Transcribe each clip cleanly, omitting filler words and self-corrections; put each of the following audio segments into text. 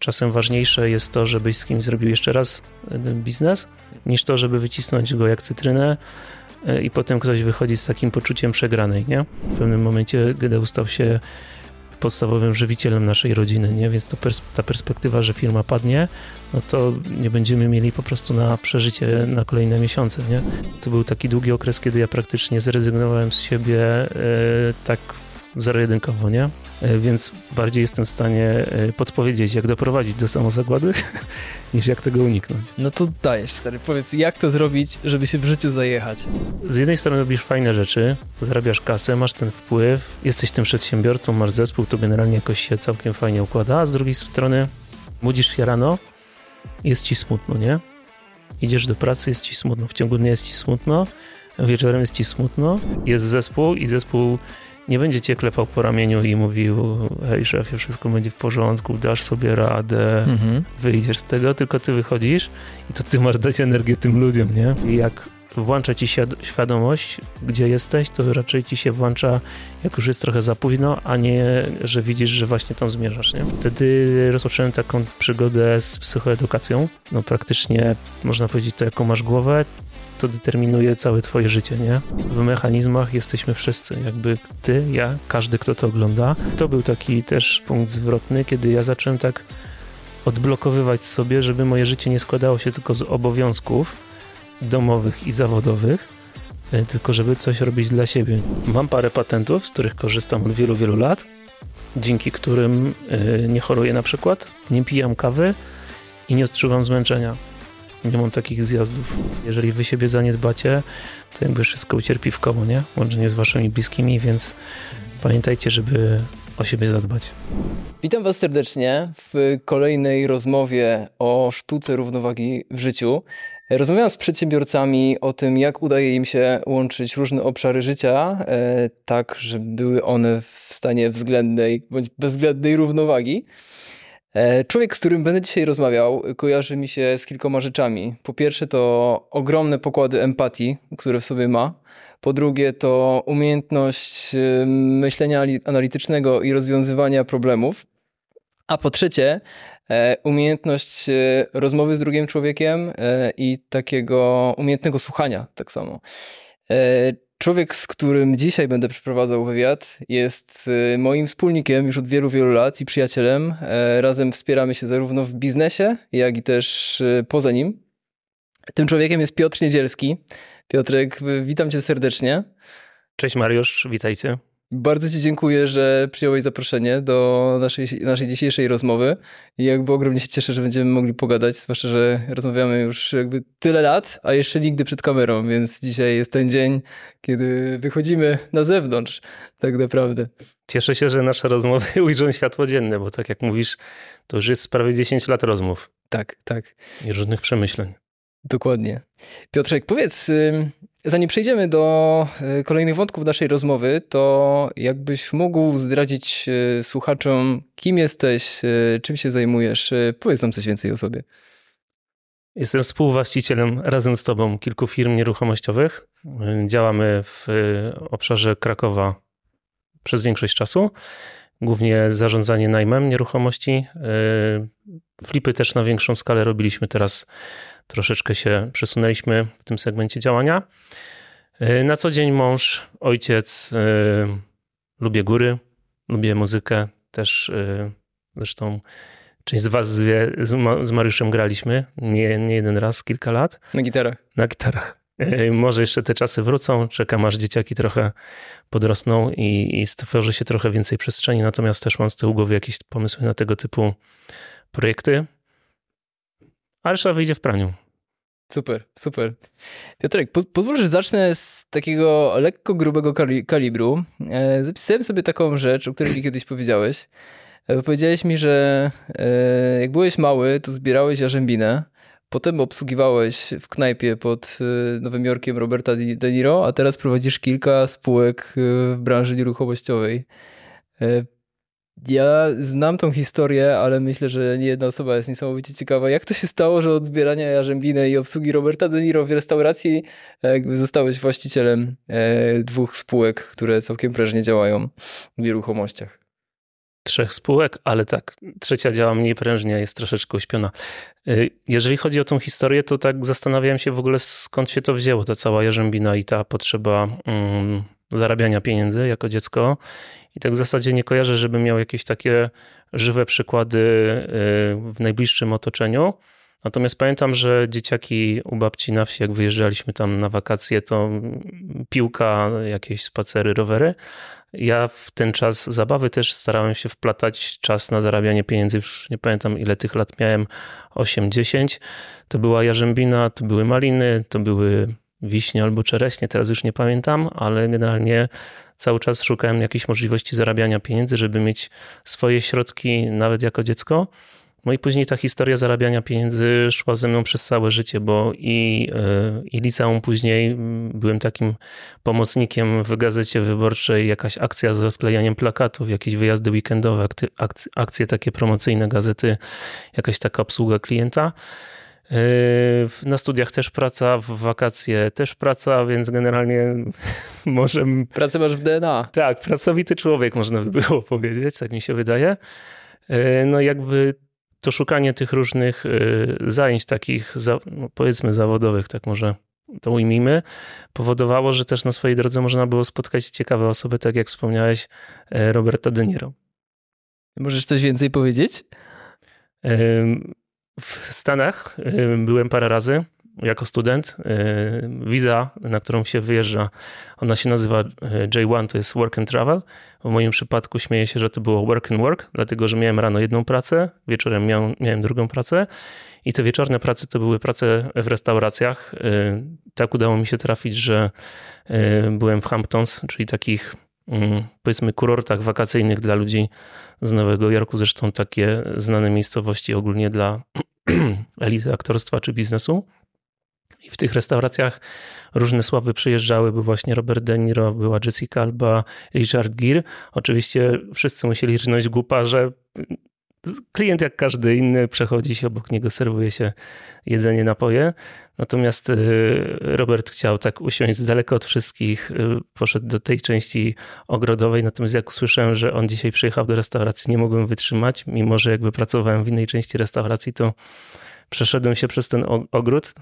czasem ważniejsze jest to, żebyś z kimś zrobił jeszcze raz biznes, niż to, żeby wycisnąć go jak cytrynę i potem ktoś wychodzi z takim poczuciem przegranej, nie? W pewnym momencie Gedeusz stał się podstawowym żywicielem naszej rodziny, nie? Więc ta perspektywa, że firma padnie, no to nie będziemy mieli po prostu na przeżycie na kolejne miesiące, nie? To był taki długi okres, kiedy ja praktycznie zrezygnowałem z siebie tak zero-jedynkowo, nie? Więc bardziej jestem w stanie podpowiedzieć, jak doprowadzić do samozagłady, niż jak tego uniknąć. No to dajesz, stary. Powiedz, jak to zrobić, żeby się w życiu zajechać? Z jednej strony robisz fajne rzeczy, zarabiasz kasę, masz ten wpływ, jesteś tym przedsiębiorcą, masz zespół, to generalnie jakoś się całkiem fajnie układa, a z drugiej strony budzisz się rano, jest ci smutno, nie? Idziesz do pracy, jest ci smutno, w ciągu dnia jest ci smutno, wieczorem jest ci smutno, jest zespół i zespół nie będzie cię klepał po ramieniu i mówił: hej szefie, wszystko będzie w porządku, dasz sobie radę, wyjdziesz z tego, tylko ty wychodzisz i to ty masz dać energię tym ludziom, nie? I jak włącza ci się świadomość, gdzie jesteś, to raczej ci się włącza, jak już jest trochę za późno, a nie, że widzisz, że właśnie tam zmierzasz, nie? Wtedy rozpocząłem taką przygodę z psychoedukacją. No praktycznie można powiedzieć, to jaką masz głowę, to determinuje całe twoje życie, nie? W mechanizmach jesteśmy wszyscy, jakby ty, ja, każdy, kto to ogląda. To był taki też punkt zwrotny, kiedy ja zacząłem tak odblokowywać sobie, żeby moje życie nie składało się tylko z obowiązków domowych i zawodowych, tylko żeby coś robić dla siebie. Mam parę patentów, z których korzystam od wielu, wielu lat, dzięki którym nie choruję na przykład, nie pijam kawy i nie odczuwam zmęczenia. Nie mam takich zjazdów. Jeżeli wy siebie zaniedbacie, to jakby wszystko ucierpi w koło, nie? Łącznie z waszymi bliskimi, więc pamiętajcie, żeby o siebie zadbać. Witam was serdecznie w kolejnej rozmowie o sztuce równowagi w życiu. Rozmawiam z przedsiębiorcami o tym, jak udaje im się łączyć różne obszary życia, tak, żeby były one w stanie względnej bądź bezwzględnej równowagi. Człowiek, z którym będę dzisiaj rozmawiał, kojarzy mi się z kilkoma rzeczami. Po pierwsze to ogromne pokłady empatii, które w sobie ma. Po drugie to umiejętność myślenia analitycznego i rozwiązywania problemów. A po trzecie umiejętność rozmowy z drugim człowiekiem i takiego umiejętnego słuchania tak samo. Człowiek, z którym dzisiaj będę przeprowadzał wywiad, jest moim wspólnikiem już od wielu, wielu lat i przyjacielem. Razem wspieramy się zarówno w biznesie, jak i też poza nim. Tym człowiekiem jest Piotr Niedzielski. Piotrek, witam cię serdecznie. Cześć Mariusz, witajcie. Bardzo ci dziękuję, że przyjąłeś zaproszenie do naszej dzisiejszej rozmowy i jakby ogromnie się cieszę, że będziemy mogli pogadać, zwłaszcza, że rozmawiamy już jakby tyle lat, a jeszcze nigdy przed kamerą, więc dzisiaj jest ten dzień, kiedy wychodzimy na zewnątrz tak naprawdę. Cieszę się, że nasze rozmowy ujrzą światło dzienne, bo tak jak mówisz, to już jest prawie 10 lat rozmów. Tak, tak. I różnych przemyśleń. Dokładnie. Piotrek, powiedz, zanim przejdziemy do kolejnych wątków naszej rozmowy, to jakbyś mógł zdradzić słuchaczom, kim jesteś, czym się zajmujesz, powiedz nam coś więcej o sobie. Jestem współwłaścicielem razem z tobą kilku firm nieruchomościowych. Działamy w obszarze Krakowa przez większość czasu. Głównie zarządzanie najmem nieruchomości. Flipy też na większą skalę robiliśmy teraz. Troszeczkę się przesunęliśmy w tym segmencie działania. Na co dzień mąż, ojciec, lubię góry, lubię muzykę. Też zresztą część z was wie, z Mariuszem graliśmy nie jeden raz, kilka lat. Na gitarach. Na gitarach. Może jeszcze te czasy wrócą, czekam aż dzieciaki trochę podrosną i stworzy się trochę więcej przestrzeni, natomiast też mam z tyłu głowy jakieś pomysły na tego typu projekty. A reszta wyjdzie w praniu. Super, super. Piotrek, pozwól, że zacznę z takiego lekko grubego kalibru. Zapisałem sobie taką rzecz, o której mi kiedyś powiedziałeś. Powiedziałeś mi, że jak byłeś mały, to zbierałeś jarzębinę, potem obsługiwałeś w knajpie pod Nowym Jorkiem Roberta De Niro, a teraz prowadzisz kilka spółek w branży nieruchomościowej. Ja znam tą historię, ale myślę, że nie jedna osoba jest niesamowicie ciekawa. Jak to się stało, że od zbierania jarzębiny i obsługi Roberta De Niro w restauracji jakby zostałeś właścicielem dwóch spółek, które całkiem prężnie działają w nieruchomościach? 3 spółek, ale tak, trzecia działa mniej prężnie, jest troszeczkę uśpiona. Jeżeli chodzi o tą historię, to tak zastanawiałem się w ogóle, skąd się to wzięło, ta cała jarzębina i ta potrzeba zarabiania pieniędzy jako dziecko. I tak w zasadzie nie kojarzę, żebym miał jakieś takie żywe przykłady w najbliższym otoczeniu. Natomiast pamiętam, że dzieciaki u babci na wsi, jak wyjeżdżaliśmy tam na wakacje, to piłka, jakieś spacery, rowery. Ja w ten czas zabawy też starałem się wplatać czas na zarabianie pieniędzy. Już nie pamiętam, ile tych lat miałem, 8, 10. To była jarzębina, to były maliny, to były wiśnie albo czereśnie, teraz już nie pamiętam, ale generalnie cały czas szukałem jakichś możliwości zarabiania pieniędzy, żeby mieć swoje środki nawet jako dziecko. No i później ta historia zarabiania pieniędzy szła ze mną przez całe życie, bo i liceum później byłem takim pomocnikiem w Gazecie Wyborczej, jakaś akcja z rozklejaniem plakatów, jakieś wyjazdy weekendowe, akcje takie promocyjne gazety, jakaś taka obsługa klienta. Na studiach też praca, w wakacje też praca, więc generalnie może... Pracę masz w DNA. Tak, pracowity człowiek można by było powiedzieć, tak mi się wydaje. No jakby to szukanie tych różnych zajęć takich, powiedzmy zawodowych, tak może to ujmijmy, powodowało, że też na swojej drodze można było spotkać ciekawe osoby, tak jak wspomniałeś, Roberta De Niro. Możesz coś więcej powiedzieć? W Stanach byłem parę razy jako student. Wiza, na którą się wyjeżdża, ona się nazywa J1, to jest Work and Travel. W moim przypadku śmieję się, że to było Work and Work, dlatego że miałem rano jedną pracę, wieczorem miałem drugą pracę i te wieczorne prace to były prace w restauracjach. Tak udało mi się trafić, że byłem w Hamptons, czyli takich powiedzmy kurortach wakacyjnych dla ludzi z Nowego Jorku, zresztą takie znane miejscowości ogólnie dla elity aktorstwa czy biznesu. I w tych restauracjach różne sławy przyjeżdżały, był właśnie Robert De Niro, była Jessica Alba, Richard Gere. Oczywiście wszyscy musieli rżnąć głupa, że klient jak każdy inny przechodzi się obok niego, serwuje się jedzenie, napoje. Natomiast Robert chciał tak usiąść z daleka od wszystkich, poszedł do tej części ogrodowej. Natomiast jak usłyszałem, że on dzisiaj przyjechał do restauracji, nie mogłem wytrzymać, mimo że jakby pracowałem w innej części restauracji, to przeszedłem się przez ten ogród,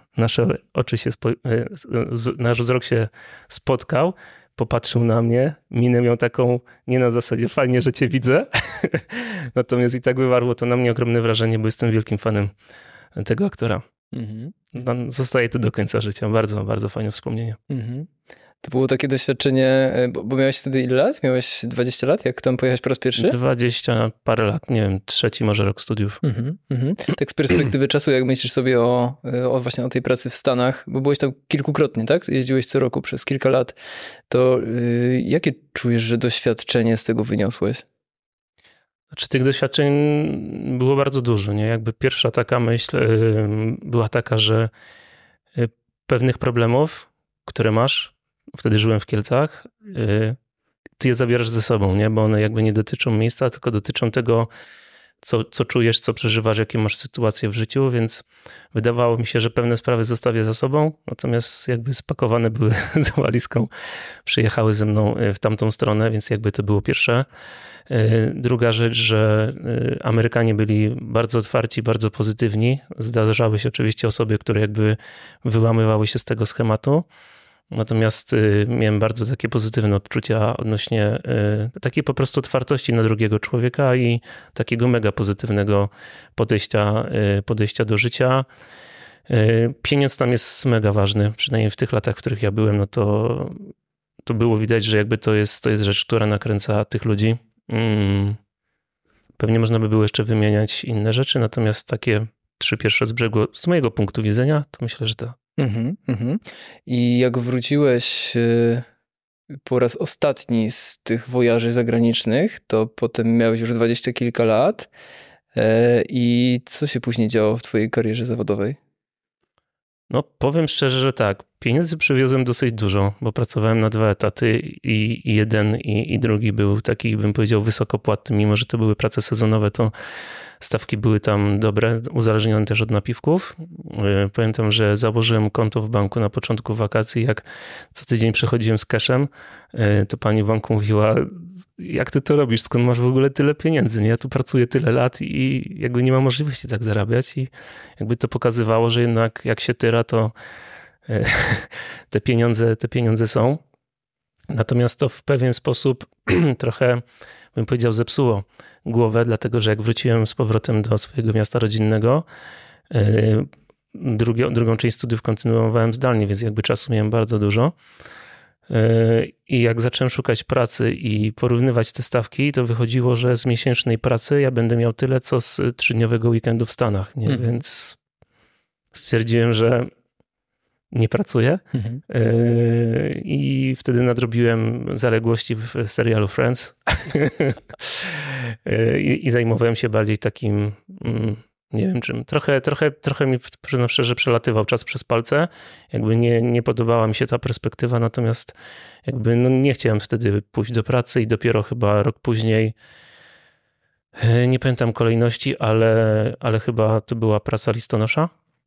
nasz wzrok się spotkał, popatrzył na mnie, minę miał taką, nie na zasadzie fajnie, że cię widzę, natomiast i tak wywarło to na mnie ogromne wrażenie, bo jestem wielkim fanem tego aktora. Zostaje to do końca życia. Bardzo, bardzo fajne wspomnienie. To było takie doświadczenie, bo miałeś wtedy ile lat? Miałeś 20 lat, jak tam pojechałeś po raz pierwszy? 20 parę lat, nie wiem, 3 może rok studiów. Tak z perspektywy czasu, jak myślisz sobie właśnie o tej pracy w Stanach, bo byłeś tam kilkukrotnie, tak? Jeździłeś co roku przez kilka lat, to jakie czujesz, że doświadczenie z tego wyniosłeś? Znaczy tych doświadczeń było bardzo dużo, nie? Jakby pierwsza taka myśl była taka, że pewnych problemów, które masz, wtedy żyłem w Kielcach, ty je zabierasz ze sobą, nie? Bo one jakby nie dotyczą miejsca, tylko dotyczą tego, co czujesz, co przeżywasz, jakie masz sytuacje w życiu, więc wydawało mi się, że pewne sprawy zostawię za sobą, natomiast jakby spakowane były za walizką, przyjechały ze mną w tamtą stronę, więc jakby to było pierwsze. Druga rzecz, że Amerykanie byli bardzo otwarci, bardzo pozytywni. Zdarzały się oczywiście osoby, które jakby wyłamywały się z tego schematu. Natomiast miałem bardzo takie pozytywne odczucia odnośnie takiej po prostu otwartości na drugiego człowieka i takiego mega pozytywnego podejścia do życia. Pieniądz tam jest mega ważny, przynajmniej w tych latach, w których ja byłem, no to było widać, że jakby to jest rzecz, która nakręca tych ludzi. Pewnie można by było jeszcze wymieniać inne rzeczy, natomiast takie 3 pierwsze z brzegu, z mojego punktu widzenia, to myślę, że to. I jak wróciłeś po raz ostatni z tych wojaży zagranicznych, to potem miałeś już 20 kilka lat. I co się później działo w twojej karierze zawodowej? No powiem szczerze, że tak. Pieniędzy przywiozłem dosyć dużo, bo pracowałem na 2 etaty i jeden i drugi był taki, bym powiedział, wysokopłatny. Mimo że to były prace sezonowe, to stawki były tam dobre, uzależnione też od napiwków. Pamiętam, że założyłem konto w banku na początku wakacji. Jak co tydzień przychodziłem z cashem, to pani w banku mówiła: jak ty to robisz? Skąd masz w ogóle tyle pieniędzy? Nie? Ja tu pracuję tyle lat i jakby nie ma możliwości tak zarabiać. I jakby to pokazywało, że jednak jak się tyra, to te pieniądze są. Natomiast to w pewien sposób trochę, bym powiedział, zepsuło głowę, dlatego że jak wróciłem z powrotem do swojego miasta rodzinnego, drugą część studiów kontynuowałem zdalnie, więc jakby czasu miałem bardzo dużo. I jak zacząłem szukać pracy i porównywać te stawki, to wychodziło, że z miesięcznej pracy ja będę miał tyle, co z 3-dniowego weekendu w Stanach. Nie? Więc stwierdziłem, że nie pracuję. I wtedy nadrobiłem zaległości w serialu Friends. I zajmowałem się bardziej takim, nie wiem czym. Trochę mi, przyznam szczerze, przelatywał czas przez palce. Jakby nie podobała mi się ta perspektywa, natomiast jakby nie chciałem wtedy pójść do pracy i dopiero chyba rok później, nie pamiętam kolejności, ale chyba to była praca listonosza.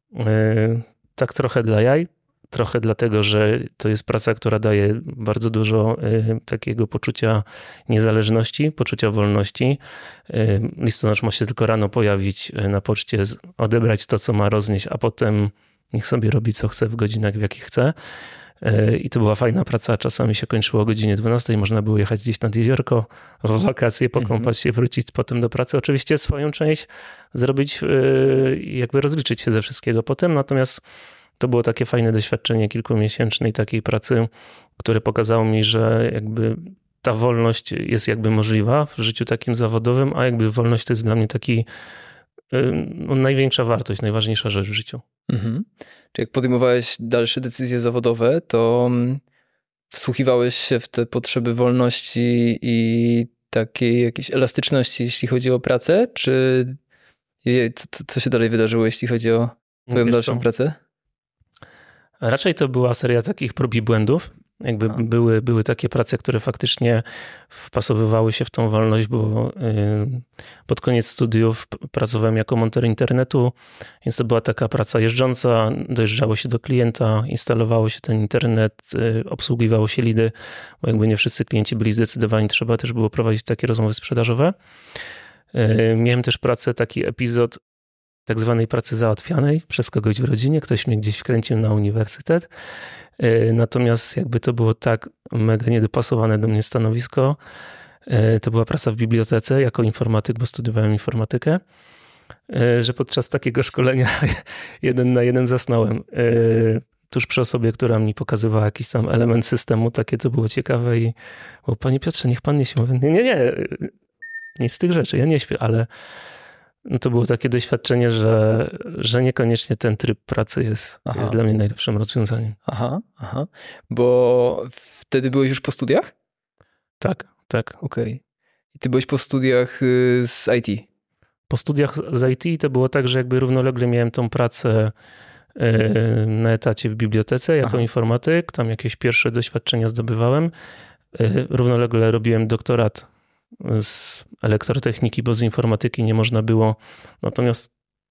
Tak trochę dla jaj. Trochę dlatego, że to jest praca, która daje bardzo dużo takiego poczucia niezależności, poczucia wolności. Listonosz ma się tylko rano pojawić na poczcie, odebrać to, co ma roznieść, a potem niech sobie robi, co chce w godzinach, w jakich chce. I to była fajna praca. Czasami się kończyło o godzinie 12. Można było jechać gdzieś nad jeziorko w wakacje, pokąpać się, wrócić potem do pracy. Oczywiście swoją część zrobić, jakby rozliczyć się ze wszystkiego potem. Natomiast to było takie fajne doświadczenie kilkumiesięcznej takiej pracy, które pokazało mi, że jakby ta wolność jest jakby możliwa w życiu takim zawodowym, a jakby wolność to jest dla mnie taki największa wartość, najważniejsza rzecz w życiu. Czy jak podejmowałeś dalsze decyzje zawodowe, to wsłuchiwałeś się w te potrzeby wolności i takiej jakiejś elastyczności, jeśli chodzi o pracę? Czy co się dalej wydarzyło, jeśli chodzi o twoją dalszą pracę? Raczej to była seria takich prób i błędów. Jakby były takie prace, które faktycznie wpasowywały się w tą wolność, bo pod koniec studiów pracowałem jako monter internetu, więc to była taka praca jeżdżąca, dojeżdżało się do klienta, instalowało się ten internet, obsługiwało się lidy, bo jakby nie wszyscy klienci byli zdecydowani, trzeba też było prowadzić takie rozmowy sprzedażowe. Miałem też pracę, taki epizod tak zwanej pracy załatwianej przez kogoś w rodzinie. Ktoś mnie gdzieś wkręcił na uniwersytet. Natomiast jakby to było tak mega niedopasowane do mnie stanowisko. To była praca w bibliotece jako informatyk, bo studiowałem informatykę, że podczas takiego szkolenia 1 na 1 zasnąłem tuż przy osobie, która mi pokazywała jakiś tam element systemu. Takie to było ciekawe i panie Piotrze, niech pan nie się mówi. Nie, nic z tych rzeczy, ja nie śpię, ale no to było takie doświadczenie, że niekoniecznie ten tryb pracy jest dla mnie najlepszym rozwiązaniem. Aha. Bo wtedy byłeś już po studiach? Tak. Okej. I ty byłeś po studiach z IT? Po studiach z IT to było tak, że jakby równolegle miałem tą pracę na etacie w bibliotece jako informatyk. Tam jakieś pierwsze doświadczenia zdobywałem. Równolegle robiłem doktorat z elektrotechniki, bo z informatyki nie można było. Natomiast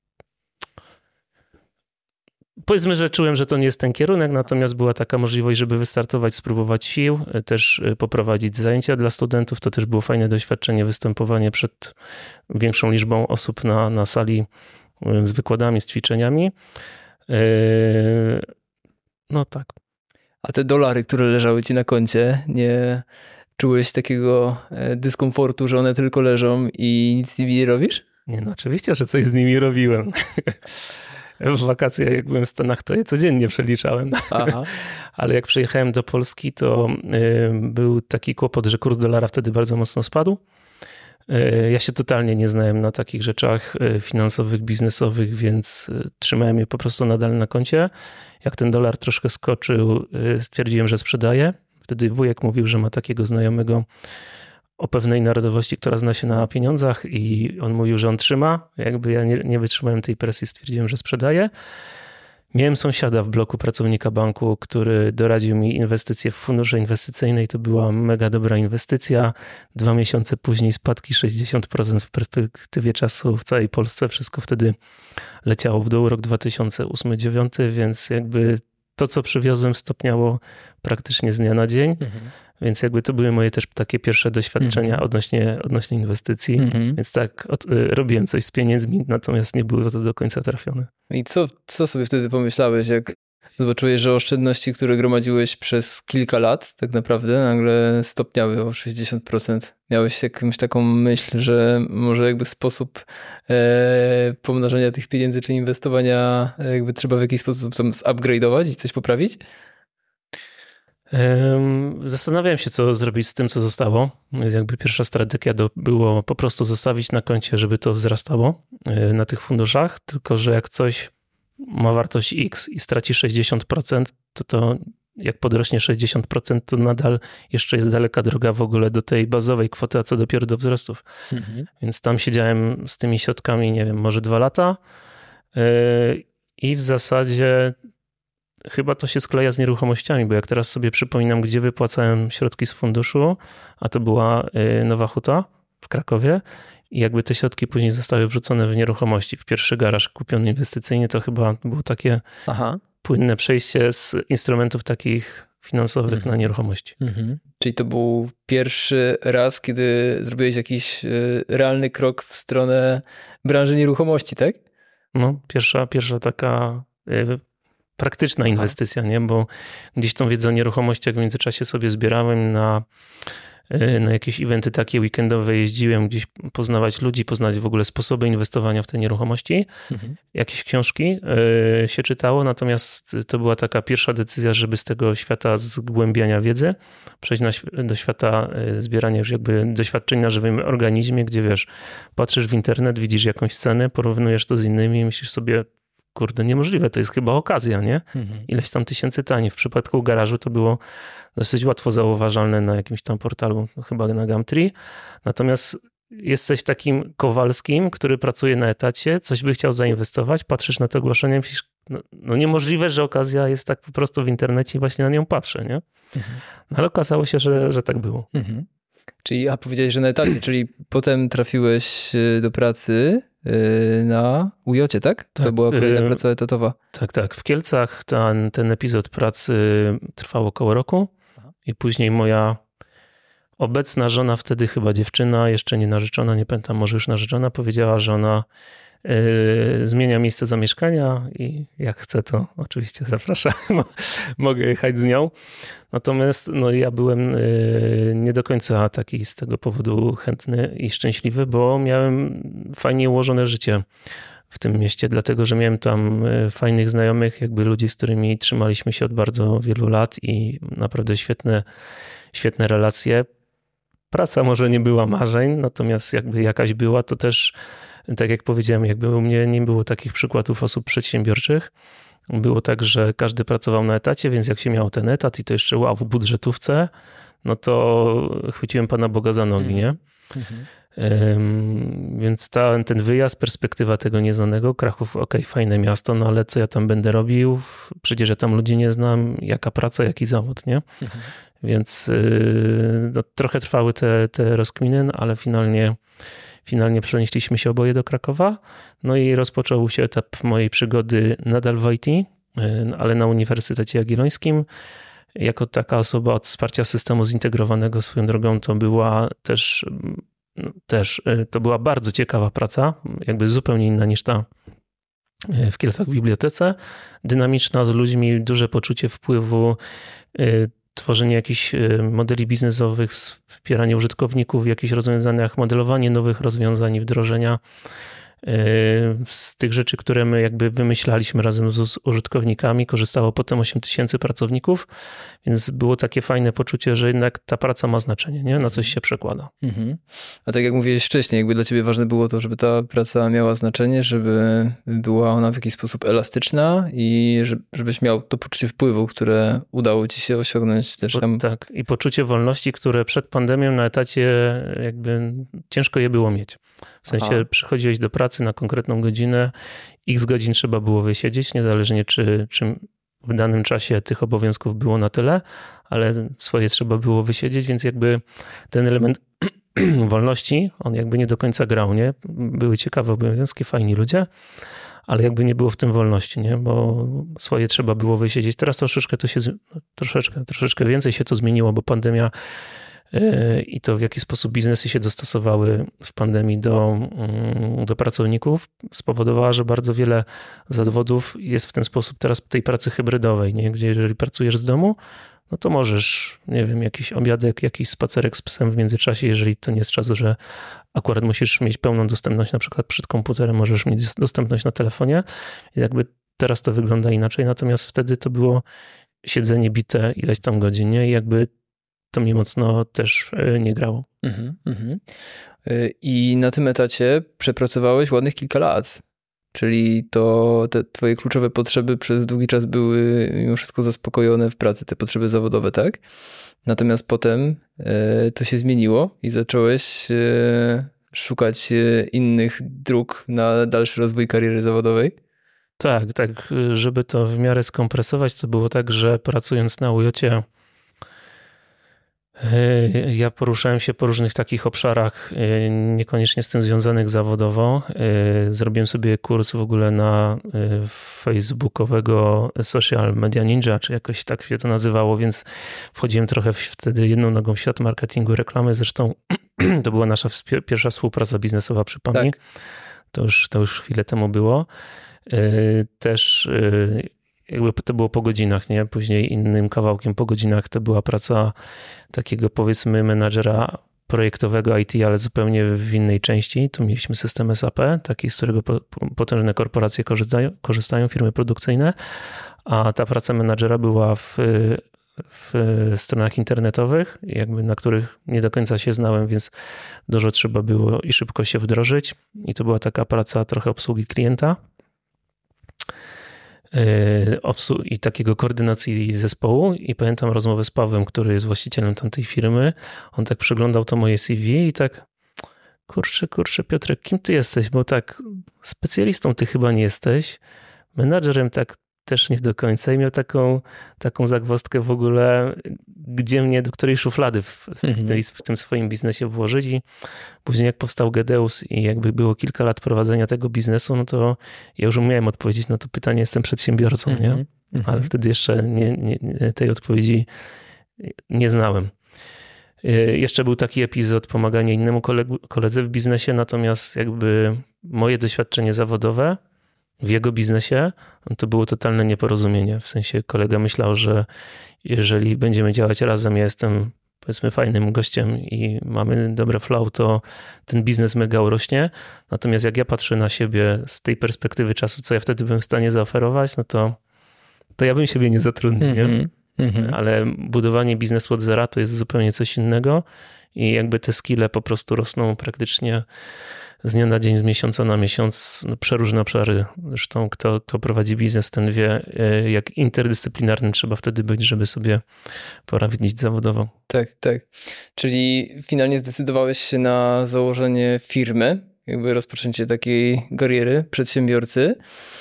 powiedzmy, że czułem, że to nie jest ten kierunek, natomiast była taka możliwość, żeby wystartować, spróbować sił, też poprowadzić zajęcia dla studentów. To też było fajne doświadczenie, występowanie przed większą liczbą osób na sali z wykładami, z ćwiczeniami. No tak. A te dolary, które leżały ci na koncie, nie czułeś takiego dyskomfortu, że one tylko leżą i nic z nimi nie robisz? Nie, no oczywiście, że coś z nimi robiłem. W wakacje, jak byłem w Stanach, to je codziennie przeliczałem. Ale jak przyjechałem do Polski, to był taki kłopot, że kurs dolara wtedy bardzo mocno spadł. Ja się totalnie nie znałem na takich rzeczach finansowych, biznesowych, więc trzymałem je po prostu nadal na koncie. Jak ten dolar troszkę skoczył, stwierdziłem, że sprzedaję. Wtedy wujek mówił, że ma takiego znajomego o pewnej narodowości, która zna się na pieniądzach i on mówił, że on trzyma. Jakby ja nie wytrzymałem tej presji, stwierdziłem, że sprzedaję. Miałem sąsiada w bloku, pracownika banku, który doradził mi inwestycje w fundusze inwestycyjne i to była mega dobra inwestycja. 2 miesiące później spadki 60% w perspektywie czasu w całej Polsce. Wszystko wtedy leciało w dół, rok 2008-2009, więc jakby to, co przywiozłem, stopniało praktycznie z dnia na dzień. Więc jakby to były moje też takie pierwsze doświadczenia odnośnie inwestycji. Więc tak, robiłem coś z pieniędzmi, natomiast nie było to do końca trafione. I co sobie wtedy pomyślałeś, jak zobaczyłeś, że oszczędności, które gromadziłeś przez kilka lat, tak naprawdę nagle stopniały o 60%? Miałeś jakąś taką myśl, że może jakby sposób pomnażania tych pieniędzy czy inwestowania jakby trzeba w jakiś sposób tam zupgrade'ować i coś poprawić? Zastanawiałem się, co zrobić z tym, co zostało. Więc jakby pierwsza strategia było po prostu zostawić na koncie, żeby to wzrastało na tych funduszach, tylko że jak coś ma wartość X i straci 60%, to jak podrośnie 60%, to nadal jeszcze jest daleka droga w ogóle do tej bazowej kwoty, a co dopiero do wzrostów. Więc tam siedziałem z tymi środkami, nie wiem, może 2 lata i w zasadzie chyba to się skleja z nieruchomościami, bo jak teraz sobie przypominam, gdzie wypłacałem środki z funduszu, a to była Nowa Huta w Krakowie i jakby te środki później zostały wrzucone w nieruchomości. W pierwszy garaż kupiony inwestycyjnie to chyba było takie płynne przejście z instrumentów takich finansowych na nieruchomości. Czyli to był pierwszy raz, kiedy zrobiłeś jakiś realny krok w stronę branży nieruchomości, tak? No, pierwsza taka praktyczna inwestycja, nie? Bo gdzieś tą wiedzę o nieruchomościach w międzyczasie sobie zbierałem na jakieś eventy takie weekendowe, jeździłem gdzieś poznawać ludzi, poznać w ogóle sposoby inwestowania w te nieruchomości. Jakieś książki się czytało, natomiast to była taka pierwsza decyzja, żeby z tego świata zgłębiania wiedzy przejść do świata zbierania już jakby doświadczeń na żywym organizmie, gdzie wiesz, patrzysz w internet, widzisz jakąś cenę, porównujesz to z innymi i myślisz sobie, kurde, niemożliwe, to jest chyba okazja, nie? Ileś tam tysięcy taniej. W przypadku garażu to było dosyć łatwo zauważalne na jakimś tam portalu, chyba na Gumtree. Natomiast jesteś takim Kowalskim, który pracuje na etacie, coś by chciał zainwestować, patrzysz na to ogłoszenie i myślisz, no niemożliwe, że okazja jest tak po prostu w internecie i właśnie na nią patrzę, nie? No ale okazało się, że tak było. Czyli, powiedziałeś, że na etacie, czyli potem trafiłeś do pracy na UJ, tak? To była kolejna praca etatowa. Tak. W Kielcach ten epizod pracy trwał około roku i później moja obecna żona, wtedy chyba dziewczyna, jeszcze nie narzeczona, nie pamiętam, może już narzeczona, powiedziała, że ona zmienia miejsce zamieszkania i jak chce, to oczywiście zapraszam, mogę jechać z nią. Natomiast ja byłem nie do końca taki z tego powodu chętny i szczęśliwy, bo miałem fajnie ułożone życie w tym mieście, dlatego że miałem tam fajnych znajomych, jakby ludzi, z którymi trzymaliśmy się od bardzo wielu lat i naprawdę świetne relacje. Praca może nie była marzeń, natomiast jakby jakaś była, to też, tak jak powiedziałem, jakby u mnie nie było takich przykładów osób przedsiębiorczych. Było tak, że każdy pracował na etacie, więc jak się miał ten etat i to jeszcze w budżetówce, no to chwyciłem Pana Boga za nogi, nie? Więc ten wyjazd, perspektywa tego nieznanego, Kraków, fajne miasto, no ale co ja tam będę robił? Przecież ja tam ludzi nie znam, jaka praca, jaki zawód, nie? Więc trochę trwały te rozkminy, ale finalnie przenieśliśmy się oboje do Krakowa. No i rozpoczął się etap mojej przygody nadal w IT, ale na Uniwersytecie Jagiellońskim. Jako taka osoba od wsparcia systemu zintegrowanego swoją drogą to była też to była bardzo ciekawa praca, jakby zupełnie inna niż ta w Kielcach w bibliotece. Dynamiczna, z ludźmi, duże poczucie wpływu, tworzenie jakichś modeli biznesowych, wspieranie użytkowników w jakichś rozwiązaniach, modelowanie nowych rozwiązań i wdrożenia z tych rzeczy, które my jakby wymyślaliśmy razem z użytkownikami. Korzystało potem 8000 pracowników, więc było takie fajne poczucie, że jednak ta praca ma znaczenie, nie? Na coś się przekłada. A tak jak mówiłeś wcześniej, jakby dla ciebie ważne było to, żeby ta praca miała znaczenie, żeby była ona w jakiś sposób elastyczna i żebyś miał to poczucie wpływu, które udało ci się osiągnąć też tam. Tak, i poczucie wolności, które przed pandemią na etacie jakby ciężko je było mieć. W sensie przychodziłeś do pracy na konkretną godzinę, x godzin trzeba było wysiedzieć, niezależnie czy w danym czasie tych obowiązków było na tyle, ale swoje trzeba było wysiedzieć, więc jakby ten element wolności, on jakby nie do końca grał, nie? Były ciekawe obowiązki, fajni ludzie, ale jakby nie było w tym wolności, nie? Bo swoje trzeba było wysiedzieć. Teraz troszeczkę więcej się to zmieniło, bo pandemia i to w jaki sposób biznesy się dostosowały w pandemii do pracowników spowodowała, że bardzo wiele zawodów jest w ten sposób teraz tej pracy hybrydowej, nie? Gdzie jeżeli pracujesz z domu, no to możesz, nie wiem, jakiś obiadek, jakiś spacerek z psem w międzyczasie, jeżeli to nie jest czas, że akurat musisz mieć pełną dostępność, na przykład przed komputerem możesz mieć dostępność na telefonie. I jakby teraz to wygląda inaczej, natomiast wtedy to było siedzenie bite ileś tam godzin, nie? I jakby to mnie mocno też nie grało. I na tym etacie przepracowałeś ładnych kilka lat. Czyli to te twoje kluczowe potrzeby przez długi czas były mimo wszystko zaspokojone w pracy, te potrzeby zawodowe, tak? Natomiast potem to się zmieniło i zacząłeś szukać innych dróg na dalszy rozwój kariery zawodowej. Tak, żeby to w miarę skompresować, to było tak, że pracując na UJ-cie ja poruszałem się po różnych takich obszarach, niekoniecznie z tym związanych zawodowo. Zrobiłem sobie kurs w ogóle na facebookowego Social Media Ninja, czy jakoś tak się to nazywało, więc wchodziłem trochę wtedy jedną nogą w świat marketingu, reklamy. Zresztą to była nasza pierwsza współpraca biznesowa przy PAMI. Tak. To już chwilę temu było. Też jakby to było po godzinach, nie? Później innym kawałkiem po godzinach to była praca takiego, powiedzmy, menadżera projektowego IT, ale zupełnie w innej części. Tu mieliśmy system SAP, taki, z którego potężne korporacje korzystają, firmy produkcyjne, a ta praca menadżera była w stronach internetowych, jakby na których nie do końca się znałem, więc dużo trzeba było i szybko się wdrożyć. I to była taka praca trochę obsługi klienta i takiego koordynacji zespołu. I pamiętam rozmowę z Pawłem, który jest właścicielem tamtej firmy. On tak przeglądał to moje CV i tak kurczę Piotrek, kim ty jesteś? Bo tak specjalistą ty chyba nie jesteś, menadżerem tak też nie do końca i miał taką zagwozdkę w ogóle, gdzie mnie, do której szuflady w tym swoim biznesie włożyć. I później jak powstał Gedeus i jakby było kilka lat prowadzenia tego biznesu, no to ja już umiałem odpowiedzieć na to pytanie, jestem przedsiębiorcą, nie? Ale wtedy jeszcze tej odpowiedzi nie znałem. Jeszcze był taki epizod pomagania innemu koledze w biznesie, natomiast jakby moje doświadczenie zawodowe w jego biznesie to było totalne nieporozumienie. W sensie kolega myślał, że jeżeli będziemy działać razem, ja jestem, powiedzmy, fajnym gościem i mamy dobre flow, to ten biznes mega urośnie. Natomiast jak ja patrzę na siebie z tej perspektywy czasu, co ja wtedy bym w stanie zaoferować, no to ja bym siebie nie zatrudnił, nie? Ale budowanie biznesu od zera to jest zupełnie coś innego i jakby te skille po prostu rosną praktycznie z dnia na dzień, z miesiąca na miesiąc, przeróżne obszary. Zresztą kto prowadzi biznes, ten wie, jak interdyscyplinarnym trzeba wtedy być, żeby sobie poradzić zawodowo. Tak. Czyli finalnie zdecydowałeś się na założenie firmy, jakby rozpoczęcie takiej kariery przedsiębiorcy.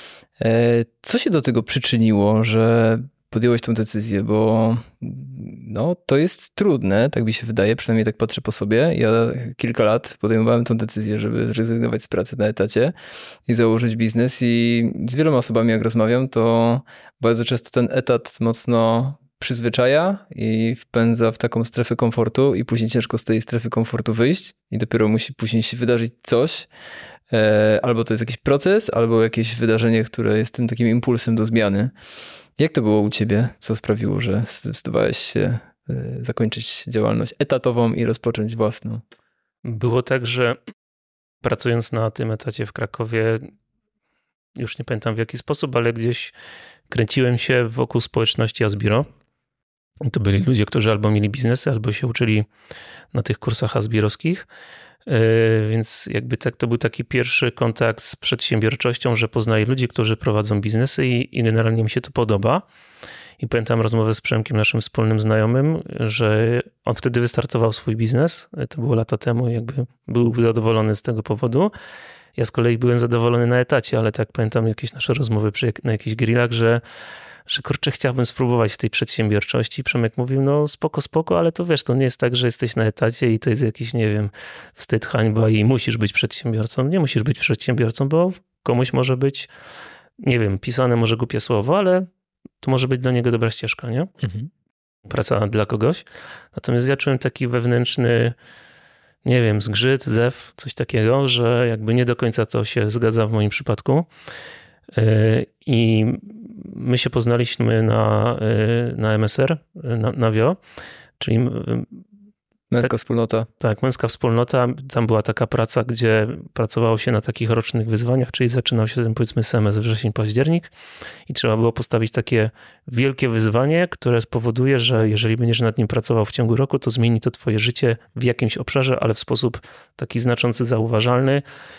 Co się do tego przyczyniło, że podjąłeś tę decyzję, bo no, to jest trudne, tak mi się wydaje, przynajmniej tak patrzę po sobie. Ja kilka lat podejmowałem tę decyzję, żeby zrezygnować z pracy na etacie i założyć biznes i z wieloma osobami jak rozmawiam, to bardzo często ten etat mocno przyzwyczaja i wpędza w taką strefę komfortu i później ciężko z tej strefy komfortu wyjść i dopiero musi później się wydarzyć coś, albo to jest jakiś proces, albo jakieś wydarzenie, które jest tym takim impulsem do zmiany. Jak to było u ciebie? Co sprawiło, że zdecydowałeś się zakończyć działalność etatową i rozpocząć własną? Było tak, że pracując na tym etacie w Krakowie, już nie pamiętam w jaki sposób, ale gdzieś kręciłem się wokół społeczności Asbiro. To byli ludzie, którzy albo mieli biznesy, albo się uczyli na tych kursach asbirowskich. Więc jakby tak, to był taki pierwszy kontakt z przedsiębiorczością, że poznaję ludzi, którzy prowadzą biznesy i generalnie mi się to podoba. I pamiętam rozmowę z Przemkiem, naszym wspólnym znajomym, że on wtedy wystartował swój biznes, to było lata temu, jakby był zadowolony z tego powodu. Ja z kolei byłem zadowolony na etacie, ale tak pamiętam jakieś nasze rozmowy na jakichś grillach, że kurczę, chciałbym spróbować w tej przedsiębiorczości. Przemek mówił, no spoko, ale to wiesz, to nie jest tak, że jesteś na etacie i to jest jakiś, nie wiem, wstyd, hańba i musisz być przedsiębiorcą. Nie musisz być przedsiębiorcą, bo komuś może być, nie wiem, pisane może głupie słowo, ale to może być dla niego dobra ścieżka, nie? Praca dla kogoś. Natomiast ja czułem taki wewnętrzny, nie wiem, zgrzyt, zew, coś takiego, że jakby nie do końca to się zgadza w moim przypadku. I my się poznaliśmy na MSR, na WIO, czyli Męska wspólnota. Tak, męska wspólnota. Tam była taka praca, gdzie pracowało się na takich rocznych wyzwaniach, czyli zaczynał się ten, powiedzmy, semestr wrzesień, październik i trzeba było postawić takie wielkie wyzwanie, które spowoduje, że jeżeli będziesz nad nim pracował w ciągu roku, to zmieni to twoje życie w jakimś obszarze, ale w sposób taki znaczący, zauważalny.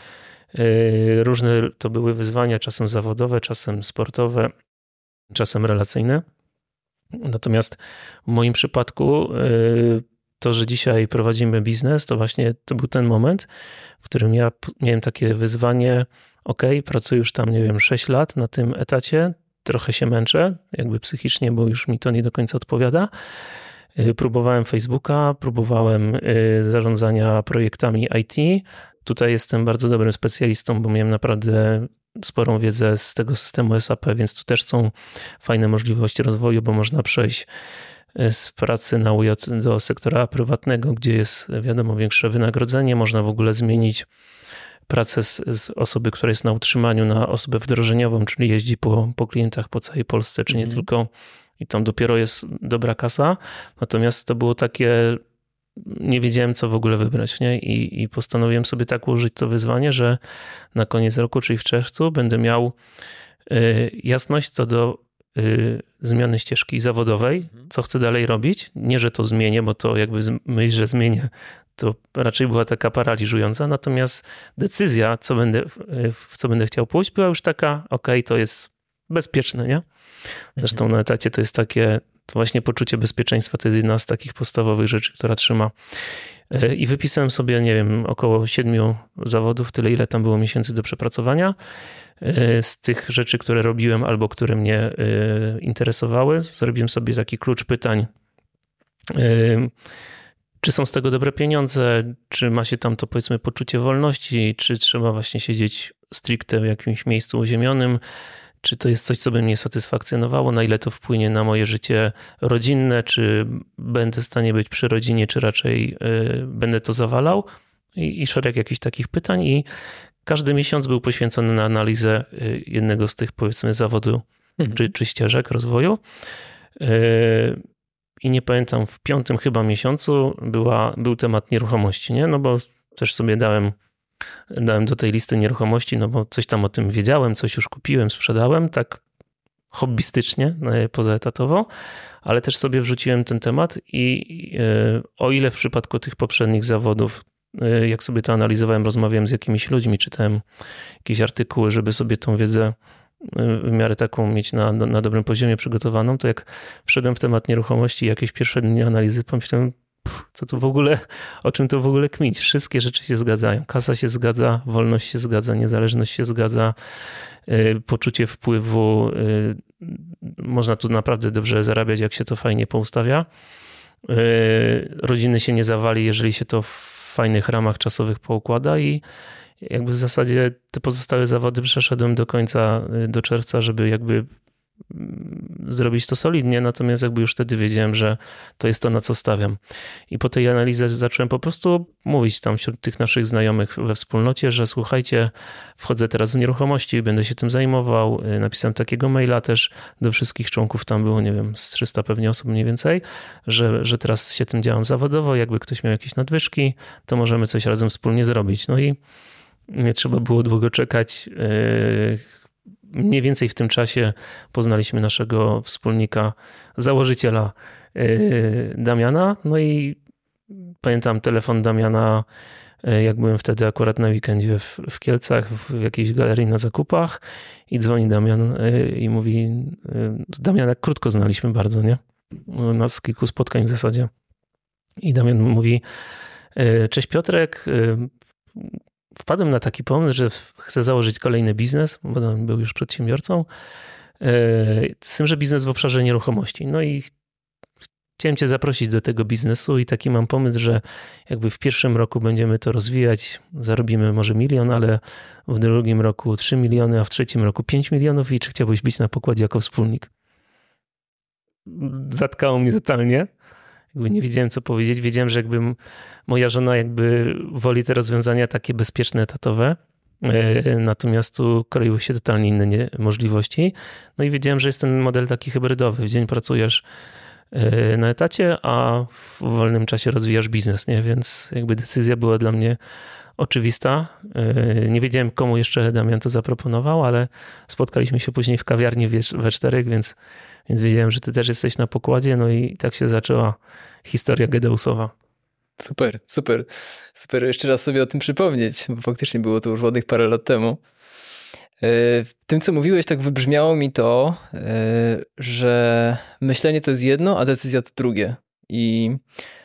Różne to były wyzwania, czasem zawodowe, czasem sportowe, czasem relacyjne. Natomiast w moim przypadku to, że dzisiaj prowadzimy biznes, to właśnie to był ten moment, w którym ja miałem takie wyzwanie, pracuję już tam, nie wiem, 6 lat na tym etacie, trochę się męczę, jakby psychicznie, bo już mi to nie do końca odpowiada. Próbowałem Facebooka, próbowałem zarządzania projektami IT. Tutaj jestem bardzo dobrym specjalistą, bo miałem naprawdę sporą wiedzę z tego systemu SAP, więc tu też są fajne możliwości rozwoju, bo można przejść z pracy na UJ do sektora prywatnego, gdzie jest, wiadomo, większe wynagrodzenie. Można w ogóle zmienić pracę z osoby, która jest na utrzymaniu, na osobę wdrożeniową, czyli jeździ po klientach po całej Polsce, czy nie tylko. I tam dopiero jest dobra kasa. Natomiast to było takie, nie wiedziałem, co w ogóle wybrać, nie? I postanowiłem sobie tak ułożyć to wyzwanie, że na koniec roku, czyli w czerwcu, będę miał jasność co do zmiany ścieżki zawodowej, co chcę dalej robić. Nie, że to zmienię, bo to jakby myśl, że zmienię, to raczej była taka paraliżująca. Natomiast decyzja, w co będę chciał pójść, była już taka, to jest bezpieczne, nie? Zresztą na etacie to jest takie, to właśnie poczucie bezpieczeństwa to jest jedna z takich podstawowych rzeczy, która trzyma. I wypisałem sobie, nie wiem, około 7 zawodów, tyle ile tam było miesięcy do przepracowania. Z tych rzeczy, które robiłem albo które mnie interesowały, zrobiłem sobie taki klucz pytań. Czy są z tego dobre pieniądze? Czy ma się tam to, powiedzmy, poczucie wolności? Czy trzeba właśnie siedzieć stricte w jakimś miejscu uziemionym? Czy to jest coś, co by mnie satysfakcjonowało? Na ile to wpłynie na moje życie rodzinne? Czy będę w stanie być przy rodzinie, czy raczej będę to zawalał? I szereg jakichś takich pytań. I każdy miesiąc był poświęcony na analizę jednego z tych, powiedzmy, zawodu czy ścieżek rozwoju. I nie pamiętam, w 5. chyba miesiącu był temat nieruchomości, nie? No bo też sobie dałem do tej listy nieruchomości, no bo coś tam o tym wiedziałem, coś już kupiłem, sprzedałem, tak hobbystycznie, pozaetatowo, ale też sobie wrzuciłem ten temat i o ile w przypadku tych poprzednich zawodów, jak sobie to analizowałem, rozmawiałem z jakimiś ludźmi, czytałem jakieś artykuły, żeby sobie tą wiedzę w miarę taką mieć na dobrym poziomie przygotowaną, to jak wszedłem w temat nieruchomości, jakieś pierwsze dni analizy, pomyślałem, co tu w ogóle, o czym tu w ogóle kminić? Wszystkie rzeczy się zgadzają. Kasa się zgadza, wolność się zgadza, niezależność się zgadza, poczucie wpływu. Można tu naprawdę dobrze zarabiać, jak się to fajnie poustawia. Rodziny się nie zawali, jeżeli się to w fajnych ramach czasowych poukłada i jakby w zasadzie te pozostałe zawody przeszedłem do końca, do czerwca, żeby jakby zrobić to solidnie, natomiast jakby już wtedy wiedziałem, że to jest to, na co stawiam. I po tej analizie zacząłem po prostu mówić tam wśród tych naszych znajomych we wspólnocie, że słuchajcie, wchodzę teraz w nieruchomości, będę się tym zajmował. Napisałem takiego maila też do wszystkich członków, tam było, nie wiem, z 300 pewnie osób mniej więcej, że teraz się tym działam zawodowo, jakby ktoś miał jakieś nadwyżki, to możemy coś razem wspólnie zrobić. No i nie trzeba było długo czekać. Mniej więcej w tym czasie poznaliśmy naszego wspólnika, założyciela Damiana. No i pamiętam telefon Damiana jak byłem wtedy akurat na weekendzie w Kielcach, w jakiejś galerii na zakupach i dzwoni Damian i mówi, Damiana krótko znaliśmy bardzo, nie? Nas z kilku spotkań w zasadzie. I Damian mówi, cześć Piotrek, wpadłem na taki pomysł, że chcę założyć kolejny biznes, bo on był już przedsiębiorcą, z tym, że biznes w obszarze nieruchomości. No i chciałem cię zaprosić do tego biznesu i taki mam pomysł, że jakby w pierwszym roku będziemy to rozwijać, zarobimy może 1 milion, ale w drugim roku 3 miliony, a w trzecim roku 5 milionów i czy chciałbyś być na pokładzie jako wspólnik? Zatkało mnie totalnie. Jakby nie wiedziałem, co powiedzieć. Wiedziałem, że jakby moja żona jakby woli te rozwiązania takie bezpieczne, etatowe. Natomiast tu kroiły się totalnie inne możliwości. No i wiedziałem, że jest ten model taki hybrydowy. W dzień pracujesz na etacie, a w wolnym czasie rozwijasz biznes, nie? Więc jakby decyzja była dla mnie oczywista. Nie wiedziałem, komu jeszcze Damian to zaproponował, ale spotkaliśmy się później w kawiarni we czterech, więc wiedziałem, że ty też jesteś na pokładzie, no i tak się zaczęła historia Gedeusowa. Super, super, super. Jeszcze raz sobie o tym przypomnieć, bo faktycznie było to już ładnych parę lat temu. W tym, co mówiłeś, tak wybrzmiało mi to, że myślenie to jest jedno, a decyzja to drugie. I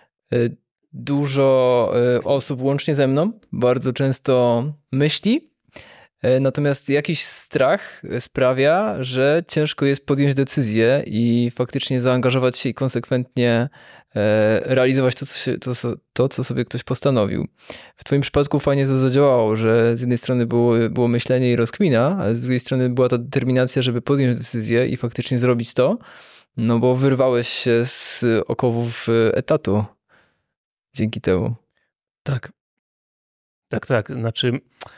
dużo osób, łącznie ze mną, bardzo często myśli, natomiast jakiś strach sprawia, że ciężko jest podjąć decyzję i faktycznie zaangażować się i konsekwentnie realizować to, co sobie ktoś postanowił. W twoim przypadku fajnie to zadziałało, że z jednej strony było myślenie i rozkmina, ale z drugiej strony była ta determinacja, żeby podjąć decyzję i faktycznie zrobić to, no bo wyrwałeś się z okowów etatu dzięki temu. Tak. Tak. Znaczy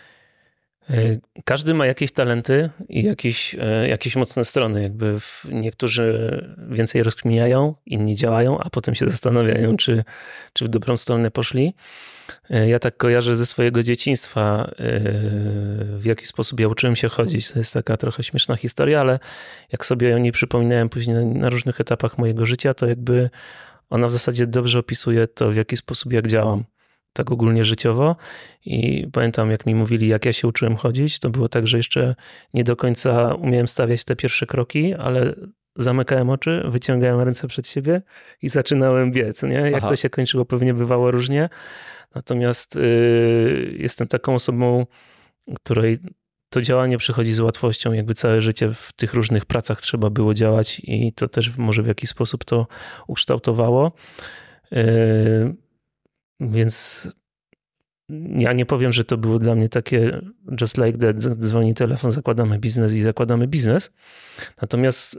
każdy ma jakieś talenty i jakieś mocne strony. Jakby niektórzy więcej rozkminiają, inni działają, a potem się zastanawiają, czy w dobrą stronę poszli. Ja tak kojarzę ze swojego dzieciństwa, w jaki sposób ja uczyłem się chodzić. To jest taka trochę śmieszna historia, ale jak sobie o niej przypominałem później na różnych etapach mojego życia, to jakby ona w zasadzie dobrze opisuje to, w jaki sposób jak działam. Tak ogólnie życiowo i pamiętam, jak mi mówili, jak ja się uczyłem chodzić, to było tak, że jeszcze nie do końca umiałem stawiać te pierwsze kroki, ale zamykałem oczy, wyciągałem ręce przed siebie i zaczynałem biec, nie? Jak to się kończyło, pewnie bywało różnie. Natomiast jestem taką osobą, której to działanie przychodzi z łatwością, jakby całe życie w tych różnych pracach trzeba było działać i to też może w jakiś sposób to ukształtowało. Więc ja nie powiem, że to było dla mnie takie just like that, dzwoni telefon, zakładamy biznes. Natomiast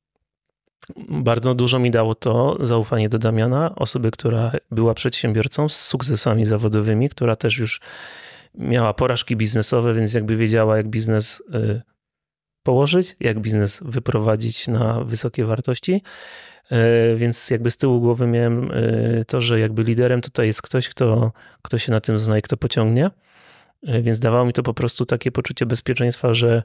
bardzo dużo mi dało to zaufanie do Damiana, osoby, która była przedsiębiorcą z sukcesami zawodowymi, która też już miała porażki biznesowe, więc jakby wiedziała, jak biznes położyć, jak biznes wyprowadzić na wysokie wartości. Więc jakby z tyłu głowy miałem to, że jakby liderem tutaj jest ktoś, kto się na tym zna i kto pociągnie. Więc dawało mi to po prostu takie poczucie bezpieczeństwa, że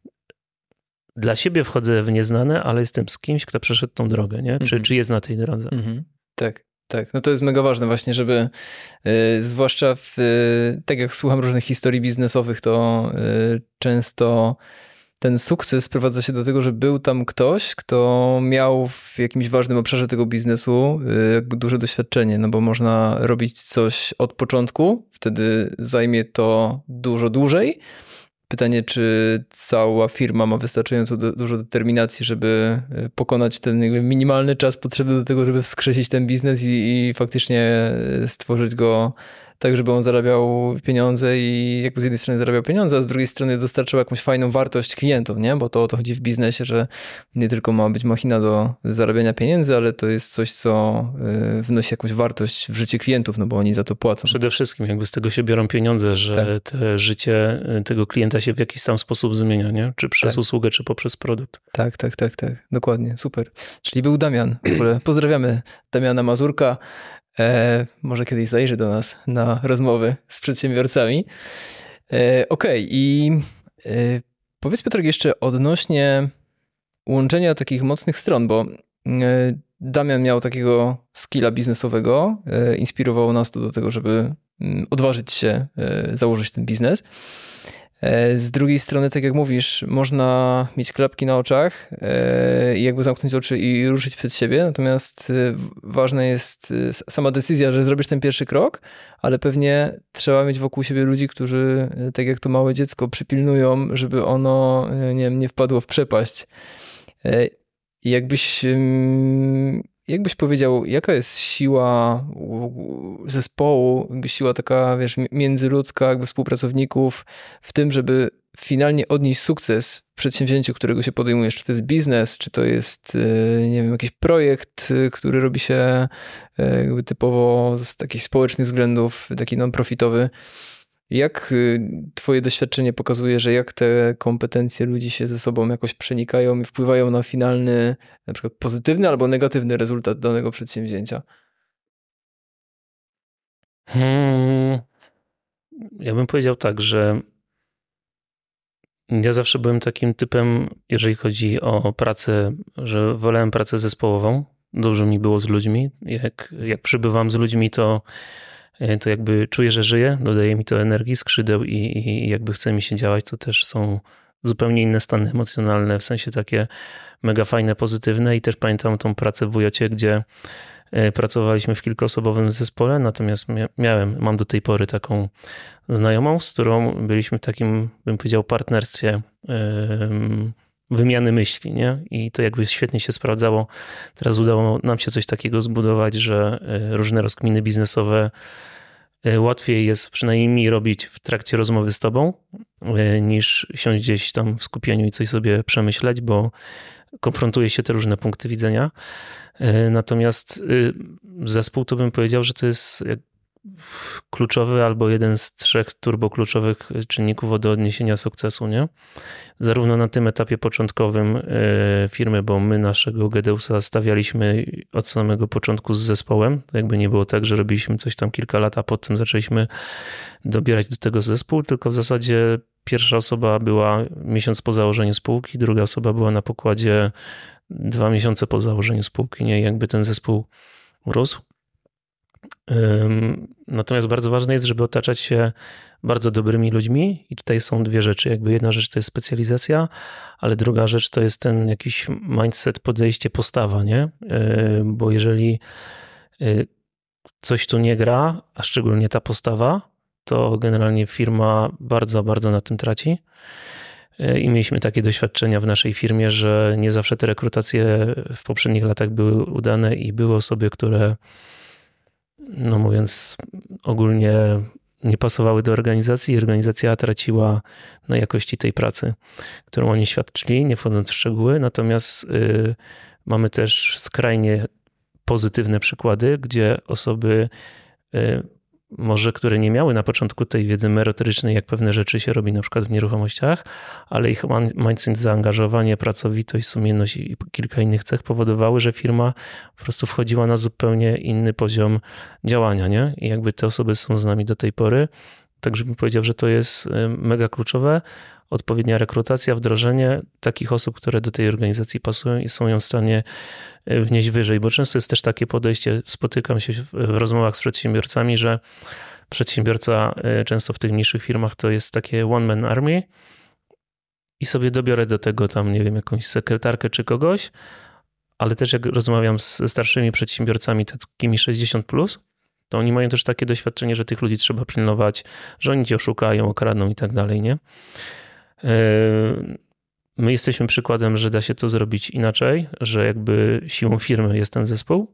dla siebie wchodzę w nieznane, ale jestem z kimś, kto przeszedł tą drogę, nie? Czy jest na tej drodze. Tak. No to jest mega ważne właśnie, żeby zwłaszcza tak jak słucham różnych historii biznesowych, to często ten sukces sprowadza się do tego, że był tam ktoś, kto miał w jakimś ważnym obszarze tego biznesu jakby duże doświadczenie, no bo można robić coś od początku, wtedy zajmie to dużo dłużej. Pytanie, czy cała firma ma wystarczająco dużo determinacji, żeby pokonać ten jakby minimalny czas potrzebny do tego, żeby wskrzesić ten biznes i faktycznie stworzyć go tak, żeby on zarabiał pieniądze i jakby z jednej strony zarabiał pieniądze, a z drugiej strony dostarczał jakąś fajną wartość klientom, nie? Bo to o to chodzi w biznesie, że nie tylko ma być machina do zarabiania pieniędzy, ale to jest coś, co wnosi jakąś wartość w życie klientów, no bo oni za to płacą. Przede wszystkim jakby z tego się biorą pieniądze, że te życie tego klienta się w jakiś tam sposób zmienia, nie? Czy przez usługę, czy poprzez produkt. Tak. Dokładnie, super. Czyli był Damian. W ogóle pozdrawiamy Damiana Mazurka. Może kiedyś zajrzy do nas na rozmowy z przedsiębiorcami. Okej, i powiedz Piotrek jeszcze odnośnie łączenia takich mocnych stron, bo Damian miał takiego skilla biznesowego, inspirowało nas to do tego, żeby odważyć się założyć ten biznes. Z drugiej strony, tak jak mówisz, można mieć klapki na oczach i jakby zamknąć oczy i ruszyć przed siebie, natomiast ważna jest sama decyzja, że zrobisz ten pierwszy krok, ale pewnie trzeba mieć wokół siebie ludzi, którzy, tak jak to małe dziecko, przypilnują, żeby ono nie wpadło w przepaść. Jakbyś powiedział, jaka jest siła zespołu, jakby siła taka, wiesz, międzyludzka, jakby współpracowników w tym, żeby finalnie odnieść sukces w przedsięwzięciu, którego się podejmujesz? Czy to jest biznes, czy to jest, nie wiem, jakiś projekt, który robi się jakby typowo z takich społecznych względów, taki non-profitowy. Jak twoje doświadczenie pokazuje, że jak te kompetencje ludzi się ze sobą jakoś przenikają i wpływają na finalny, na przykład pozytywny albo negatywny rezultat danego przedsięwzięcia? Ja bym powiedział tak, że ja zawsze byłem takim typem, jeżeli chodzi o pracę, że wolałem pracę zespołową. Dużo mi było z ludźmi. Jak przybywam z ludźmi, to jakby czuję, że żyję, dodaje mi to energii, skrzydeł i jakby chce mi się działać. To też są zupełnie inne stany emocjonalne, w sensie takie mega fajne, pozytywne. I też pamiętam tą pracę w WJ, gdzie pracowaliśmy w kilkuosobowym zespole, natomiast mam do tej pory taką znajomą, z którą byliśmy w takim, bym powiedział, partnerstwie wymiany myśli, nie? I to jakby świetnie się sprawdzało. Teraz udało nam się coś takiego zbudować, że różne rozkminy biznesowe łatwiej jest przynajmniej mi robić w trakcie rozmowy z tobą, niż siąść gdzieś tam w skupieniu i coś sobie przemyśleć, bo konfrontuje się te różne punkty widzenia. Natomiast zespół to bym powiedział, że to jest kluczowy albo jeden z 3 turbokluczowych czynników do odniesienia sukcesu, nie? Zarówno na tym etapie początkowym firmy, bo my naszego Gedeusa stawialiśmy od samego początku z zespołem. To jakby nie było tak, że robiliśmy coś tam kilka lat, a potem zaczęliśmy dobierać do tego zespół, tylko w zasadzie pierwsza osoba była miesiąc po założeniu spółki, druga osoba była na pokładzie 2 miesiące po założeniu spółki, nie? Jakby ten zespół rósł. Natomiast bardzo ważne jest, żeby otaczać się bardzo dobrymi ludźmi i tutaj są 2 rzeczy. Jakby jedna rzecz to jest specjalizacja, ale druga rzecz to jest ten jakiś mindset, podejście, postawa, nie? Bo jeżeli coś tu nie gra, a szczególnie ta postawa, to generalnie firma bardzo, bardzo na tym traci. I mieliśmy takie doświadczenia w naszej firmie, że nie zawsze te rekrutacje w poprzednich latach były udane i były osoby, które, no mówiąc ogólnie, nie pasowały do organizacji i organizacja traciła na jakości tej pracy, którą oni świadczyli, nie wchodząc w szczegóły. Natomiast mamy też skrajnie pozytywne przykłady, gdzie osoby może, które nie miały na początku tej wiedzy merytorycznej, jak pewne rzeczy się robi na przykład w nieruchomościach, ale ich mindset, zaangażowanie, pracowitość, sumienność i kilka innych cech powodowały, że firma po prostu wchodziła na zupełnie inny poziom działania, nie? I jakby te osoby są z nami do tej pory. Także bym powiedział, że to jest mega kluczowe. Odpowiednia rekrutacja, wdrożenie takich osób, które do tej organizacji pasują i są ją w stanie wnieść wyżej, bo często jest też takie podejście, spotykam się w rozmowach z przedsiębiorcami, że przedsiębiorca często w tych mniejszych firmach to jest takie one man army i sobie dobiorę do tego tam, nie wiem, jakąś sekretarkę czy kogoś, ale też jak rozmawiam z starszymi przedsiębiorcami takimi 60+, to oni mają też takie doświadczenie, że tych ludzi trzeba pilnować, że oni cię oszukają, okradną i tak dalej, nie? My jesteśmy przykładem, że da się to zrobić inaczej, że jakby siłą firmy jest ten zespół.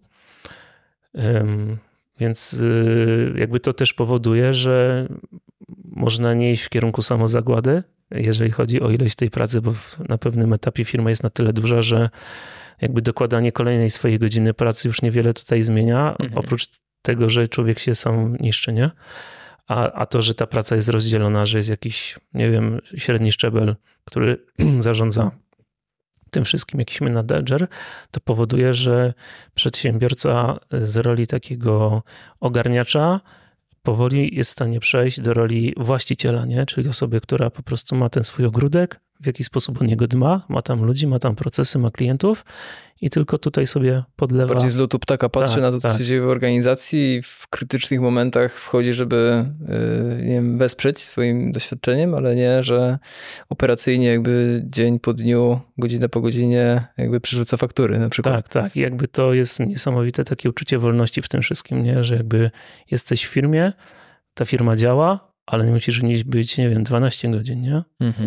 Więc jakby to też powoduje, że można nie iść w kierunku samozagłady, jeżeli chodzi o ilość tej pracy, bo na pewnym etapie firma jest na tyle duża, że jakby dokładanie kolejnej swojej godziny pracy już niewiele tutaj zmienia, oprócz tego, że człowiek się sam niszczy, nie? A to, że ta praca jest rozdzielona, że jest jakiś, nie wiem, średni szczebel, który zarządza tym wszystkim, jakiś menadżer, to powoduje, że przedsiębiorca z roli takiego ogarniacza powoli jest w stanie przejść do roli właściciela, nie? Czyli osoby, która po prostu ma ten swój ogródek, w jaki sposób o niego dba, ma tam ludzi, ma tam procesy, ma klientów i tylko tutaj sobie podlewa. Bardziej z lotu ptaka patrzy na to, co tak. się dzieje w organizacji i w krytycznych momentach wchodzi, żeby nie wiem, wesprzeć swoim doświadczeniem, ale nie, że operacyjnie jakby dzień po dniu, godzinę po godzinie jakby przerzuca faktury na przykład. Tak. I jakby to jest niesamowite takie uczucie wolności w tym wszystkim, nie? Że jakby jesteś w firmie, ta firma działa, ale nie musisz w niej być, nie wiem, 12 godzin, nie?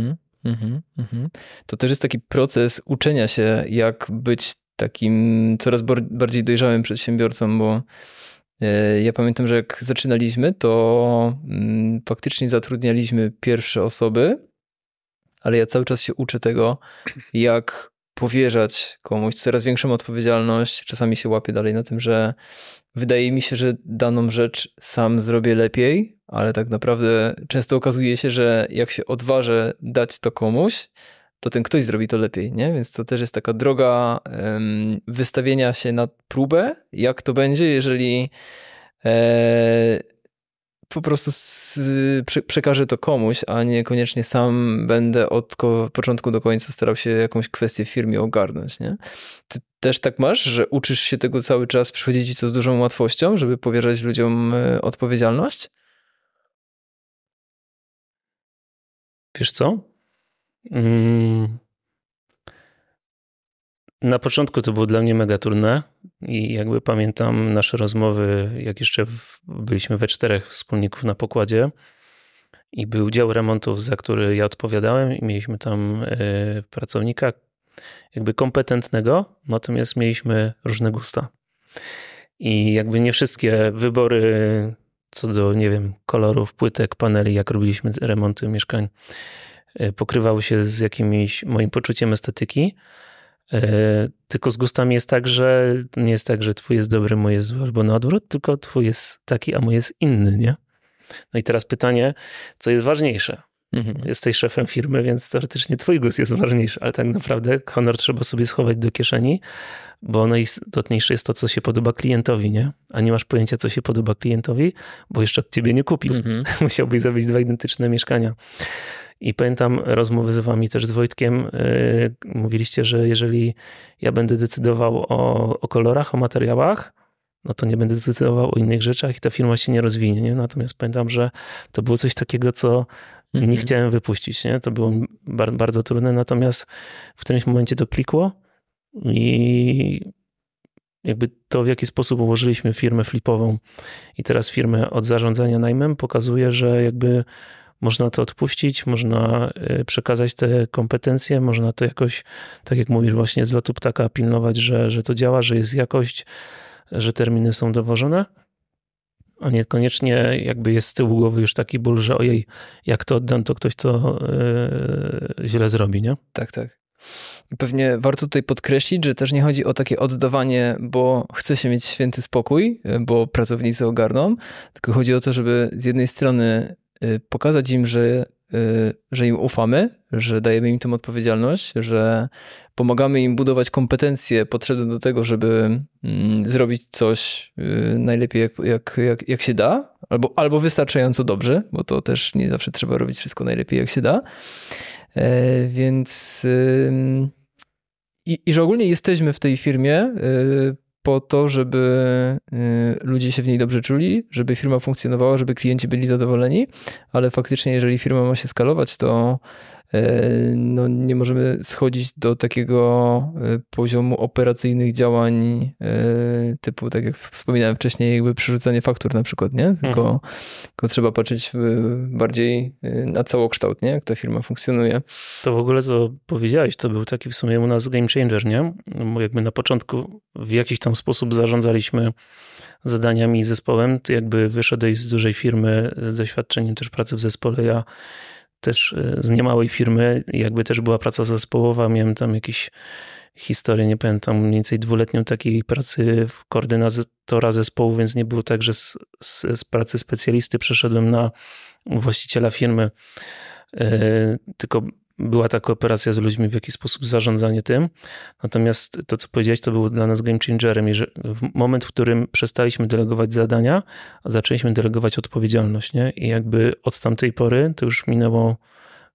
To też jest taki proces uczenia się, jak być takim coraz bardziej dojrzałym przedsiębiorcą, bo ja pamiętam, że jak zaczynaliśmy, to faktycznie zatrudnialiśmy pierwsze osoby, ale ja cały czas się uczę tego, jak powierzać komuś coraz większą odpowiedzialność. Czasami się łapię dalej na tym, że wydaje mi się, że daną rzecz sam zrobię lepiej, ale tak naprawdę często okazuje się, że jak się odważę dać to komuś, to ten ktoś zrobi to lepiej, nie? Więc to też jest taka droga wystawienia się na próbę, jak to będzie, jeżeli po prostu przekażę to komuś, a niekoniecznie sam będę od początku do końca starał się jakąś kwestię w firmie ogarnąć, nie? Ty też tak masz, że uczysz się tego cały czas, przychodzi ci to z dużą łatwością, żeby powierzać ludziom odpowiedzialność? Wiesz co? Na początku to było dla mnie mega trudne i jakby pamiętam nasze rozmowy, jak jeszcze byliśmy we 4 wspólników na pokładzie i był dział remontów, za który ja odpowiadałem i mieliśmy tam pracownika jakby kompetentnego, natomiast mieliśmy różne gusta. I jakby nie wszystkie wybory co do, nie wiem, kolorów, płytek, paneli, jak robiliśmy remonty mieszkań, pokrywały się z jakimś moim poczuciem estetyki. Tylko z gustami jest tak, że nie jest tak, że twój jest dobry, mój jest zły, albo na odwrót, tylko twój jest taki, a mój jest inny, nie? No i teraz pytanie, co jest ważniejsze? Jesteś szefem firmy, więc teoretycznie twój gust jest ważniejszy, ale tak naprawdę honor trzeba sobie schować do kieszeni, bo najistotniejsze jest to, co się podoba klientowi, nie? A nie masz pojęcia, co się podoba klientowi, bo jeszcze od ciebie nie kupił. Musiałbyś zrobić 2 identyczne mieszkania. I pamiętam rozmowy z wami też z Wojtkiem. Mówiliście, że jeżeli ja będę decydował o kolorach, o materiałach, no to nie będę decydował o innych rzeczach i ta firma się nie rozwinie, nie? Natomiast pamiętam, że to było coś takiego, co nie chciałem wypuścić, nie? To było bardzo trudne, natomiast w którymś momencie to klikło i jakby to, w jaki sposób ułożyliśmy firmę flipową i teraz firmę od zarządzania najmem pokazuje, że jakby można to odpuścić, można przekazać te kompetencje, można to jakoś, tak jak mówisz, właśnie z lotu ptaka pilnować, że to działa, że jest jakość, że terminy są dowożone, a niekoniecznie jakby jest z tyłu głowy już taki ból, że ojej, jak to oddam, to ktoś to źle zrobi, nie? Tak. I pewnie warto tutaj podkreślić, że też nie chodzi o takie oddawanie, bo chce się mieć święty spokój, bo pracownicy ogarną, tylko chodzi o to, żeby z jednej strony pokazać im, że im ufamy, że dajemy im tę odpowiedzialność, że pomagamy im budować kompetencje potrzebne do tego, żeby zrobić coś najlepiej jak się da, albo wystarczająco dobrze, bo to też nie zawsze trzeba robić wszystko najlepiej jak się da. Więc że ogólnie jesteśmy w tej firmie po to, żeby ludzie się w niej dobrze czuli, żeby firma funkcjonowała, żeby klienci byli zadowoleni, ale faktycznie jeżeli firma ma się skalować, to no, nie możemy schodzić do takiego poziomu operacyjnych działań typu, tak jak wspominałem wcześniej, jakby przerzucanie faktur na przykład, nie? Tylko trzeba patrzeć bardziej na całokształt, nie? Jak ta firma funkcjonuje. To w ogóle, co powiedziałeś, to był taki w sumie u nas game changer, nie? Bo jakby na początku w jakiś tam sposób zarządzaliśmy zadaniami i zespołem. Ty jakby wyszedłeś z dużej firmy z doświadczeniem też pracy w zespole. Ja też z niemałej firmy, jakby też była praca zespołowa, miałem tam jakieś historię, nie pamiętam, mniej więcej 2-letnią takiej pracy w koordynatora zespołu, więc nie było tak, że z pracy specjalisty przeszedłem na właściciela firmy, tylko była ta kooperacja z ludźmi, w jakiś sposób zarządzanie tym. Natomiast to, co powiedziałeś, to było dla nas game changerem. I że w moment, w którym przestaliśmy delegować zadania, a zaczęliśmy delegować odpowiedzialność, nie? I jakby od tamtej pory to już minęło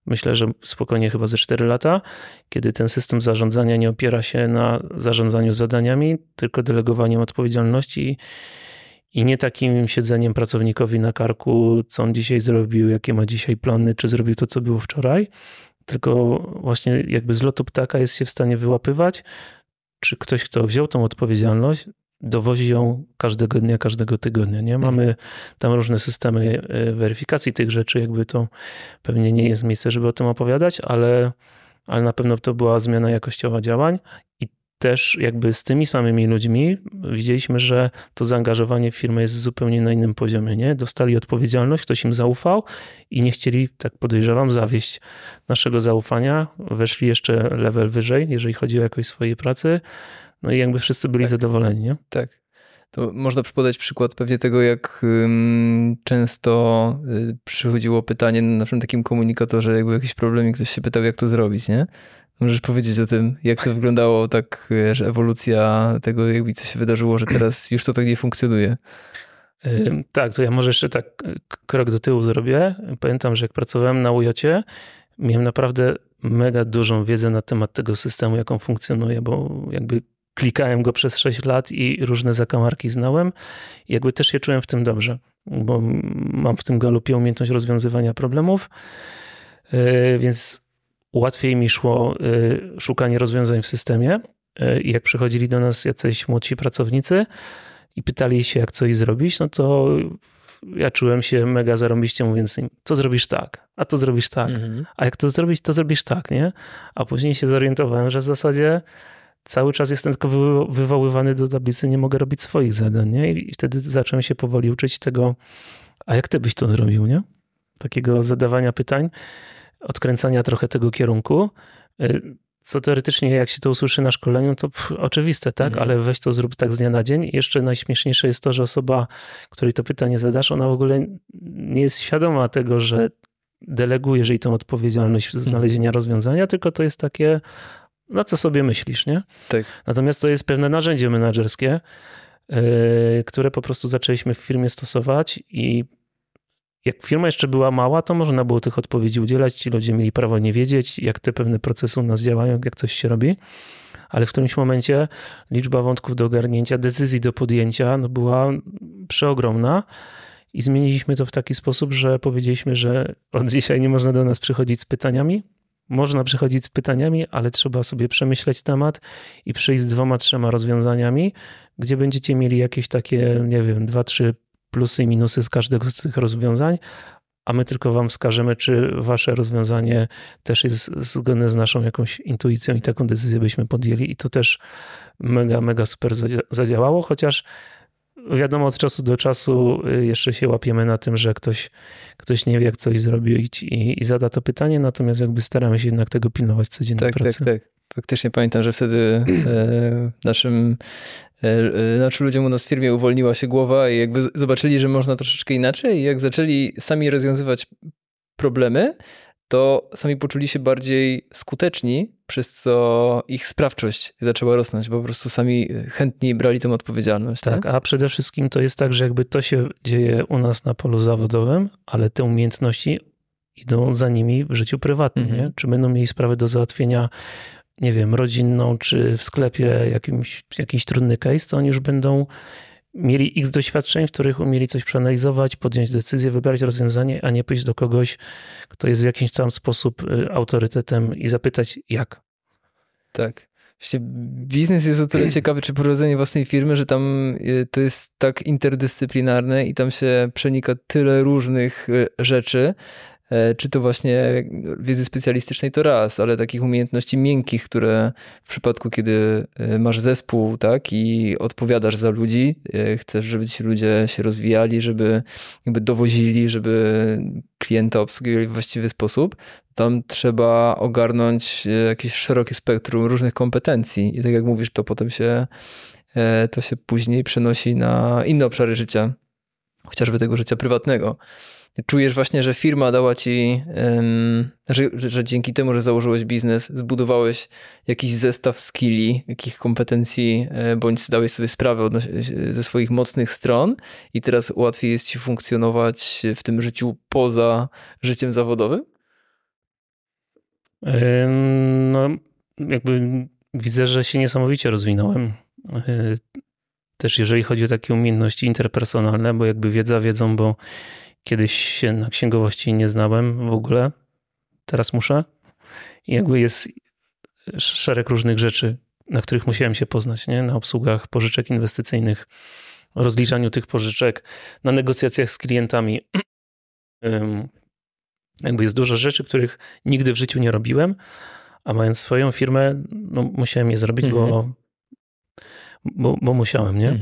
myślę, że spokojnie chyba ze 4 lata, kiedy ten system zarządzania nie opiera się na zarządzaniu zadaniami, tylko delegowaniem odpowiedzialności i nie takim siedzeniem pracownikowi na karku, co on dzisiaj zrobił, jakie ma dzisiaj plany, czy zrobił to, co było wczoraj, tylko właśnie jakby z lotu ptaka jest się w stanie wyłapywać, czy ktoś, kto wziął tą odpowiedzialność, dowozi ją każdego dnia, każdego tygodnia. Nie? Mamy tam różne systemy weryfikacji tych rzeczy, jakby to pewnie nie jest miejsce, żeby o tym opowiadać, ale na pewno to była zmiana jakościowa działań i też jakby z tymi samymi ludźmi widzieliśmy, że to zaangażowanie w firmę jest zupełnie na innym poziomie. Nie? Dostali odpowiedzialność, ktoś im zaufał i nie chcieli, tak podejrzewam, zawieść naszego zaufania. Weszli jeszcze level wyżej, jeżeli chodzi o jakość swojej pracy. No i jakby wszyscy byli zadowoleni, nie? Tak. To można podać przykład pewnie tego, jak często przychodziło pytanie na naszym takim komunikatorze, jakby jakiś problem i ktoś się pytał, jak to zrobić, nie? Możesz powiedzieć o tym, jak to wyglądało, tak, że ewolucja tego, jakby co się wydarzyło, że teraz już to tak nie funkcjonuje. Tak, to ja może jeszcze tak krok do tyłu zrobię. Pamiętam, że jak pracowałem na UJ-cie, miałem naprawdę mega dużą wiedzę na temat tego systemu, jak on funkcjonuje, bo jakby klikałem go przez 6 lat i różne zakamarki znałem. I jakby też się czułem w tym dobrze, bo mam w tym galupie umiejętność rozwiązywania problemów, więc łatwiej mi szło szukanie rozwiązań w systemie. I jak przychodzili do nas jacyś młodsi pracownicy i pytali się, jak coś zrobić, no to ja czułem się mega zarąbiście, mówiąc im, co zrobisz tak, a to zrobisz tak, a jak to zrobić, to zrobisz tak, nie? A później się zorientowałem, że w zasadzie cały czas jestem tylko wywoływany do tablicy, nie mogę robić swoich zadań, nie? I wtedy zacząłem się powoli uczyć tego, a jak ty byś to zrobił, nie? Takiego zadawania pytań, odkręcania trochę tego kierunku, co teoretycznie jak się to usłyszy na szkoleniu, to oczywiste, tak? Ale weź to zrób tak z dnia na dzień. I jeszcze najśmieszniejsze jest to, że osoba, której to pytanie zadasz, ona w ogóle nie jest świadoma tego, że delegujesz jej tą odpowiedzialność znalezienia rozwiązania, tylko to jest takie, na co sobie myślisz, nie? Tak. Natomiast to jest pewne narzędzie menedżerskie, które po prostu zaczęliśmy w firmie stosować i jak firma jeszcze była mała, to można było tych odpowiedzi udzielać. Ci ludzie mieli prawo nie wiedzieć, jak te pewne procesy u nas działają, jak coś się robi. Ale w którymś momencie liczba wątków do ogarnięcia, decyzji do podjęcia no była przeogromna. I zmieniliśmy to w taki sposób, że powiedzieliśmy, że od dzisiaj nie można do nas przychodzić z pytaniami. Można przychodzić z pytaniami, ale trzeba sobie przemyśleć temat i przyjść z 2-3 rozwiązaniami, gdzie będziecie mieli jakieś takie, nie wiem, 2-3 plusy i minusy z każdego z tych rozwiązań, a my tylko wam wskażemy, czy wasze rozwiązanie też jest zgodne z naszą jakąś intuicją i taką decyzję byśmy podjęli. I to też mega, mega super zadziałało, chociaż wiadomo, od czasu do czasu jeszcze się łapiemy na tym, że ktoś nie wie, jak coś zrobić i zada to pytanie, natomiast jakby staramy się jednak tego pilnować codziennie pracy. Tak. Faktycznie pamiętam, że wtedy naszym ludziom u nas w firmie uwolniła się głowa i jakby zobaczyli, że można troszeczkę inaczej i jak zaczęli sami rozwiązywać problemy, to sami poczuli się bardziej skuteczni, przez co ich sprawczość zaczęła rosnąć, bo po prostu sami chętniej brali tę odpowiedzialność. Tak, a przede wszystkim to jest tak, że jakby to się dzieje u nas na polu zawodowym, ale te umiejętności idą za nimi w życiu prywatnym. Nie? Czy będą mieli sprawę do załatwienia, nie wiem, rodzinną, czy w sklepie jakiś trudny case, to oni już będą mieli x doświadczeń, w których umieli coś przeanalizować, podjąć decyzję, wybrać rozwiązanie, a nie pójść do kogoś, kto jest w jakiś tam sposób autorytetem i zapytać jak. Tak. Właściwie biznes jest o tyle ciekawy, czy prowadzenie własnej firmy, że tam to jest tak interdyscyplinarne i tam się przenika tyle różnych rzeczy, czy to właśnie wiedzy specjalistycznej to raz, ale takich umiejętności miękkich, które w przypadku, kiedy masz zespół, tak, i odpowiadasz za ludzi, chcesz, żeby ci ludzie się rozwijali, żeby jakby dowozili, żeby klienta obsługiwali w właściwy sposób, tam trzeba ogarnąć jakieś szerokie spektrum różnych kompetencji i tak jak mówisz, to potem to się później przenosi na inne obszary życia, chociażby tego życia prywatnego. Czujesz właśnie, że firma dała ci, że dzięki temu, że założyłeś biznes, zbudowałeś jakiś zestaw skilli, jakich kompetencji, bądź zdałeś sobie sprawę ze swoich mocnych stron i teraz łatwiej jest ci funkcjonować w tym życiu poza życiem zawodowym? No, jakby widzę, że się niesamowicie rozwinąłem. Też jeżeli chodzi o takie umiejętności interpersonalne, bo jakby wiedza wiedzą, bo kiedyś się na księgowości nie znałem w ogóle. Teraz muszę. I jakby jest szereg różnych rzeczy, na których musiałem się poznać, nie? Na obsługach pożyczek inwestycyjnych, rozliczaniu tych pożyczek, na negocjacjach z klientami. Jakby jest dużo rzeczy, których nigdy w życiu nie robiłem, a mając swoją firmę, no musiałem je zrobić, bo musiałem, nie?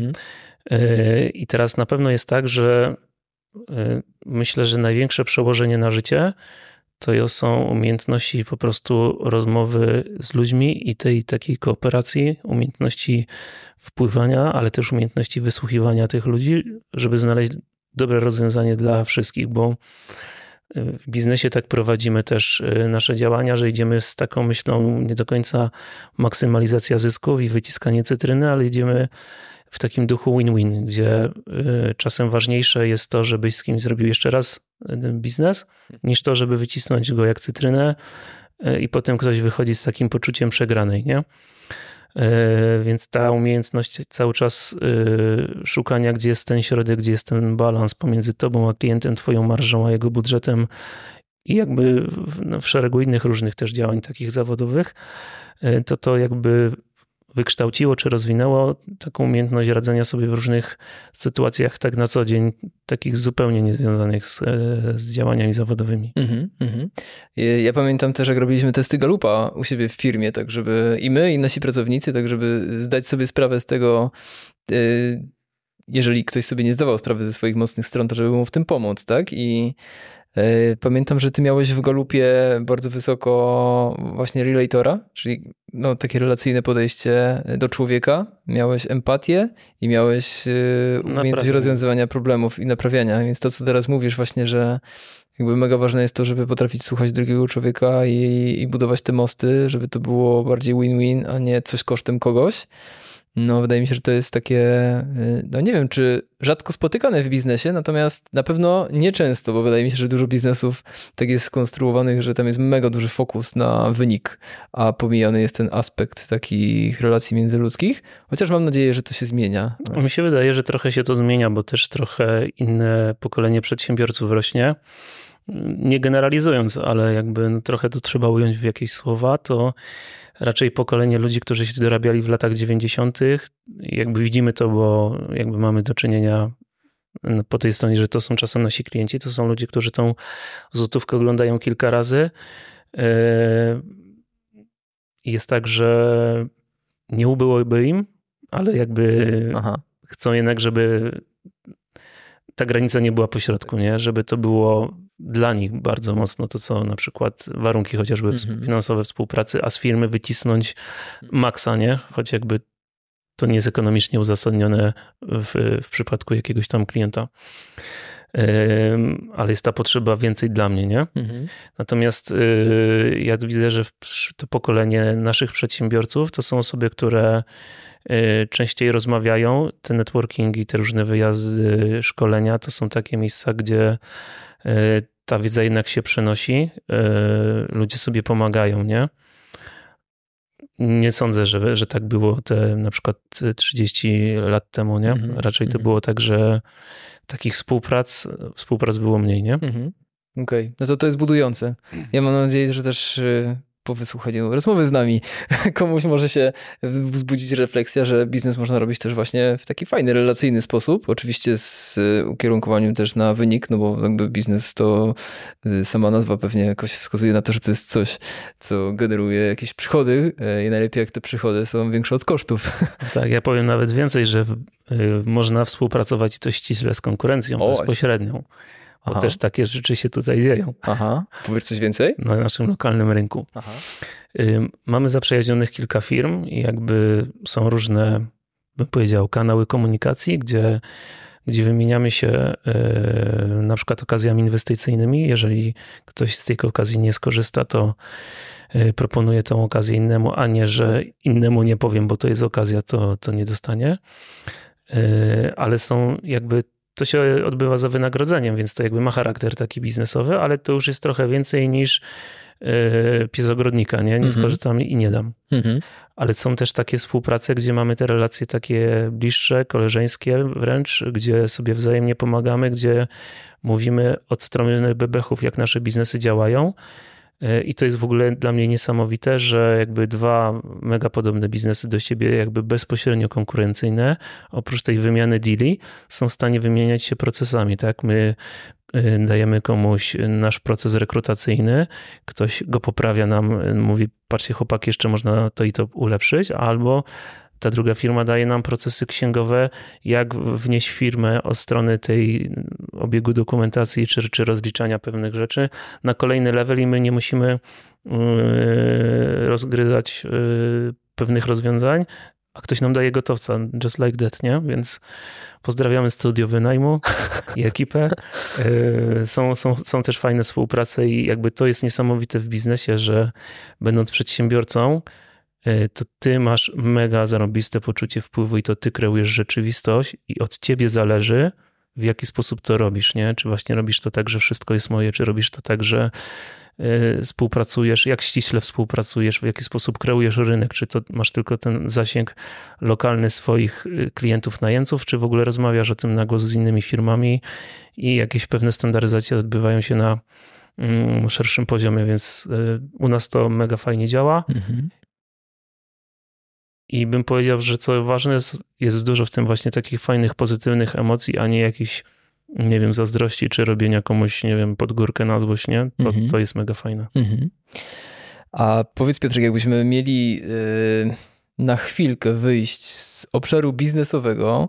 I teraz na pewno jest tak, że myślę, że największe przełożenie na życie to są umiejętności po prostu rozmowy z ludźmi i tej takiej kooperacji, umiejętności wpływania, ale też umiejętności wysłuchiwania tych ludzi, żeby znaleźć dobre rozwiązanie dla wszystkich, bo w biznesie tak prowadzimy też nasze działania, że idziemy z taką myślą nie do końca maksymalizacja zysków i wyciskanie cytryny, ale idziemy w takim duchu win-win, gdzie czasem ważniejsze jest to, żebyś z kimś zrobił jeszcze raz biznes, niż to, żeby wycisnąć go jak cytrynę i potem ktoś wychodzi z takim poczuciem przegranej, nie? Więc ta umiejętność cały czas szukania, gdzie jest ten środek, gdzie jest ten balans pomiędzy tobą a klientem, twoją marżą a jego budżetem i jakby w szeregu innych różnych też działań takich zawodowych, to jakby wykształciło czy rozwinęło taką umiejętność radzenia sobie w różnych sytuacjach tak na co dzień, takich zupełnie niezwiązanych z działaniami zawodowymi. Ja pamiętam też, jak robiliśmy testy Gallupa u siebie w firmie, tak żeby i my, i nasi pracownicy, tak żeby zdać sobie sprawę z tego, jeżeli ktoś sobie nie zdawał sprawy ze swoich mocnych stron, to żeby mu w tym pomóc, tak? I pamiętam, że ty miałeś w Gallupie bardzo wysoko właśnie relatora, czyli no, takie relacyjne podejście do człowieka. Miałeś empatię i miałeś umiejętność rozwiązywania problemów i naprawiania. Więc to, co teraz mówisz właśnie, że jakby mega ważne jest to, żeby potrafić słuchać drugiego człowieka i budować te mosty, żeby to było bardziej win-win, a nie coś kosztem kogoś. No, wydaje mi się, że to jest takie, no nie wiem, czy rzadko spotykane w biznesie, natomiast na pewno nieczęsto, bo wydaje mi się, że dużo biznesów tak jest skonstruowanych, że tam jest mega duży fokus na wynik, a pomijany jest ten aspekt takich relacji międzyludzkich, chociaż mam nadzieję, że to się zmienia. Mi się wydaje, że trochę się to zmienia, bo też trochę inne pokolenie przedsiębiorców rośnie. Nie generalizując, ale jakby trochę to trzeba ująć w jakieś słowa, to raczej pokolenie ludzi, którzy się dorabiali w latach 90. Jakby widzimy to, bo jakby mamy do czynienia po tej stronie, że to są czasem nasi klienci, to są ludzie, którzy tą złotówkę oglądają kilka razy. Jest tak, że nie ubyłoby im, ale jakby chcą jednak, żeby ta granica nie była pośrodku, nie? Żeby to było dla nich bardzo mocno to, co na przykład warunki chociażby finansowe współpracy, a z firmy wycisnąć maksa, nie? Choć jakby to nie jest ekonomicznie uzasadnione w przypadku jakiegoś tam klienta. Ale jest ta potrzeba więcej dla mnie, nie? Natomiast ja widzę, że to pokolenie naszych przedsiębiorców to są osoby, które częściej rozmawiają. Te networkingi, te różne wyjazdy, szkolenia to są takie miejsca, gdzie ta wiedza jednak się przenosi. Ludzie sobie pomagają, nie? Nie sądzę, że tak było te na przykład 30 lat temu, nie? Raczej to było tak, że takich współprac było mniej, nie? Okej. No to jest budujące. Ja mam nadzieję, że też po wysłuchaniu rozmowy z nami komuś może się wzbudzić refleksja, że biznes można robić też właśnie w taki fajny, relacyjny sposób. Oczywiście z ukierunkowaniem też na wynik, no bo jakby biznes to sama nazwa pewnie jakoś wskazuje na to, że to jest coś, co generuje jakieś przychody i najlepiej jak te przychody są większe od kosztów. Tak, ja powiem nawet więcej, że można współpracować i to ściśle z konkurencją bezpośrednią. Bo też takie rzeczy się tutaj dzieją. Powiedz coś więcej? Na naszym lokalnym rynku. Mamy zaprzyjaźnionych kilka firm i jakby są różne, bym powiedział, kanały komunikacji, gdzie wymieniamy się na przykład okazjami inwestycyjnymi. Jeżeli ktoś z tej okazji nie skorzysta, to proponuję tę okazję innemu, a nie, że innemu nie powiem, bo to jest okazja, to nie dostanie. Ale są jakby to się odbywa za wynagrodzeniem, więc to jakby ma charakter taki biznesowy, ale to już jest trochę więcej niż pies ogrodnika, nie skorzystam i nie dam. Ale są też takie współprace, gdzie mamy te relacje takie bliższe, koleżeńskie wręcz, gdzie sobie wzajemnie pomagamy, gdzie mówimy od strony bebechów, jak nasze biznesy działają. I to jest w ogóle dla mnie niesamowite, że jakby dwa mega podobne biznesy do siebie, jakby bezpośrednio konkurencyjne, oprócz tej wymiany deali, są w stanie wymieniać się procesami, tak? My dajemy komuś nasz proces rekrutacyjny, ktoś go poprawia nam, mówi, patrzcie chłopaki, jeszcze można to i to ulepszyć, albo ta druga firma daje nam procesy księgowe, jak wnieść firmę od strony tej obiegu dokumentacji czy rozliczania pewnych rzeczy na kolejny level i my nie musimy rozgryzać pewnych rozwiązań, a ktoś nam daje gotowca, just like that, nie? Więc pozdrawiamy studio wynajmu i ekipę. Są też fajne współprace i jakby to jest niesamowite w biznesie, że będąc przedsiębiorcą, to ty masz mega zarąbiste poczucie wpływu i to ty kreujesz rzeczywistość i od ciebie zależy, w jaki sposób to robisz, nie? Czy właśnie robisz to tak, że wszystko jest moje, czy robisz to tak, że współpracujesz, jak ściśle współpracujesz, w jaki sposób kreujesz rynek, czy to masz tylko ten zasięg lokalny swoich klientów, najemców, czy w ogóle rozmawiasz o tym na głos z innymi firmami i jakieś pewne standaryzacje odbywają się na szerszym poziomie, więc u nas to mega fajnie działa. I bym powiedział, że co ważne jest dużo w tym właśnie takich fajnych, pozytywnych emocji, a nie jakichś, nie wiem, zazdrości, czy robienia komuś, nie wiem, pod górkę na złość, nie? To jest mega fajne. A powiedz Piotrek, jakbyśmy mieli na chwilkę wyjść z obszaru biznesowego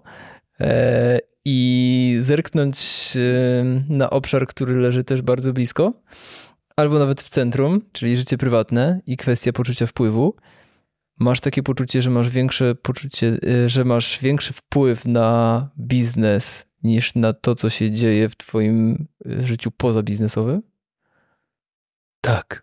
i zerknąć na obszar, który leży też bardzo blisko, albo nawet w centrum, czyli życie prywatne i kwestia poczucia wpływu. Masz takie poczucie, że masz większy wpływ na biznes niż na to, co się dzieje w twoim życiu pozabiznesowym? Tak.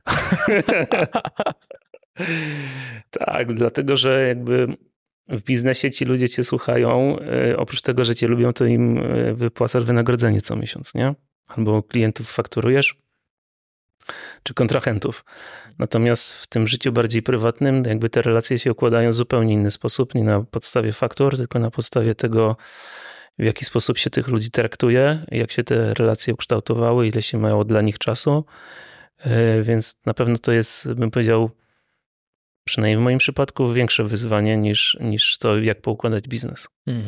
Tak, dlatego, że jakby w biznesie ci ludzie cię słuchają, oprócz tego, że cię lubią, to im wypłacasz wynagrodzenie co miesiąc, nie? Albo klientów fakturujesz, czy kontrahentów. Natomiast w tym życiu bardziej prywatnym jakby te relacje się układają w zupełnie inny sposób, nie na podstawie faktur, tylko na podstawie tego, w jaki sposób się tych ludzi traktuje, jak się te relacje ukształtowały, ile się mają dla nich czasu. Więc na pewno to jest, bym powiedział, przynajmniej w moim przypadku, większe wyzwanie niż to, jak poukładać biznes.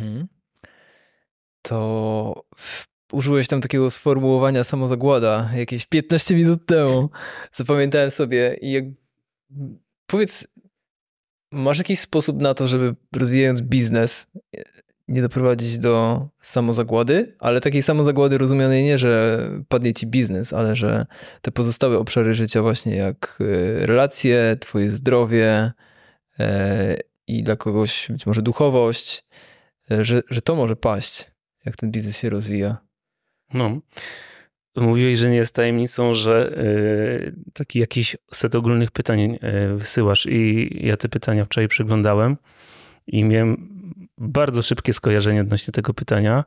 To użyłeś tam takiego sformułowania samozagłada jakieś 15 minut temu. Zapamiętałem sobie i powiedz, masz jakiś sposób na to, żeby rozwijając biznes nie doprowadzić do samozagłady, ale takiej samozagłady rozumianej nie, że padnie ci biznes, ale że te pozostałe obszary życia właśnie jak relacje, twoje zdrowie i dla kogoś być może duchowość, że to może paść, jak ten biznes się rozwija. No, mówiłeś, że nie jest tajemnicą, że taki jakiś set ogólnych pytań wysyłasz i ja te pytania wczoraj przeglądałem i miałem bardzo szybkie skojarzenie odnośnie tego pytania,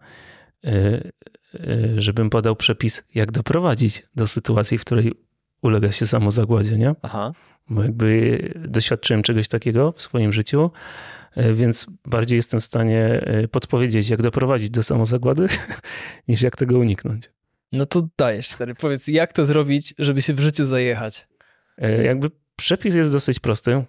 żebym podał przepis, jak doprowadzić do sytuacji, w której ulega się samozagładzie, nie? Aha. Bo jakby doświadczyłem czegoś takiego w swoim życiu, więc bardziej jestem w stanie podpowiedzieć, jak doprowadzić do samozagłady, niż jak tego uniknąć. No to dajesz, stary. Powiedz, jak to zrobić, żeby się w życiu zajechać? Jakby przepis jest dosyć prosty.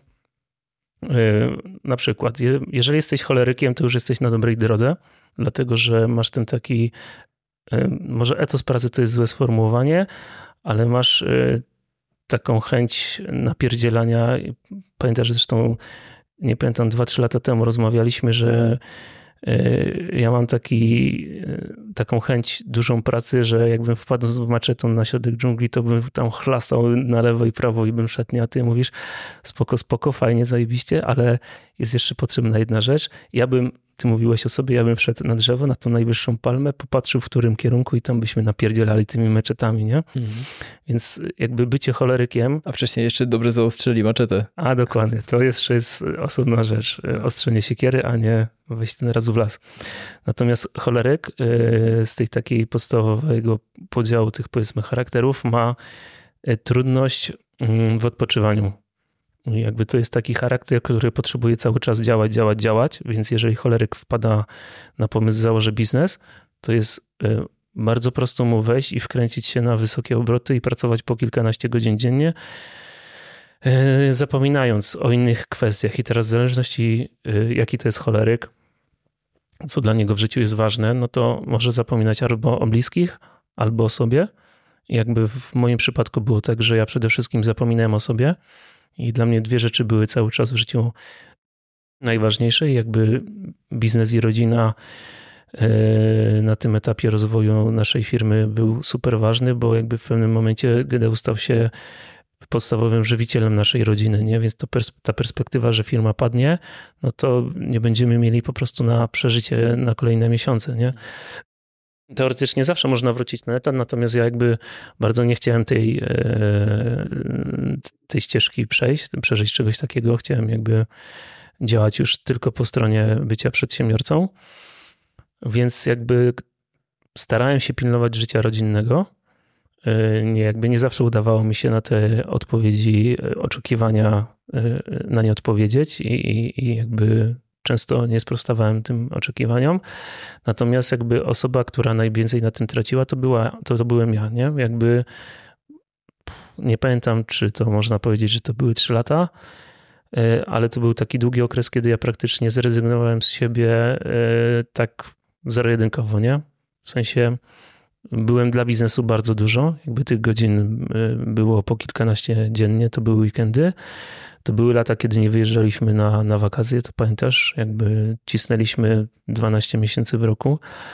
Na przykład, jeżeli jesteś cholerykiem, to już jesteś na dobrej drodze, dlatego że masz ten taki, może etos pracy to jest złe sformułowanie, ale masz taką chęć napierdzielania. Pamiętasz zresztą, nie pamiętam, 2-3 lata temu rozmawialiśmy, że ja mam taką chęć dużą pracy, że jakbym wpadł z maczetą na środek dżungli, to bym tam chlastał na lewo i prawo i bym szedł, nie? A ty mówisz spoko, fajnie, zajebiście, ale jest jeszcze potrzebna jedna rzecz. Ty mówiłeś o sobie, ja bym wszedł na drzewo, na tą najwyższą palmę, popatrzył w którym kierunku i tam byśmy napierdzielali tymi maczetami, nie? Więc jakby bycie cholerykiem... A wcześniej jeszcze dobrze zaostrzyli maczetę. A dokładnie, to jeszcze jest osobna rzecz. Ostrzenie siekiery, a nie wejście na razu w las. Natomiast choleryk z tej takiej podstawowego podziału tych, powiedzmy, charakterów ma trudność w odpoczywaniu. I jakby to jest taki charakter, który potrzebuje cały czas działać, więc jeżeli choleryk wpada na pomysł, założy biznes, to jest bardzo prosto mu wejść i wkręcić się na wysokie obroty i pracować po kilkanaście godzin dziennie, zapominając o innych kwestiach. I teraz w zależności jaki to jest choleryk, co dla niego w życiu jest ważne, no to może zapominać albo o bliskich, albo o sobie. I jakby w moim przypadku było tak, że ja przede wszystkim zapominałem o sobie i dla mnie dwie rzeczy były cały czas w życiu najważniejsze. Jakby biznes i rodzina na tym etapie rozwoju naszej firmy był super ważny, bo jakby w pewnym momencie Gedeu stał się podstawowym żywicielem naszej rodziny, nie? Więc ta perspektywa, że firma padnie, no to nie będziemy mieli po prostu na przeżycie na kolejne miesiące, nie? Teoretycznie zawsze można wrócić na etat, natomiast ja jakby bardzo nie chciałem tej ścieżki przeżyć czegoś takiego. Chciałem jakby działać już tylko po stronie bycia przedsiębiorcą, więc jakby starałem się pilnować życia rodzinnego. Nie zawsze udawało mi się na te odpowiedzi, oczekiwania na nie odpowiedzieć i jakby często nie sprostawałem tym oczekiwaniom. Natomiast jakby osoba, która najwięcej na tym traciła, to byłem ja, nie? Jakby nie pamiętam, czy to można powiedzieć, że to były 3 lata, ale to był taki długi okres, kiedy ja praktycznie zrezygnowałem z siebie tak zero-jedynkowo, nie? W sensie byłem dla biznesu bardzo dużo, jakby tych godzin było po kilkanaście dziennie, to były weekendy. To były lata, kiedy nie wyjeżdżaliśmy na wakacje, to pamiętasz, jakby cisnęliśmy 12 miesięcy w roku.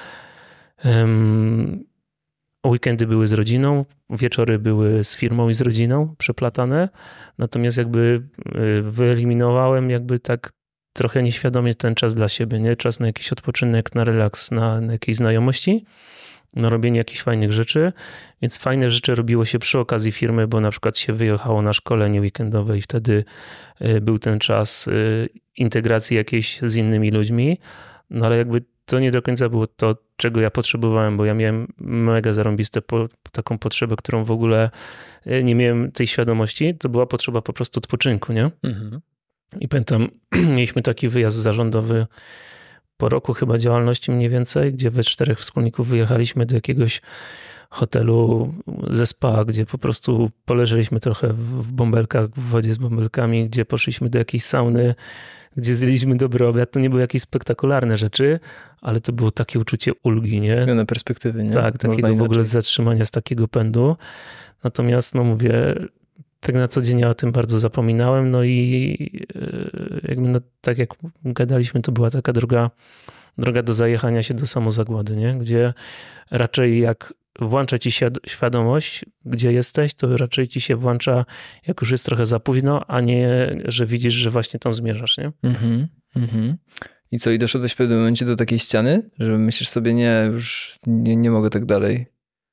Weekendy były z rodziną, wieczory były z firmą i z rodziną przeplatane, natomiast jakby wyeliminowałem jakby tak trochę nieświadomie ten czas dla siebie, nie? Czas na jakiś odpoczynek, na relaks, na jakieś znajomości, na robienie jakichś fajnych rzeczy, więc fajne rzeczy robiło się przy okazji firmy, bo na przykład się wyjechało na szkolenie weekendowe i wtedy był ten czas integracji jakiejś z innymi ludźmi, no ale jakby to nie do końca było to, czego ja potrzebowałem, bo ja miałem mega zarąbiste taką potrzebę, którą w ogóle nie miałem tej świadomości, to była potrzeba po prostu odpoczynku, nie? Mhm. I pamiętam, mieliśmy taki wyjazd zarządowy po roku chyba działalności mniej więcej, gdzie we 4 wspólników wyjechaliśmy do jakiegoś hotelu ze spa, gdzie po prostu poleżeliśmy trochę w bąbelkach, w wodzie z bąbelkami, gdzie poszliśmy do jakiejś sauny, gdzie zjedliśmy dobry obiad. To nie były jakieś spektakularne rzeczy, ale to było takie uczucie ulgi, nie? Zmiana perspektywy, nie? Tak, takiego w ogóle zatrzymania z takiego pędu. Natomiast, no mówię, tak na co dzień ja o tym bardzo zapominałem, no i jakby no, tak jak gadaliśmy, to była taka droga do zajechania się do samozagłady, nie? Gdzie raczej jak włącza ci się świadomość, gdzie jesteś, to raczej ci się włącza, jak już jest trochę za późno, a nie, że widzisz, że właśnie tam zmierzasz, nie? I co, i doszedłeś w pewnym momencie do takiej ściany, że myślisz sobie, nie, już nie mogę tak dalej?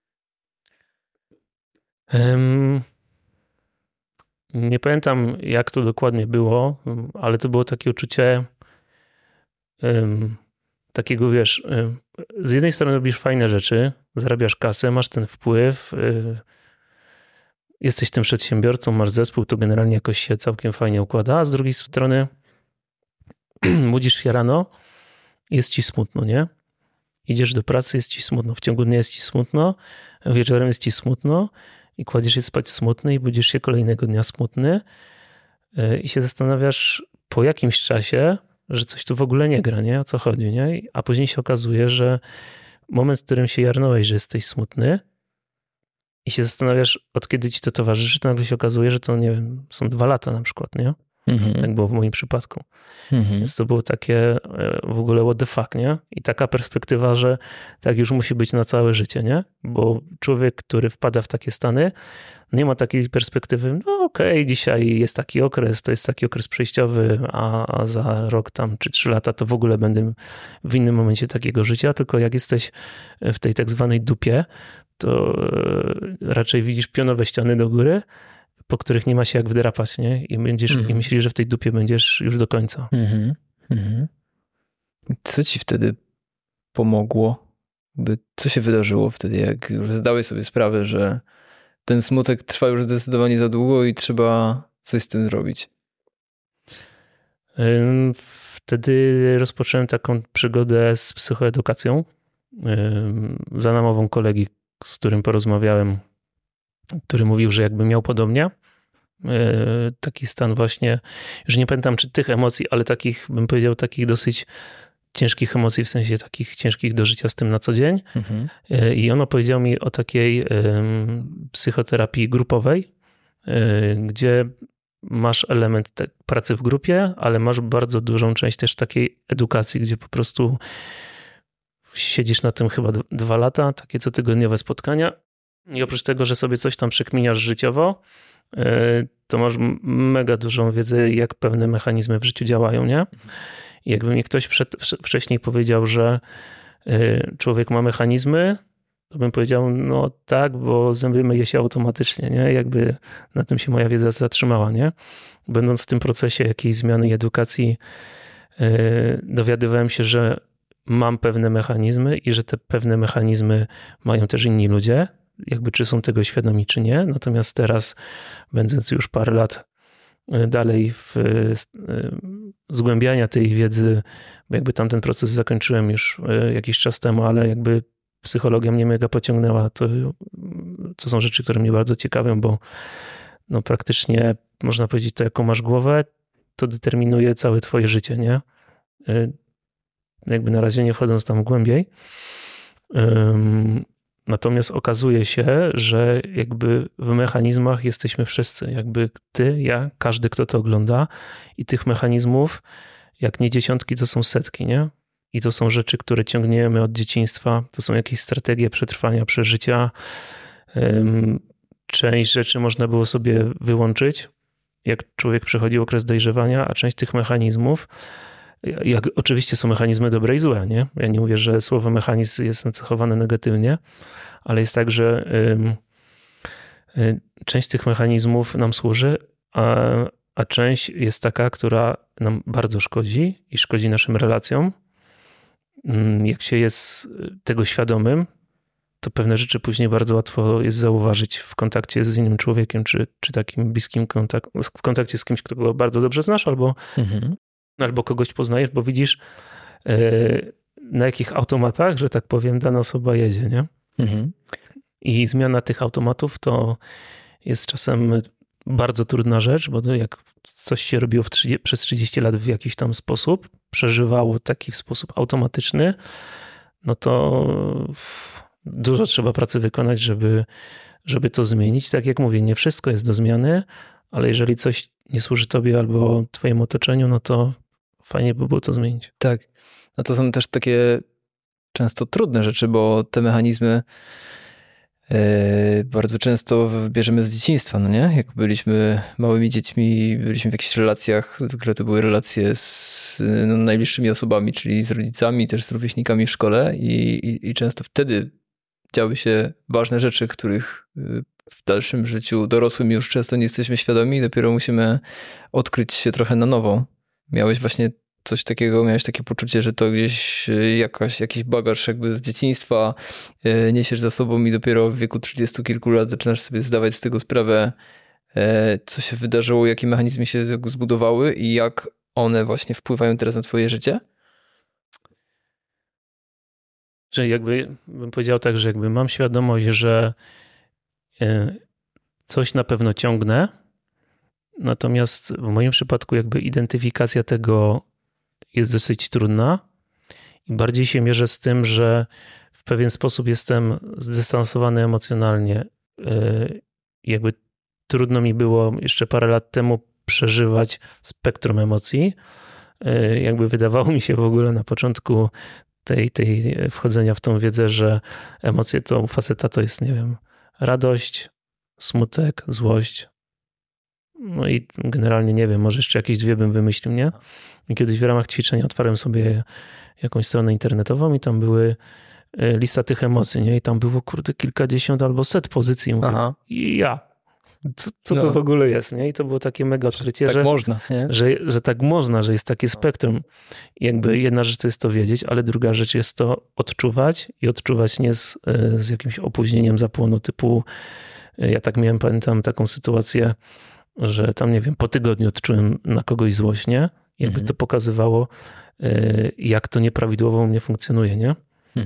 Nie pamiętam, jak to dokładnie było, ale to było takie uczucie takiego, wiesz, z jednej strony robisz fajne rzeczy, zarabiasz kasę, masz ten wpływ, jesteś tym przedsiębiorcą, masz zespół, to generalnie jakoś się całkiem fajnie układa, a z drugiej strony budzisz się rano, jest ci smutno, nie? Idziesz do pracy, jest ci smutno, w ciągu dnia jest ci smutno, wieczorem jest ci smutno i kładziesz się spać smutny i budzisz się kolejnego dnia smutny i się zastanawiasz po jakimś czasie, że coś tu w ogóle nie gra, nie? O co chodzi, nie? A później się okazuje, że moment, w którym się jarnąłeś, że jesteś smutny i się zastanawiasz, od kiedy ci to towarzyszy, to nagle się okazuje, że to, nie wiem, są 2 lata na przykład, nie? Tak było w moim przypadku. Więc to było takie w ogóle what the fuck, nie? I taka perspektywa, że tak już musi być na całe życie, nie? Bo człowiek, który wpada w takie stany, nie ma takiej perspektywy, no okej, dzisiaj jest taki okres, to jest taki okres przejściowy, a za rok tam czy 3 lata to w ogóle będę w innym momencie takiego życia, tylko jak jesteś w tej tak zwanej dupie, to raczej widzisz pionowe ściany do góry, po których nie ma się jak wdrapać, nie? I myślisz, że w tej dupie będziesz już do końca. Co ci wtedy pomogło? Co się wydarzyło wtedy, jak już zdałeś sobie sprawę, że ten smutek trwa już zdecydowanie za długo i trzeba coś z tym zrobić? Wtedy rozpocząłem taką przygodę z psychoedukacją za namową kolegi, z którym porozmawiałem, który mówił, że jakby miał podobnie taki stan właśnie, już nie pamiętam czy tych emocji, ale takich, bym powiedział, takich dosyć ciężkich emocji, w sensie takich ciężkich do życia z tym na co dzień. I on opowiedział mi o takiej psychoterapii grupowej, gdzie masz element pracy w grupie, ale masz bardzo dużą część też takiej edukacji, gdzie po prostu siedzisz na tym chyba 2 lata, takie cotygodniowe spotkania i oprócz tego, że sobie coś tam przekminiasz życiowo, to masz mega dużą wiedzę, jak pewne mechanizmy w życiu działają, nie? I jakby mi ktoś wcześniej powiedział, że człowiek ma mechanizmy, to bym powiedział, no tak, bo zęby myje się automatycznie, nie? Jakby na tym się moja wiedza zatrzymała, nie? Będąc w tym procesie jakiejś zmiany i edukacji, dowiadywałem się, że mam pewne mechanizmy i że te pewne mechanizmy mają też inni ludzie, jakby czy są tego świadomi, czy nie. Natomiast teraz, będąc już parę lat dalej w zgłębiania tej wiedzy, bo jakby tamten proces zakończyłem już jakiś czas temu, ale jakby psychologia mnie mega pociągnęła. To są rzeczy, które mnie bardzo ciekawią, bo no praktycznie można powiedzieć, to jaką masz głowę, to determinuje całe twoje życie, nie? Jakby na razie nie wchodząc tam głębiej. Natomiast okazuje się, że jakby w mechanizmach jesteśmy wszyscy. Jakby ty, ja, każdy, kto to ogląda i tych mechanizmów, jak nie dziesiątki, to są setki, nie? I to są rzeczy, które ciągniemy od dzieciństwa. To są jakieś strategie przetrwania, przeżycia. Część rzeczy można było sobie wyłączyć, jak człowiek przechodzi okres dojrzewania, a część tych mechanizmów, jak oczywiście są mechanizmy dobre i złe, nie? Ja nie mówię, że słowo mechanizm jest nacechowane negatywnie, ale jest tak, że część tych mechanizmów nam służy, a część jest taka, która nam bardzo szkodzi i szkodzi naszym relacjom. Jak się jest tego świadomym, to pewne rzeczy później bardzo łatwo jest zauważyć w kontakcie z innym człowiekiem, czy takim bliskim w kontakcie z kimś, którego bardzo dobrze znasz, albo kogoś poznajesz, bo widzisz na jakich automatach, że tak powiem, dana osoba jedzie, nie? I zmiana tych automatów to jest czasem bardzo trudna rzecz, bo jak coś się robiło przez 30 lat w jakiś tam sposób, przeżywało taki w sposób automatyczny, no to dużo trzeba pracy wykonać, żeby to zmienić. Tak jak mówię, nie wszystko jest do zmiany, ale jeżeli coś nie służy tobie albo twojemu otoczeniu, no to fajnie by było to zmienić. Tak. No to są też takie często trudne rzeczy, bo te mechanizmy bardzo często bierzemy z dzieciństwa, no nie? Jak byliśmy małymi dziećmi, byliśmy w jakichś relacjach, zwykle to były relacje z najbliższymi osobami, czyli z rodzicami, też z rówieśnikami w szkole i często wtedy działy się ważne rzeczy, których w dalszym życiu dorosłym już często nie jesteśmy świadomi, dopiero musimy odkryć się trochę na nowo. Miałeś właśnie coś takiego, miałeś takie poczucie, że to gdzieś jakiś bagaż jakby z dzieciństwa niesiesz za sobą i dopiero w wieku 30 kilku lat zaczynasz sobie zdawać z tego sprawę, co się wydarzyło, jakie mechanizmy się zbudowały i jak one właśnie wpływają teraz na twoje życie? Że jakby bym powiedział tak, że jakby mam świadomość, że coś na pewno ciągnę, natomiast w moim przypadku jakby identyfikacja tego jest dosyć trudna i bardziej się mierzę z tym, że w pewien sposób jestem zdystansowany emocjonalnie. Jakby trudno mi było jeszcze parę lat temu przeżywać spektrum emocji. Jakby wydawało mi się w ogóle na początku tej wchodzenia w tą wiedzę, że emocje to u faceta to jest, nie wiem, radość, smutek, złość. No i generalnie nie wiem, może jeszcze jakieś 2 bym wymyślił, nie? I kiedyś w ramach ćwiczenia otwarłem sobie jakąś stronę internetową i tam były lista tych emocji, nie? I tam było, kurde, kilkadziesiąt albo set pozycji. Mówię, i ja. Co to w ogóle jest, nie? I to było takie mega odkrycie, tak że można, nie? Że tak można, że jest takie spektrum. I jakby jedna rzecz to jest to wiedzieć, ale druga rzecz jest to odczuwać i odczuwać nie z jakimś opóźnieniem zapłonu typu Ja tak miałem, pamiętam taką sytuację, że tam, nie wiem, po tygodniu odczułem na kogoś złość, nie? Jakby to pokazywało, jak to nieprawidłowo u mnie funkcjonuje, nie?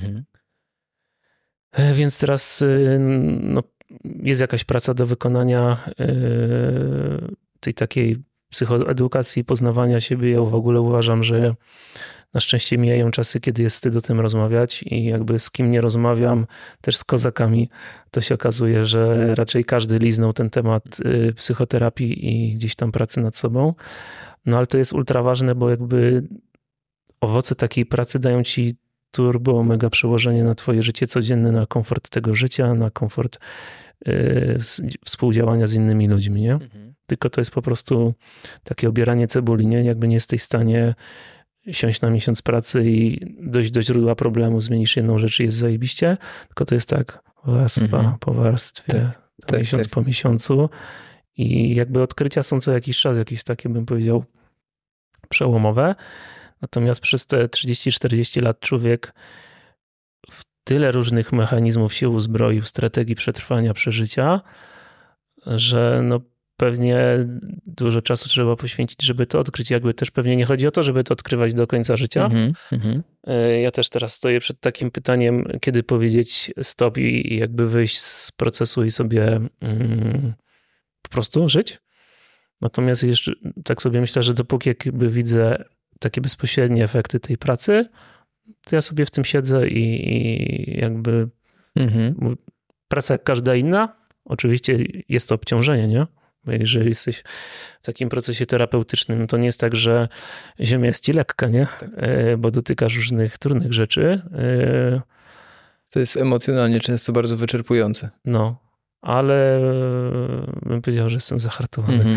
Więc teraz no, jest jakaś praca do wykonania tej takiej psychoedukacji, poznawania siebie. Ja w ogóle uważam, że na szczęście mijają czasy, kiedy jest wstyd o tym rozmawiać i jakby z kim nie rozmawiam, też z kozakami, to się okazuje, że raczej każdy liznął ten temat psychoterapii i gdzieś tam pracy nad sobą. No ale to jest ultra ważne, bo jakby owoce takiej pracy dają ci turbo, mega przełożenie na twoje życie codzienne, na komfort tego życia, na komfort współdziałania z innymi ludźmi, nie? Tylko to jest po prostu takie obieranie cebuli, nie? Jakby nie jesteś w stanie siąść na miesiąc pracy i dojść do źródła problemu, zmienisz jedną rzecz i jest zajebiście, tylko to jest tak warstwa po warstwie, miesiąc po miesiącu i jakby odkrycia są co jakiś czas, jakieś takie, bym powiedział, przełomowe. Natomiast przez te 30-40 lat człowiek w tyle różnych mechanizmów się uzbroił, strategii przetrwania, przeżycia, że no pewnie dużo czasu trzeba poświęcić, żeby to odkryć. Jakby też pewnie nie chodzi o to, żeby to odkrywać do końca życia. Ja też teraz stoję przed takim pytaniem, kiedy powiedzieć stop i jakby wyjść z procesu i sobie po prostu żyć. Natomiast jeszcze tak sobie myślę, że dopóki jakby widzę takie bezpośrednie efekty tej pracy, to ja sobie w tym siedzę i jakby praca jak każda inna. Oczywiście jest to obciążenie, nie? Bo jeżeli jesteś w takim procesie terapeutycznym, to nie jest tak, że ziemia jest ci lekka, nie? Tak. Bo dotykasz różnych trudnych rzeczy. To jest emocjonalnie często bardzo wyczerpujące. No, ale bym powiedział, że jestem zahartowany.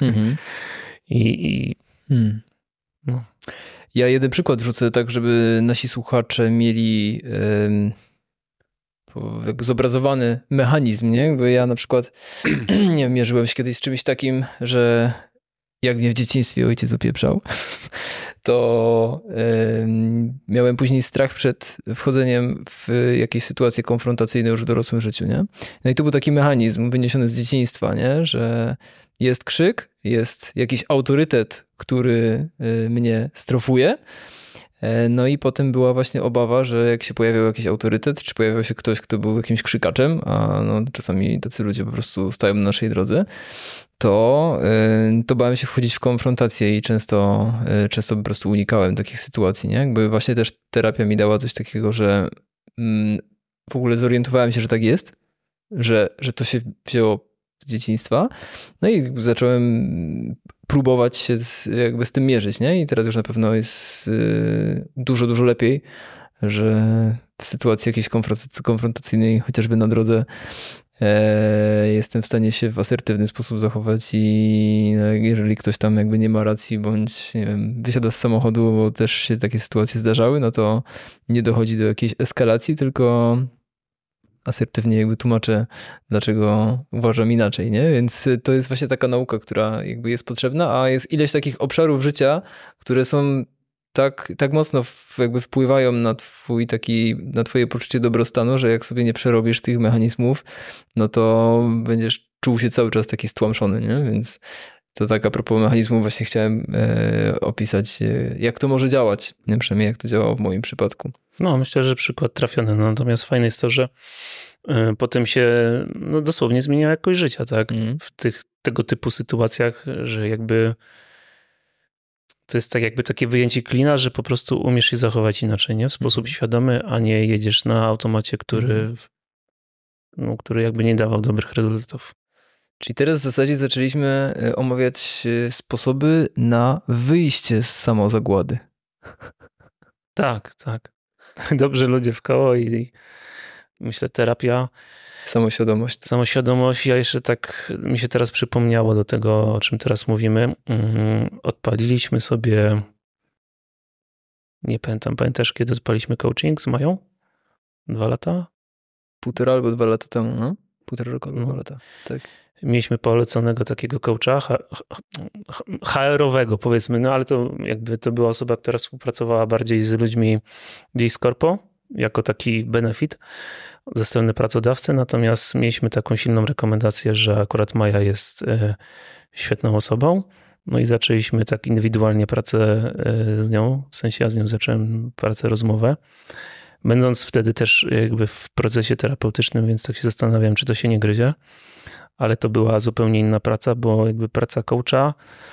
No. Ja jeden przykład wrzucę tak, żeby nasi słuchacze mieli jakby zobrazowany mechanizm, nie? Bo ja na przykład nie wiem, mierzyłem się kiedyś z czymś takim, że jak mnie w dzieciństwie ojciec opieprzał, to miałem później strach przed wchodzeniem w jakieś sytuacje konfrontacyjne już w dorosłym życiu, nie? No i to był taki mechanizm wyniesiony z dzieciństwa, nie? Że jest krzyk, jest jakiś autorytet, który mnie strofuje. No i potem była właśnie obawa, że jak się pojawiał jakiś autorytet, czy pojawiał się ktoś, kto był jakimś krzykaczem, a no czasami tacy ludzie po prostu stają na naszej drodze, to bałem się wchodzić w konfrontację i często po prostu unikałem takich sytuacji, nie? Jakby właśnie też terapia mi dała coś takiego, że w ogóle zorientowałem się, że tak jest, że to się wzięło z dzieciństwa. No i zacząłem próbować się jakby z tym mierzyć, nie? I teraz już na pewno jest dużo, dużo lepiej, że w sytuacji jakiejś konfrontacyjnej, chociażby na drodze, jestem w stanie się w asertywny sposób zachować i jeżeli ktoś tam jakby nie ma racji, bądź nie wiem, wysiada z samochodu, bo też się takie sytuacje zdarzały, no to nie dochodzi do jakiejś eskalacji, tylko asertywnie jakby tłumaczę, dlaczego uważam inaczej, nie? Więc to jest właśnie taka nauka, która jakby jest potrzebna, a jest ileś takich obszarów życia, które są tak mocno jakby wpływają na twoje poczucie dobrostanu, że jak sobie nie przerobisz tych mechanizmów, no to będziesz czuł się cały czas taki stłamszony, nie? Więc to tak a propos mechanizmu właśnie chciałem opisać, jak to może działać, nie? Przynajmniej jak to działało w moim przypadku. No, myślę, że przykład trafiony. No, natomiast fajne jest to, że potem się no, dosłownie zmienia jakość życia, tak? W tego typu sytuacjach, że jakby to jest tak jakby takie wyjęcie klina, że po prostu umiesz się zachować inaczej, nie? W sposób świadomy, a nie jedziesz na automacie, który jakby nie dawał dobrych rezultatów. Czyli teraz w zasadzie zaczęliśmy omawiać sposoby na wyjście z samozagłady. Tak. Dobrze ludzie w koło i myślę terapia. Samoświadomość. Ja jeszcze tak mi się teraz przypomniało do tego, o czym teraz mówimy. Odpaliliśmy sobie, nie pamiętam, pamiętasz kiedy odpaliśmy coaching z Mają? 2 lata? 1,5 albo 2 lata temu, no? 1,5 roku albo 2 lata, tak. Mieliśmy poleconego takiego coacha HR-owego, powiedzmy, no ale to jakby to była osoba, która współpracowała bardziej z ludźmi gdzieś z korpo jako taki benefit ze strony pracodawcy, natomiast mieliśmy taką silną rekomendację, że akurat Maja jest świetną osobą. No i zaczęliśmy tak indywidualnie pracę z nią, w sensie ja z nią zacząłem pracę, rozmowę, będąc wtedy też jakby w procesie terapeutycznym, więc tak się zastanawiałem, czy to się nie gryzie, ale to była zupełnie inna praca, bo jakby praca coacha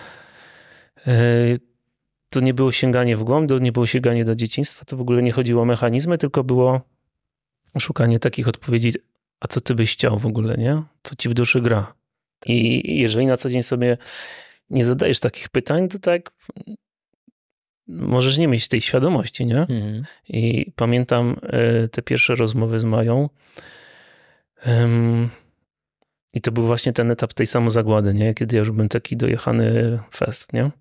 to nie było sięganie w głąb, to nie było sięganie do dzieciństwa, to w ogóle nie chodziło o mechanizmy, tylko było szukanie takich odpowiedzi, a co ty byś chciał w ogóle, nie? Co ci w duszy gra? I jeżeli na co dzień sobie nie zadajesz takich pytań, to tak możesz nie mieć tej świadomości, nie? Mhm. I pamiętam te pierwsze rozmowy z Mają i to był właśnie ten etap tej samozagłady, nie? Kiedy ja już byłem taki dojechany fest, nie?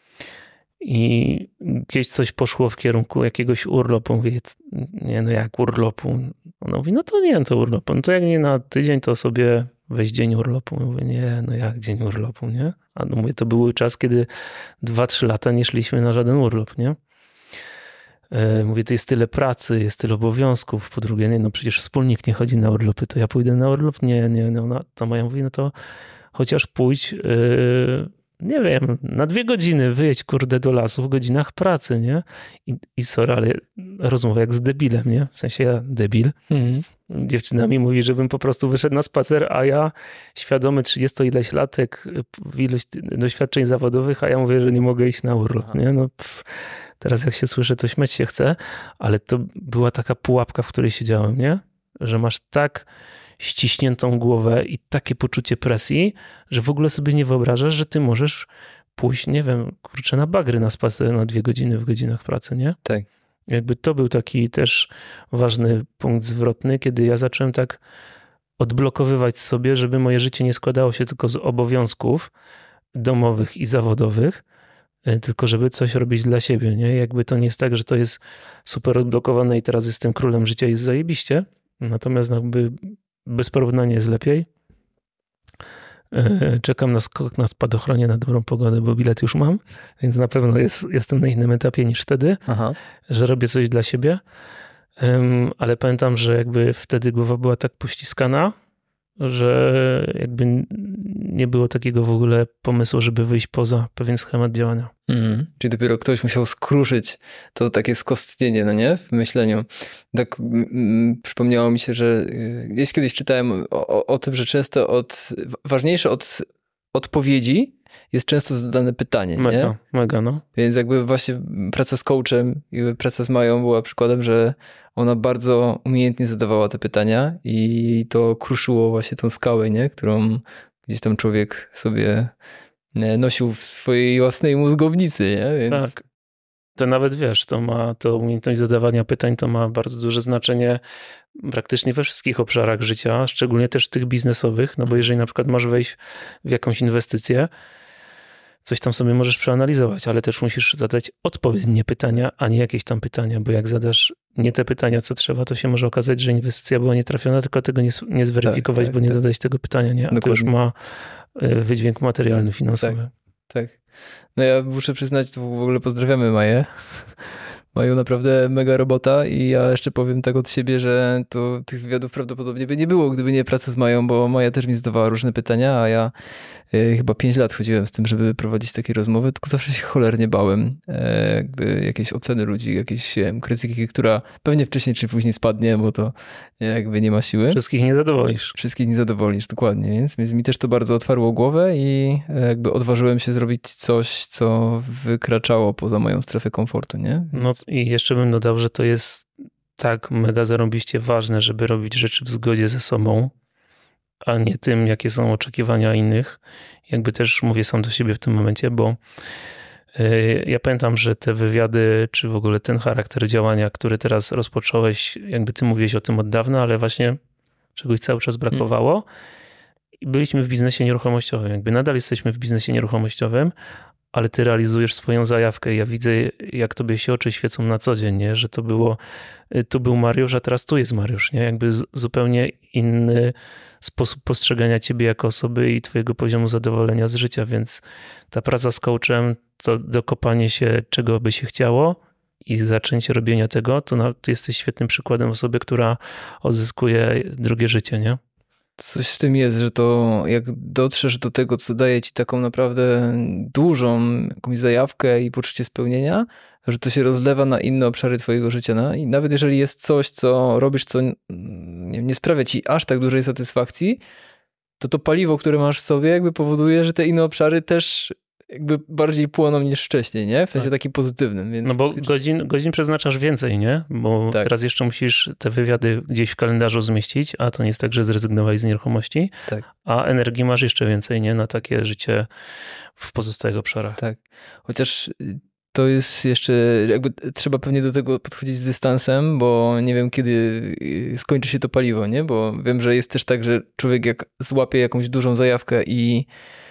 I gdzieś coś poszło w kierunku jakiegoś urlopu. Mówię, nie, no jak urlopu? Ona mówi, no to nie, to urlopu. No to jak nie na tydzień, to sobie weź dzień urlopu. Mówię, nie, no jak dzień urlopu, nie? A no mówię, to był czas, kiedy 2-3 lata nie szliśmy na żaden urlop, nie? Mówię, to jest tyle pracy, jest tyle obowiązków. Po drugie, nie, no przecież wspólnik nie chodzi na urlopy, to ja pójdę na urlop? Nie, no ona, to Maja mówi, no to chociaż pójdź, nie wiem, na 2 godziny wyjedź, kurde, do lasu w godzinach pracy, nie? I sorry, ale rozmowa jak z debilem, nie? W sensie ja debil. Mhm. Dziewczyna mi mówi, żebym po prostu wyszedł na spacer, a ja świadomy 30-ileś latek, ilość doświadczeń zawodowych, a ja mówię, że nie mogę iść na urlop, nie? No, teraz jak się słyszę, to śmiać się chce, ale to była taka pułapka, w której siedziałem, nie? Że masz tak ściśniętą głowę i takie poczucie presji, że w ogóle sobie nie wyobrażasz, że ty możesz pójść, nie wiem, kurczę, na bagry na spacer na 2 godziny w godzinach pracy, nie? Tak. Jakby to był taki też ważny punkt zwrotny, kiedy ja zacząłem tak odblokowywać sobie, żeby moje życie nie składało się tylko z obowiązków domowych i zawodowych, tylko żeby coś robić dla siebie, nie? Jakby to nie jest tak, że to jest super odblokowane i teraz jestem królem życia i jest zajebiście, natomiast jakby bez porównania jest lepiej. Czekam na skok na spadochronie na dobrą pogodę, bo bilet już mam, więc na pewno jestem na innym etapie niż wtedy, że robię coś dla siebie, ale pamiętam, że jakby wtedy głowa była tak pościskana, że jakby nie było takiego w ogóle pomysłu, żeby wyjść poza pewien schemat działania. Czyli dopiero ktoś musiał skruszyć to takie skostnienie, no nie? W myśleniu. Tak przypomniało mi się, że gdzieś kiedyś czytałem o tym, że często ważniejsze od odpowiedzi jest często zadane pytanie, nie? Mega, no. Więc jakby właśnie praca z coachem i praca z Mają była przykładem, że ona bardzo umiejętnie zadawała te pytania i to kruszyło właśnie tą skałę, nie? Którą gdzieś tam człowiek sobie nosił w swojej własnej mózgownicy, nie? Więc... Tak. To nawet wiesz, to umiejętność zadawania pytań to ma bardzo duże znaczenie praktycznie we wszystkich obszarach życia, szczególnie też tych biznesowych, no bo jeżeli na przykład masz wejść w jakąś inwestycję, coś tam sobie możesz przeanalizować, ale też musisz zadać odpowiednie pytania, a nie jakieś tam pytania, bo jak zadasz nie te pytania, co trzeba, to się może okazać, że inwestycja była nietrafiona, tylko tego nie zweryfikować, bo nie zadać tego pytania, nie? A Dokładnie. to już ma wydźwięk materialny, finansowy. Tak. No ja muszę przyznać, to w ogóle pozdrawiamy Maję. Mają naprawdę mega robota i ja jeszcze powiem tak od siebie, że to tych wywiadów prawdopodobnie by nie było, gdyby nie praca z Mają, bo Maja też mi zadawała różne pytania, a ja chyba 5 lat chodziłem z tym, żeby prowadzić takie rozmowy, tylko zawsze się cholernie bałem jakby jakiejś oceny ludzi, jakiejś krytyki, która pewnie wcześniej czy później spadnie, bo to jakby nie ma siły. Wszystkich nie zadowolisz. Wszystkich nie zadowolisz, dokładnie. Więc mi też to bardzo otwarło głowę i jakby odważyłem się zrobić coś, co wykraczało poza moją strefę komfortu, nie? No i jeszcze bym dodał, że to jest tak mega zarąbiście ważne, żeby robić rzeczy w zgodzie ze sobą, a nie tym, jakie są oczekiwania innych. Jakby też mówię sam do siebie w tym momencie, bo ja pamiętam, że te wywiady, czy w ogóle ten charakter działania, który teraz rozpocząłeś, jakby ty mówiłeś o tym od dawna, ale właśnie czegoś cały czas brakowało. I byliśmy w biznesie nieruchomościowym. Jakby nadal jesteśmy w biznesie nieruchomościowym, ale ty realizujesz swoją zajawkę. Ja widzę, jak tobie się oczy świecą na co dzień, nie? Że to było, tu był Mariusz, a teraz tu jest Mariusz, nie? Jakby zupełnie inny sposób postrzegania ciebie jako osoby i twojego poziomu zadowolenia z życia, więc ta praca z coachem, to dokopanie się, czego by się chciało i zacząć robienia tego, to ty jesteś świetnym przykładem osoby, która odzyskuje drugie życie, nie? Coś w tym jest, że to jak dotrzesz do tego, co daje ci taką naprawdę dużą jakąś zajawkę i poczucie spełnienia, że to się rozlewa na inne obszary twojego życia. No? I nawet jeżeli jest coś, co robisz, co nie sprawia ci aż tak dużej satysfakcji, to paliwo, które masz w sobie, jakby powoduje, że te inne obszary też jakby bardziej płoną niż wcześniej, nie? W sensie takim pozytywnym. Więc... No bo godzin przeznaczasz więcej, nie? Bo teraz jeszcze musisz te wywiady gdzieś w kalendarzu zmieścić, a to nie jest tak, że zrezygnowałeś z nieruchomości, a energii masz jeszcze więcej, nie? Na takie życie w pozostałych obszarach. Tak. Chociaż to jest jeszcze, jakby trzeba pewnie do tego podchodzić z dystansem, bo nie wiem, kiedy skończy się to paliwo, nie? Bo wiem, że jest też tak, że człowiek jak złapie jakąś dużą zajawkę i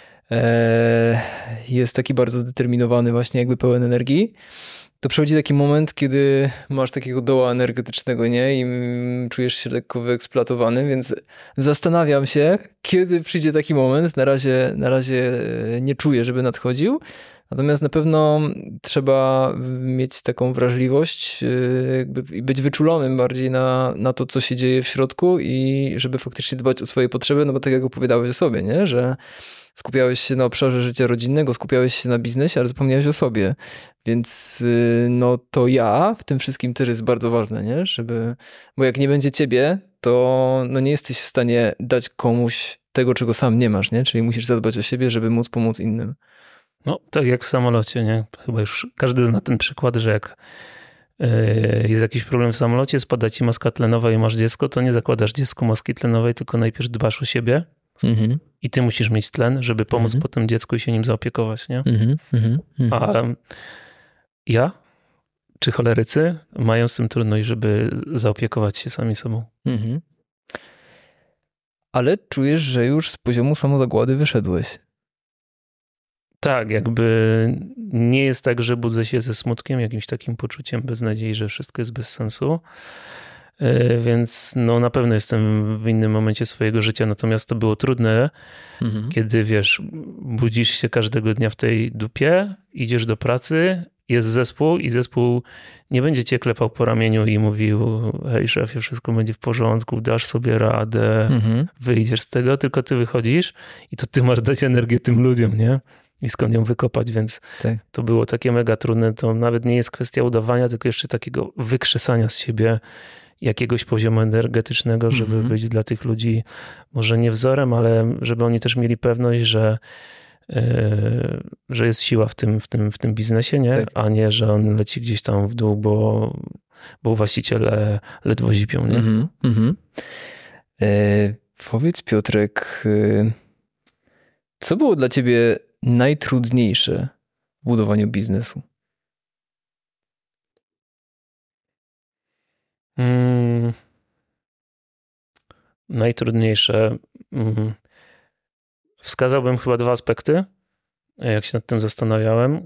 jest taki bardzo zdeterminowany, właśnie jakby pełen energii, to przychodzi taki moment, kiedy masz takiego doła energetycznego, nie? I czujesz się lekko wyeksploatowany, więc zastanawiam się, kiedy przyjdzie taki moment. Na razie nie czuję, żeby nadchodził. Natomiast na pewno trzeba mieć taką wrażliwość jakby i być wyczulonym bardziej na to, co się dzieje w środku i żeby faktycznie dbać o swoje potrzeby, no bo tak jak opowiadałeś o sobie, nie? Że skupiałeś się na obszarze życia rodzinnego, skupiałeś się na biznesie, ale zapomniałeś o sobie. Więc no to ja w tym wszystkim też jest bardzo ważne, nie? Bo jak nie będzie ciebie, to no nie jesteś w stanie dać komuś tego, czego sam nie masz, nie? Czyli musisz zadbać o siebie, żeby móc pomóc innym. No, tak jak w samolocie, nie? Chyba już każdy zna ten przykład, że jak jest jakiś problem w samolocie, spada ci maska tlenowa i masz dziecko, to nie zakładasz dziecku maski tlenowej, tylko najpierw dbasz o siebie i ty musisz mieć tlen, żeby pomóc potem dziecku i się nim zaopiekować, nie? A ja czy cholerycy mają z tym trudność, żeby zaopiekować się sami sobą. Ale czujesz, że już z poziomu samozagłady wyszedłeś. Tak, jakby nie jest tak, że budzę się ze smutkiem, jakimś takim poczuciem beznadziei, że wszystko jest bez sensu. Więc no na pewno jestem w innym momencie swojego życia, natomiast to było trudne, kiedy wiesz, budzisz się każdego dnia w tej dupie, idziesz do pracy, jest zespół i zespół nie będzie cię klepał po ramieniu i mówił: hej szefie, wszystko będzie w porządku, dasz sobie radę, wyjdziesz z tego, tylko ty wychodzisz i to ty masz dać energię tym ludziom, nie? I skąd ją wykopać, więc to było takie mega trudne. To nawet nie jest kwestia udawania, tylko jeszcze takiego wykrzesania z siebie jakiegoś poziomu energetycznego, żeby być dla tych ludzi może nie wzorem, ale żeby oni też mieli pewność, że jest siła w tym biznesie, nie? A nie, że on leci gdzieś tam w dół, bo właściciele ledwo zipią, nie? Powiedz, Piotrek, co było dla ciebie najtrudniejsze w budowaniu biznesu? Najtrudniejsze. Wskazałbym chyba dwa aspekty, jak się nad tym zastanawiałem.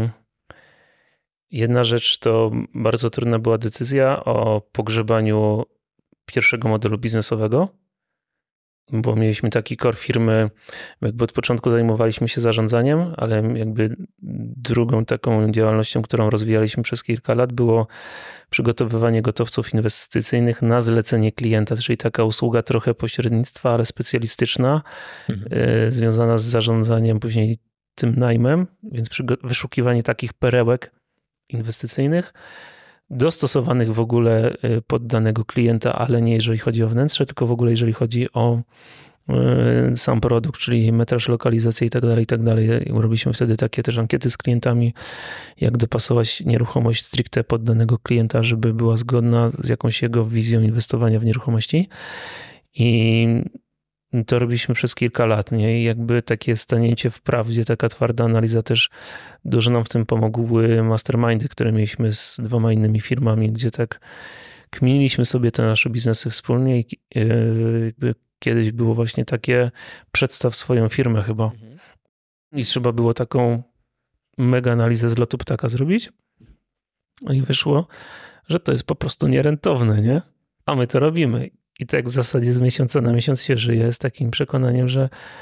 Jedna rzecz to bardzo trudna była decyzja o pogrzebaniu pierwszego modelu biznesowego, bo mieliśmy taki core firmy, jakby od początku zajmowaliśmy się zarządzaniem, ale jakby drugą taką działalnością, którą rozwijaliśmy przez kilka lat, było przygotowywanie gotowców inwestycyjnych na zlecenie klienta, czyli taka usługa trochę pośrednictwa, ale specjalistyczna, związana z zarządzaniem, później tym najmem, więc wyszukiwanie takich perełek inwestycyjnych, dostosowanych w ogóle pod danego klienta, ale nie jeżeli chodzi o wnętrze, tylko w ogóle jeżeli chodzi o sam produkt, czyli metraż, lokalizację i tak dalej. Robiliśmy wtedy takie też ankiety z klientami, jak dopasować nieruchomość stricte pod danego klienta, żeby była zgodna z jakąś jego wizją inwestowania w nieruchomości. I to robiliśmy przez kilka lat, nie? I jakby takie stanięcie w prawdzie, taka twarda analiza też dużo nam w tym pomogły mastermindy, które mieliśmy z 2 innymi firmami, gdzie tak kminiliśmy sobie te nasze biznesy wspólnie i jakby kiedyś było właśnie takie przedstaw swoją firmę chyba. I trzeba było taką mega analizę z lotu ptaka zrobić. I wyszło, że to jest po prostu nierentowne, nie? A my to robimy. I tak w zasadzie z miesiąca na miesiąc się żyje z takim przekonaniem, że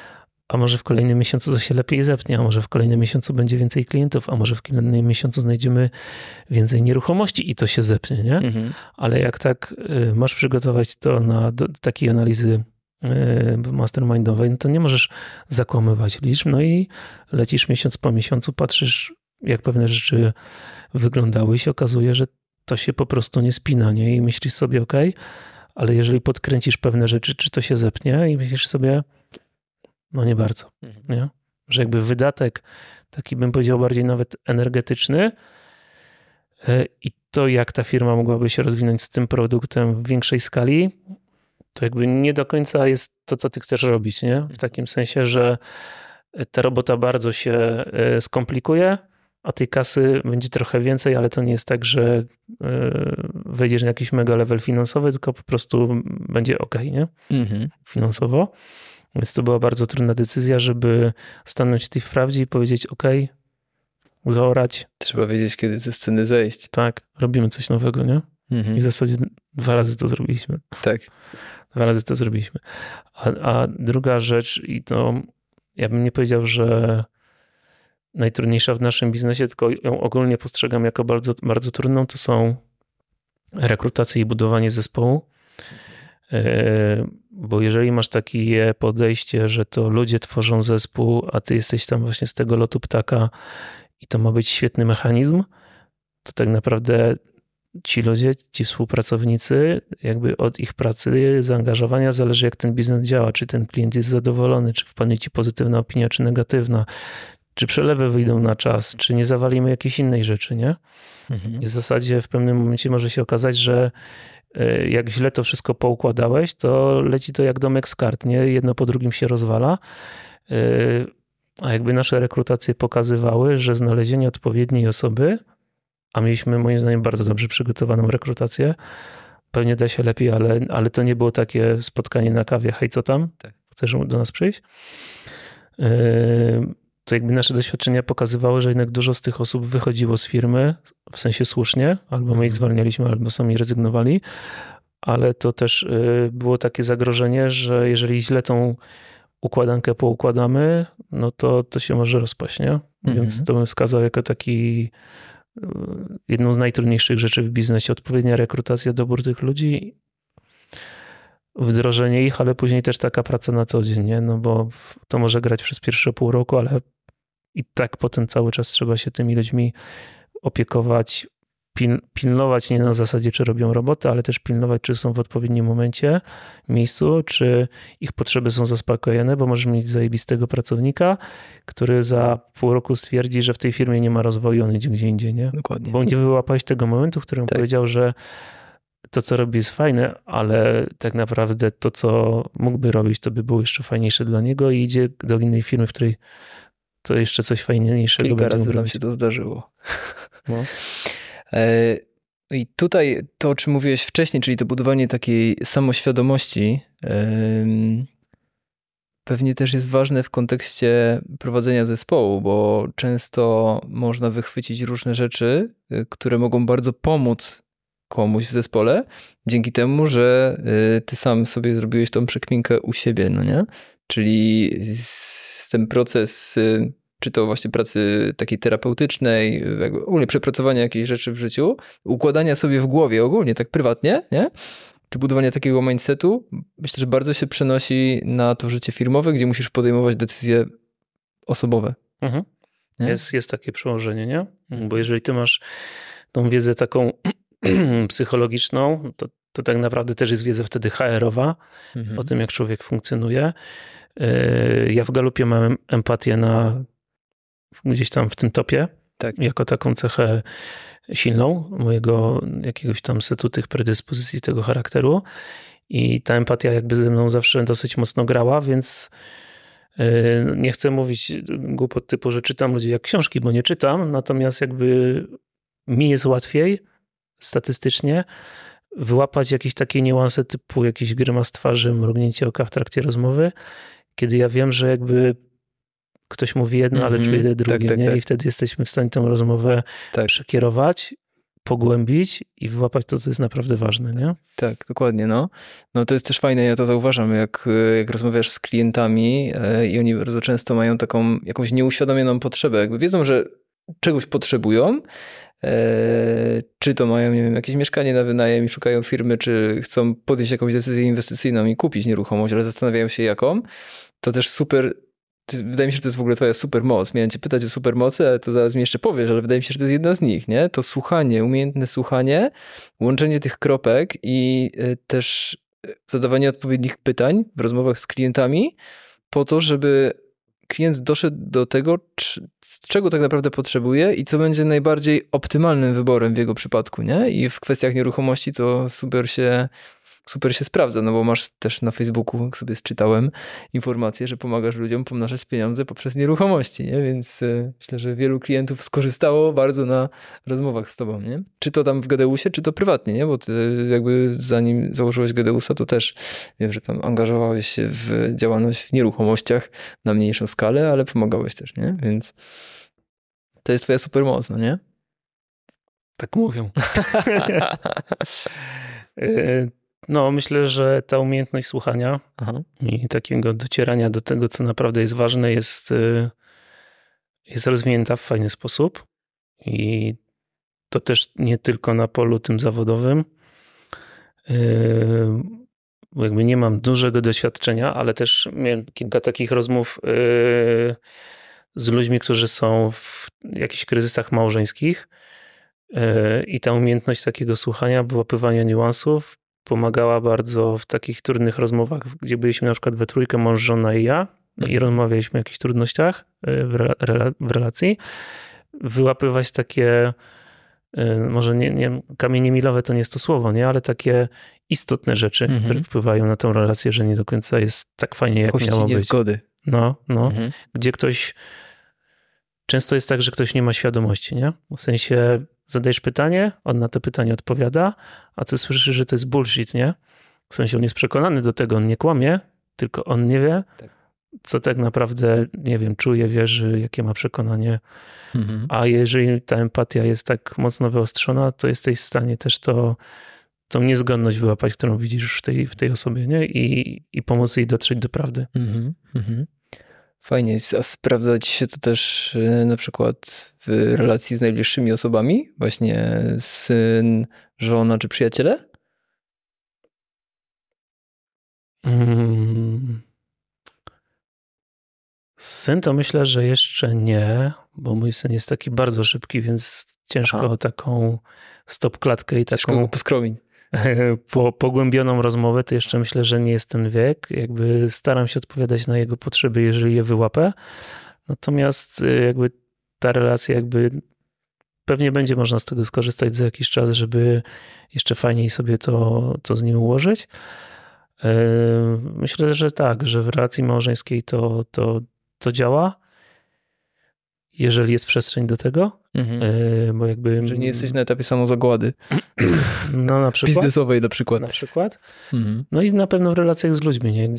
a może w kolejnym miesiącu to się lepiej zepnie, a może w kolejnym miesiącu będzie więcej klientów, a może w kolejnym miesiącu znajdziemy więcej nieruchomości i to się zepnie, nie? Ale jak tak masz przygotować to do takiej analizy mastermindowej, no to nie możesz zakłamywać liczb, no i lecisz miesiąc po miesiącu, patrzysz, jak pewne rzeczy wyglądały i się okazuje, że to się po prostu nie spina, nie? I myślisz sobie, okej, ale jeżeli podkręcisz pewne rzeczy, czy to się zepnie i myślisz sobie, no nie bardzo, nie? Że jakby wydatek, taki bym powiedział bardziej nawet energetyczny i to, jak ta firma mogłaby się rozwinąć z tym produktem w większej skali, to jakby nie do końca jest to, co ty chcesz robić, nie? W takim sensie, że ta robota bardzo się skomplikuje, a tej kasy będzie trochę więcej, ale to nie jest tak, że wejdziesz na jakiś mega level finansowy, tylko po prostu będzie okej, nie? Finansowo. Więc to była bardzo trudna decyzja, żeby stanąć w tej prawdzie i powiedzieć okej, zaorać. Trzeba wiedzieć, kiedy ze sceny zejść. Tak, robimy coś nowego, nie? I w zasadzie 2 razy to zrobiliśmy. Tak. 2 razy to zrobiliśmy. A druga rzecz, i to ja bym nie powiedział, że najtrudniejsza w naszym biznesie, tylko ją ogólnie postrzegam jako bardzo, bardzo trudną, to są rekrutacje i budowanie zespołu. Bo jeżeli masz takie podejście, że to ludzie tworzą zespół, a ty jesteś tam właśnie z tego lotu ptaka i to ma być świetny mechanizm, to tak naprawdę ci ludzie, ci współpracownicy, jakby od ich pracy, zaangażowania zależy, jak ten biznes działa, czy ten klient jest zadowolony, czy wpadnie ci pozytywna opinia, czy negatywna, czy przelewy wyjdą na czas, czy nie zawalimy jakiejś innej rzeczy, nie? I w zasadzie w pewnym momencie może się okazać, że jak źle to wszystko poukładałeś, to leci to jak domek z kart, nie? Jedno po drugim się rozwala. A jakby nasze rekrutacje pokazywały, że znalezienie odpowiedniej osoby, a mieliśmy moim zdaniem bardzo dobrze przygotowaną rekrutację, pewnie da się lepiej, ale to nie było takie spotkanie na kawie, hej, co tam? Tak. Chcesz do nas przyjść? To jakby nasze doświadczenia pokazywały, że jednak dużo z tych osób wychodziło z firmy, w sensie słusznie, albo my ich zwalnialiśmy, albo sami rezygnowali, ale to też było takie zagrożenie, że jeżeli źle tą układankę poukładamy, no to się może rozpaść, nie? Więc to bym wskazał jako taki jedną z najtrudniejszych rzeczy w biznesie, odpowiednia rekrutacja, dobór tych ludzi, wdrożenie ich, ale później też taka praca na co dzień, nie? No bo to może grać przez pierwsze pół roku, ale i tak potem cały czas trzeba się tymi ludźmi opiekować, pilnować nie na zasadzie, czy robią robotę, ale też pilnować, czy są w odpowiednim momencie, miejscu, czy ich potrzeby są zaspokojone, bo możesz mieć zajebistego pracownika, który za pół roku stwierdzi, że w tej firmie nie ma rozwoju, on idzie gdzie indziej, nie? Dokładnie. Bo nie wyłapałeś tego momentu, w którym powiedział, że to, co robi, jest fajne, ale tak naprawdę to, co mógłby robić, to by było jeszcze fajniejsze dla niego i idzie do innej firmy, w której to jeszcze coś fajniejszego Kilka będzie razy nam robić. się to zdarzyło. No. I tutaj to, o czym mówiłeś wcześniej, czyli to budowanie takiej samoświadomości, pewnie też jest ważne w kontekście prowadzenia zespołu, bo często można wychwycić różne rzeczy, które mogą bardzo pomóc komuś w zespole, dzięki temu, że ty sam sobie zrobiłeś tą przekminkę u siebie, no nie? Czyli ten proces, czy to właśnie pracy takiej terapeutycznej, ogólnie przepracowania jakichś rzeczy w życiu, układania sobie w głowie ogólnie, tak prywatnie, nie? Czy budowania takiego mindsetu, myślę, że bardzo się przenosi na to życie firmowe, gdzie musisz podejmować decyzje osobowe. Mhm. Jest takie przełożenie, nie? Bo jeżeli ty masz tą wiedzę taką psychologiczną, to tak naprawdę też jest wiedza wtedy HR-owa o tym, jak człowiek funkcjonuje. Ja w Galupie mam empatię gdzieś tam w tym topie, jako taką cechę silną mojego jakiegoś tam setu tych predyspozycji, tego charakteru i ta empatia jakby ze mną zawsze dosyć mocno grała, więc nie chcę mówić głupot typu, że czytam ludzi jak książki, bo nie czytam, natomiast jakby mi jest łatwiej statystycznie wyłapać jakieś takie niuanse typu jakiś grymas twarzy, mrugnięcie oka w trakcie rozmowy, kiedy ja wiem, że jakby ktoś mówi jedno, ale czuje drugie, nie? I wtedy jesteśmy w stanie tę rozmowę przekierować, pogłębić i wyłapać to, co jest naprawdę ważne, nie? Tak, dokładnie, no. No to jest też fajne, ja to zauważam, jak rozmawiasz z klientami i oni bardzo często mają taką jakąś nieuświadomioną potrzebę, jakby wiedzą, że czegoś potrzebują, czy to mają, nie wiem, jakieś mieszkanie na wynajem i szukają firmy, czy chcą podjąć jakąś decyzję inwestycyjną i kupić nieruchomość, ale zastanawiają się jaką, to też super. Wydaje mi się, że to jest w ogóle twoja supermoc. Miałem cię pytać o supermocy, ale to zaraz mi jeszcze powiesz, ale wydaje mi się, że to jest jedna z nich, nie? To słuchanie, umiejętne słuchanie, łączenie tych kropek i też zadawanie odpowiednich pytań w rozmowach z klientami po to, żeby klient doszedł do tego, czego tak naprawdę potrzebuje i co będzie najbardziej optymalnym wyborem w jego przypadku, nie? I w kwestiach nieruchomości to super się sprawdza, no bo masz też na Facebooku, jak sobie czytałem, informacje, że pomagasz ludziom pomnażać pieniądze poprzez nieruchomości, nie? Więc myślę, że wielu klientów skorzystało bardzo na rozmowach z tobą, nie? Czy to tam w Gedeusie, czy to prywatnie, nie? Bo ty jakby zanim założyłeś Gedeusa, to też wiem, że tam angażowałeś się w działalność w nieruchomościach na mniejszą skalę, ale pomagałeś też, nie? Więc to jest twoja supermoc, no nie? Tak mówią. No, myślę, że ta umiejętność słuchania i takiego docierania do tego, co naprawdę jest ważne, jest rozwinięta w fajny sposób. I to też nie tylko na polu tym zawodowym. Bo jakby nie mam dużego doświadczenia, ale też miałem kilka takich rozmów z ludźmi, którzy są w jakichś kryzysach małżeńskich. I ta umiejętność takiego słuchania, wyłapywania niuansów pomagała bardzo w takich trudnych rozmowach, gdzie byliśmy na przykład we trójkę, mąż, żona i ja i rozmawialiśmy o jakichś trudnościach w relacji. Wyłapywać takie, może nie kamienie milowe to nie jest to słowo, nie, ale takie istotne rzeczy, które wpływają na tę relację, że nie do końca jest tak fajnie, jak miało być. Zgody. No. Gdzie ktoś, często jest tak, że ktoś nie ma świadomości, nie? W sensie zadajesz pytanie, on na to pytanie odpowiada, a ty słyszysz, że to jest bullshit, nie? W sensie on jest przekonany do tego, on nie kłamie, tylko on nie wie, co tak naprawdę, nie wiem, czuje, wierzy, jakie ma przekonanie. A jeżeli ta empatia jest tak mocno wyostrzona, to jesteś w stanie też tą niezgodność wyłapać, którą widzisz w tej osobie, nie? I pomóc jej dotrzeć do prawdy. Fajnie. A sprawdza ci się to też na przykład w relacji z najbliższymi osobami? Właśnie syn, żona czy przyjaciele? Syn to myślę, że jeszcze nie, bo mój syn jest taki bardzo szybki, więc ciężko o taką stop-klatkę i taką poskromień. Pogłębioną rozmowę, to jeszcze myślę, że nie jest ten wiek. Jakby staram się odpowiadać na jego potrzeby, jeżeli je wyłapę. Natomiast jakby ta relacja jakby pewnie będzie można z tego skorzystać za jakiś czas, żeby jeszcze fajniej sobie to z nim ułożyć. Myślę, że tak, że w relacji małżeńskiej to działa, jeżeli jest przestrzeń do tego, bo jakby... Że nie jesteś na etapie samozagłady. No na przykład. Biznesowej na przykład. Na przykład. No i na pewno w relacjach z ludźmi, nie?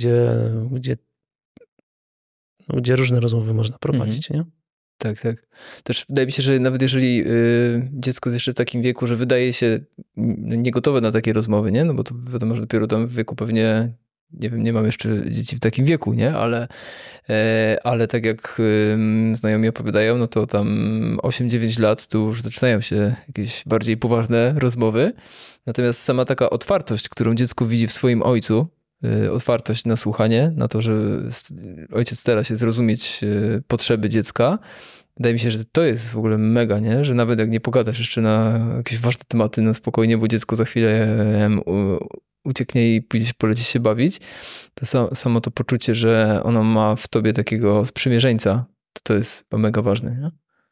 Gdzie różne rozmowy można prowadzić, nie? Tak. Też wydaje mi się, że nawet jeżeli dziecko jest jeszcze w takim wieku, że wydaje się niegotowe na takie rozmowy, nie? No bo to wiadomo, że dopiero tam w wieku pewnie, nie wiem, nie mam jeszcze dzieci w takim wieku, nie? Ale tak jak znajomi opowiadają, no to tam 8-9 lat to już zaczynają się jakieś bardziej poważne rozmowy. Natomiast sama taka otwartość, którą dziecko widzi w swoim ojcu, otwartość na słuchanie, na to, że ojciec stara się zrozumieć potrzeby dziecka. Wydaje mi się, że to jest w ogóle mega, nie? Że nawet jak nie pogadasz jeszcze na jakieś ważne tematy na spokojnie, bo dziecko za chwilę ucieknie i poleci się bawić, to samo to poczucie, że ono ma w tobie takiego sprzymierzeńca, to jest mega ważne, nie?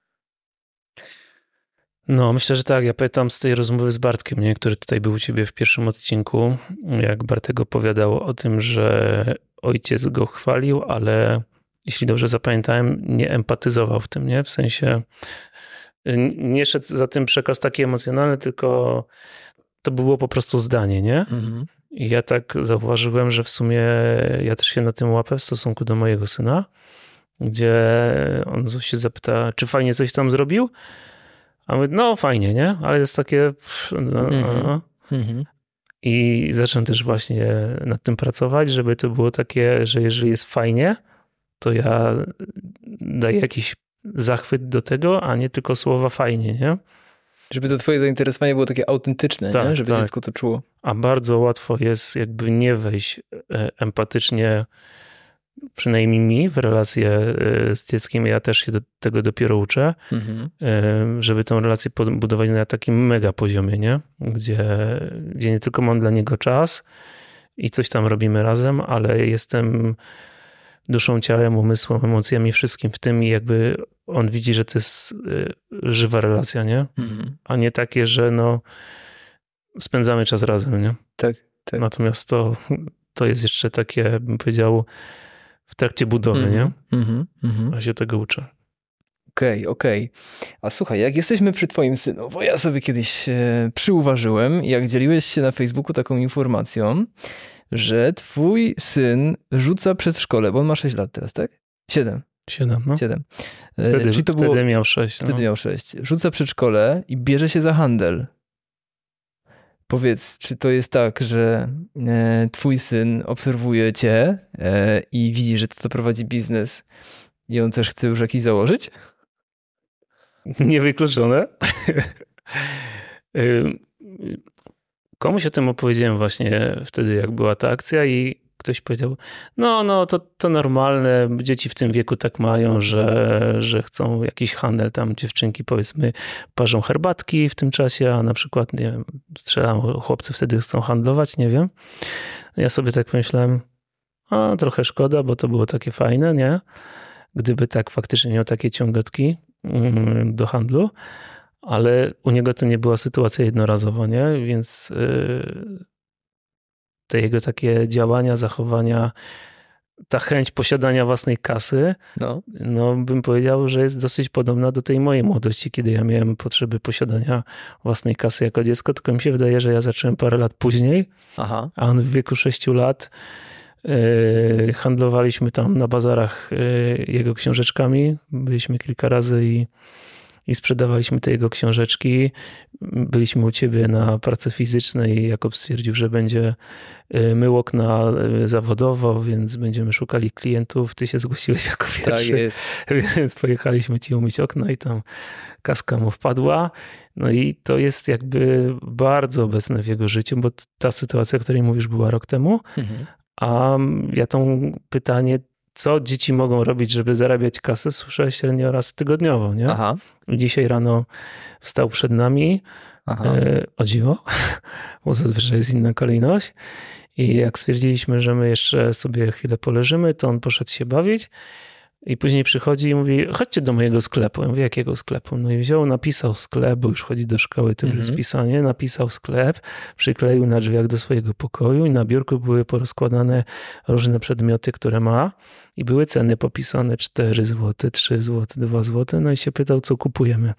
No, myślę, że tak. Ja pamiętam z tej rozmowy z Bartkiem, nie? Który tutaj był u ciebie w pierwszym odcinku, jak Bartek opowiadał o tym, że ojciec go chwalił, ale jeśli dobrze zapamiętałem, nie empatyzował w tym, nie? W sensie nie szedł za tym przekaz taki emocjonalny, tylko to było po prostu zdanie, nie? I ja tak zauważyłem, że w sumie ja też się na tym łapę w stosunku do mojego syna, gdzie on się zapyta, czy fajnie coś tam zrobił? A my, no fajnie, nie? Ale jest takie... I zacząłem też właśnie nad tym pracować, żeby to było takie, że jeżeli jest fajnie, to ja daję jakiś zachwyt do tego, a nie tylko słowa fajnie, nie? Żeby to twoje zainteresowanie było takie autentyczne, Tak, nie? Żeby tak. dziecko to czuło. A bardzo łatwo jest jakby nie wejść empatycznie, przynajmniej mi, w relację z dzieckiem. Ja też się do tego dopiero uczę, żeby tą relację budować na takim mega poziomie, nie? Gdzie nie tylko mam dla niego czas i coś tam robimy razem, ale jestem duszą, ciałem, umysłem, emocjami, wszystkim w tym i jakby on widzi, że to jest żywa relacja, nie? A nie takie, że no spędzamy czas razem, nie? Tak, tak. Natomiast to jest jeszcze takie, bym powiedział, w trakcie budowy, nie? Ja się tego uczę. Okej. A słuchaj, jak jesteśmy przy twoim synu, bo ja sobie kiedyś przyuważyłem, jak dzieliłeś się na Facebooku taką informacją, że twój syn rzuca przedszkole, bo on ma 6 lat teraz, tak? 7. 7, no. 7. Wtedy miał 6. Wtedy miał 6. Rzuca przedszkole i bierze się za handel. Powiedz, czy to jest tak, że twój syn obserwuje cię i widzi, że ty prowadzi biznes i on też chce już jakiś założyć? Niewykluczone. Komuś o tym opowiedziałem właśnie wtedy, jak była ta akcja i ktoś powiedział, no to normalne, dzieci w tym wieku tak mają, że chcą jakiś handel, tam dziewczynki powiedzmy parzą herbatki w tym czasie, a na przykład, nie wiem, strzelam, chłopcy wtedy chcą handlować, nie wiem. Ja sobie tak pomyślałem, trochę szkoda, bo to było takie fajne, nie? Gdyby tak faktycznie miał takie ciągotki do handlu, ale u niego to nie była sytuacja jednorazowa, nie? Więc te jego takie działania, zachowania, ta chęć posiadania własnej kasy, no bym powiedział, że jest dosyć podobna do tej mojej młodości, kiedy ja miałem potrzeby posiadania własnej kasy jako dziecko, tylko mi się wydaje, że ja zacząłem parę lat później, a on w wieku 6 lat handlowaliśmy tam na bazarach jego książeczkami. Byliśmy kilka razy i sprzedawaliśmy te jego książeczki. Byliśmy u ciebie na pracy fizycznej. Jakub stwierdził, że będzie mył okna zawodowo, więc będziemy szukali klientów. Ty się zgłosiłeś jako pierwszy. Tak jest. Więc pojechaliśmy ci umyć okna i tam kaska mu wpadła. No i to jest jakby bardzo obecne w jego życiu, bo ta sytuacja, o której mówisz, była rok temu. A ja to pytanie, co dzieci mogą robić, żeby zarabiać kasę, słyszę średnio raz tygodniowo, nie? Dzisiaj rano wstał przed nami, o dziwo, bo zazwyczaj jest inna kolejność. I jak stwierdziliśmy, że my jeszcze sobie chwilę poleżymy, to on poszedł się bawić. I później przychodzi i mówi, chodźcie do mojego sklepu. Ja mówię, jakiego sklepu? No i wziął, napisał sklep, bo już chodzi do szkoły, to jest pisanie, napisał sklep, przykleił na drzwiach do swojego pokoju i na biurku były porozkładane różne przedmioty, które ma i były ceny popisane 4 zł, 3 zł, 2 zł. No i się pytał, co kupujemy.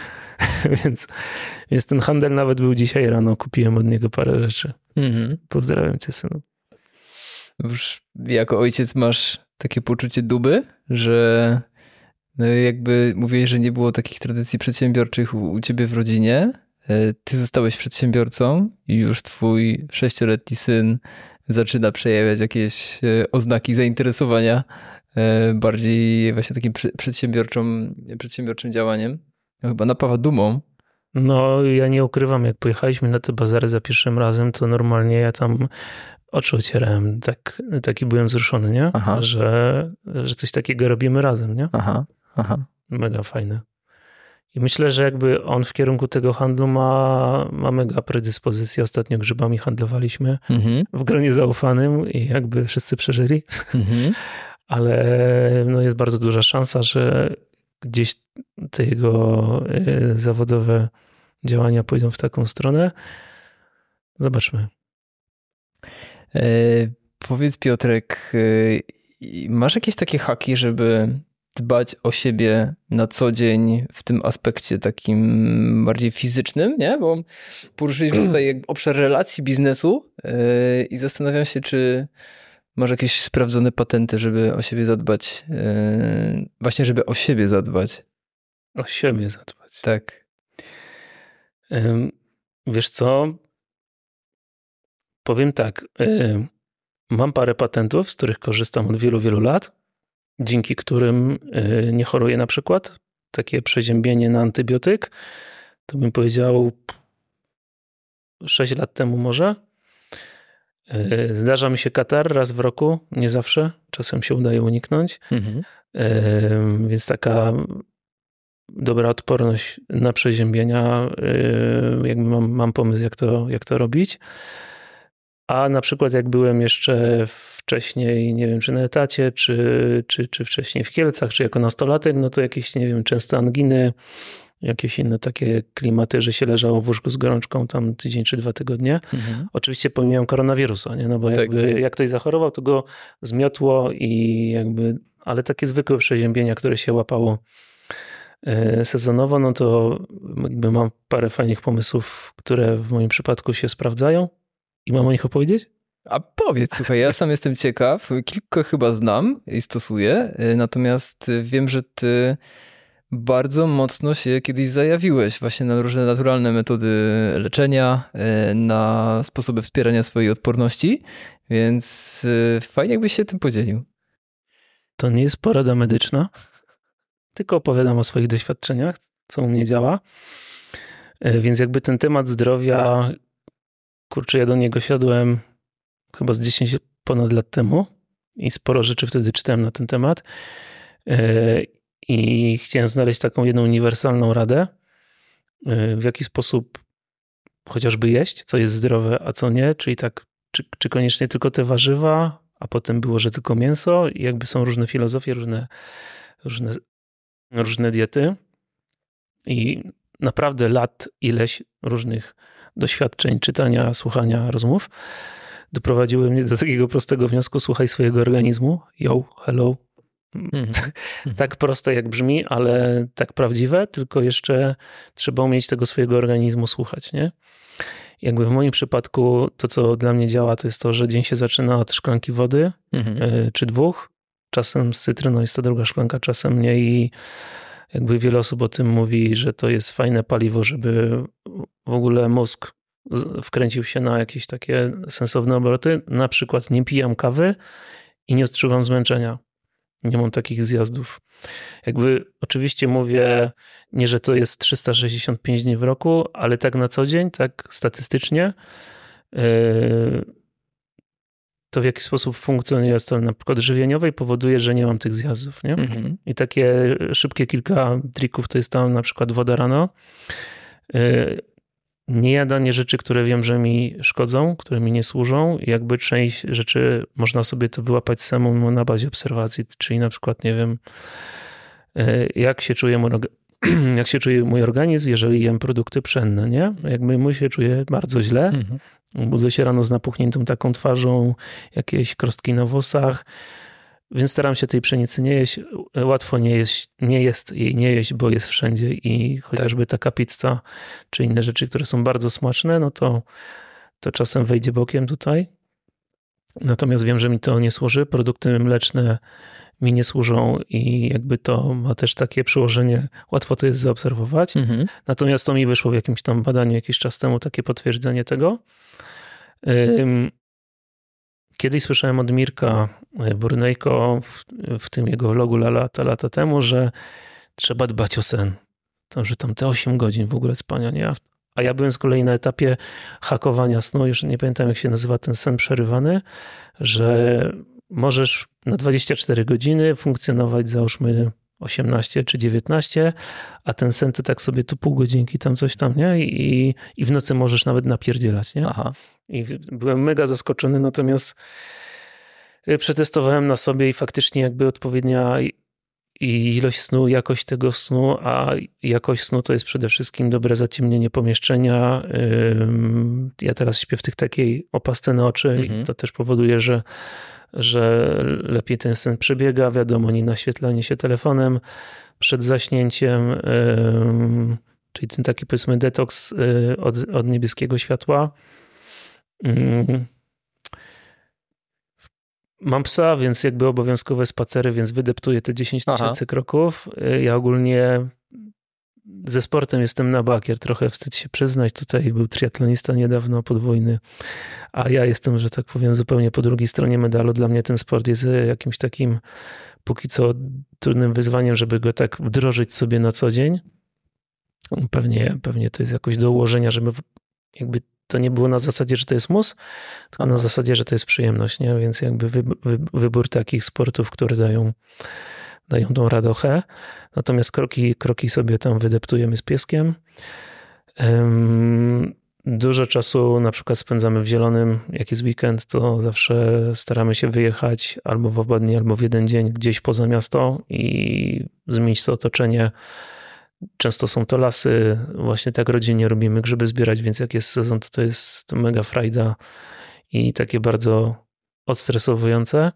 Więc ten handel nawet był dzisiaj rano, kupiłem od niego parę rzeczy. Pozdrawiam cię, synu. Już jako ojciec masz takie poczucie dumy, że no jakby mówiłeś, że nie było takich tradycji przedsiębiorczych u ciebie w rodzinie. Ty zostałeś przedsiębiorcą i już twój 6-letni syn zaczyna przejawiać jakieś oznaki zainteresowania bardziej właśnie takim przedsiębiorczym działaniem. Chyba napawa dumą. No ja nie ukrywam, jak pojechaliśmy na te bazary za pierwszym razem, to normalnie ja tam oczy ocierałem. Taki byłem wzruszony, nie? Że coś takiego robimy razem, nie? Mega fajne. I myślę, że jakby on w kierunku tego handlu ma mega predyspozycję. Ostatnio grzybami handlowaliśmy w gronie zaufanym i jakby wszyscy przeżyli. Ale no jest bardzo duża szansa, że gdzieś te jego zawodowe działania pójdą w taką stronę. Zobaczmy. Powiedz, Piotrek, masz jakieś takie haki, żeby dbać o siebie na co dzień w tym aspekcie takim bardziej fizycznym, nie? Bo poruszyliśmy tutaj obszar relacji biznesu i zastanawiam się, czy masz jakieś sprawdzone patenty, żeby o siebie zadbać. Właśnie, żeby o siebie zadbać. O siebie zadbać. Tak. Wiesz co? Powiem tak. Mam parę patentów, z których korzystam od wielu, wielu lat, dzięki którym nie choruję na przykład. Takie przeziębienie na antybiotyk, to bym powiedział 6 lat temu może. Zdarza mi się katar raz w roku, nie zawsze. Czasem się udaje uniknąć. Więc taka dobra odporność na przeziębienia, jakby mam pomysł, jak to robić. A na przykład jak byłem jeszcze wcześniej, nie wiem, czy na etacie, czy wcześniej w Kielcach, czy jako nastolatek, no to jakieś, nie wiem, częste anginy, jakieś inne takie klimaty, że się leżało w łóżku z gorączką tam tydzień czy 2 tygodnie. Oczywiście pomijam koronawirusa, nie? No bo jakby jak ktoś zachorował, to go zmiotło i jakby, ale takie zwykłe przeziębienia, które się łapało sezonowo, no to jakby mam parę fajnych pomysłów, które w moim przypadku się sprawdzają i mam o nich opowiedzieć? A powiedz, słuchaj, ja sam jestem ciekaw, kilka chyba znam i stosuję, natomiast wiem, że ty bardzo mocno się kiedyś zajawiłeś właśnie na różne naturalne metody leczenia, na sposoby wspierania swojej odporności, więc fajnie jakbyś się tym podzielił. To nie jest porada medyczna, tylko opowiadam o swoich doświadczeniach, co u mnie działa. Więc jakby ten temat zdrowia, kurczę, ja do niego siadłem chyba z 10 ponad lat temu i sporo rzeczy wtedy czytałem na ten temat. I chciałem znaleźć taką jedną uniwersalną radę, w jaki sposób chociażby jeść, co jest zdrowe, a co nie, czyli tak, czy koniecznie tylko te warzywa, a potem było, że tylko mięso i jakby są różne filozofie, różne diety i naprawdę lat ileś różnych doświadczeń, czytania, słuchania rozmów doprowadziły mnie do takiego prostego wniosku: słuchaj swojego organizmu, yo, hello. Tak proste jak brzmi, ale tak prawdziwe, tylko jeszcze trzeba umieć tego swojego organizmu słuchać, nie? Jakby w moim przypadku to, co dla mnie działa, to jest to, że dzień się zaczyna od szklanki wody, czy 2, czasem z cytryną jest to druga szklanka, czasem nie i jakby wiele osób o tym mówi, że to jest fajne paliwo, żeby w ogóle mózg wkręcił się na jakieś takie sensowne obroty. Na przykład nie pijam kawy i nie odczuwam zmęczenia. Nie mam takich zjazdów. Jakby oczywiście mówię nie, że to jest 365 dni w roku, ale tak na co dzień, tak statystycznie, to w jaki sposób funkcjonuje stan na przykład żywieniowej powoduje, że nie mam tych zjazdów. Nie? I takie szybkie kilka trików to jest tam na przykład woda rano. Nie jadanie rzeczy, które wiem, że mi szkodzą, które mi nie służą. Jakby część rzeczy można sobie to wyłapać samemu na bazie obserwacji, czyli na przykład, nie wiem, jak się czuje mój organizm, jeżeli jem produkty pszenne, nie? Jakby mój się czuje bardzo źle. Budzę się rano z napuchniętą taką twarzą, jakieś krostki na włosach, więc staram się tej pszenicy nie jeść. Łatwo nie jest jej nie jeść, bo jest wszędzie i chociażby taka pizza, czy inne rzeczy, które są bardzo smaczne, no to czasem wejdzie bokiem tutaj. Natomiast wiem, że mi to nie służy. Produkty mleczne mi nie służą i jakby to ma też takie przełożenie, łatwo to jest zaobserwować. Natomiast to mi wyszło w jakimś tam badaniu jakiś czas temu, takie potwierdzenie tego. Kiedyś słyszałem od Mirka Burnejko w tym jego vlogu lata temu, że trzeba dbać o sen. Że tam te 8 godzin w ogóle spania, nie? A ja byłem z kolei na etapie hakowania snu, już nie pamiętam jak się nazywa ten sen przerywany, że możesz na 24 godziny funkcjonować załóżmy 18 czy 19, a ten sen to tak sobie tu pół godzinki tam coś tam, nie? I w nocy możesz nawet napierdzielać, nie? Aha. I byłem mega zaskoczony, natomiast przetestowałem na sobie i faktycznie jakby odpowiednia ilość snu, jakość tego snu, a jakość snu to jest przede wszystkim dobre zaciemnienie pomieszczenia. Ja teraz śpię w takiej opasce na oczy i to też powoduje, że lepiej ten sen przebiega. Wiadomo, nie naświetlanie się telefonem przed zaśnięciem, czyli ten taki powiedzmy detoks od niebieskiego światła. Mam psa, więc jakby obowiązkowe spacery, więc wydeptuję te 10 000 kroków. Ja ogólnie ze sportem jestem na bakier, trochę wstyd się przyznać. Tutaj był triatlonista niedawno podwójny, a ja jestem, że tak powiem, zupełnie po drugiej stronie medalu. Dla mnie ten sport jest jakimś takim póki co trudnym wyzwaniem, żeby go tak wdrożyć sobie na co dzień. Pewnie to jest jakoś do ułożenia, żeby jakby to nie było na zasadzie, że to jest mus, tylko na zasadzie, że to jest przyjemność, nie? Więc jakby wybór takich sportów, które dają tą radochę. Natomiast kroki sobie tam wydeptujemy z pieskiem. Dużo czasu na przykład spędzamy w zielonym. Jak jest weekend, to zawsze staramy się wyjechać albo w oba dni, albo w jeden dzień gdzieś poza miasto i zmienić to otoczenie. Często są to lasy. Właśnie tak rodzinnie robimy grzyby zbierać, więc jak jest sezon, to jest mega frajda i takie bardzo odstresowujące.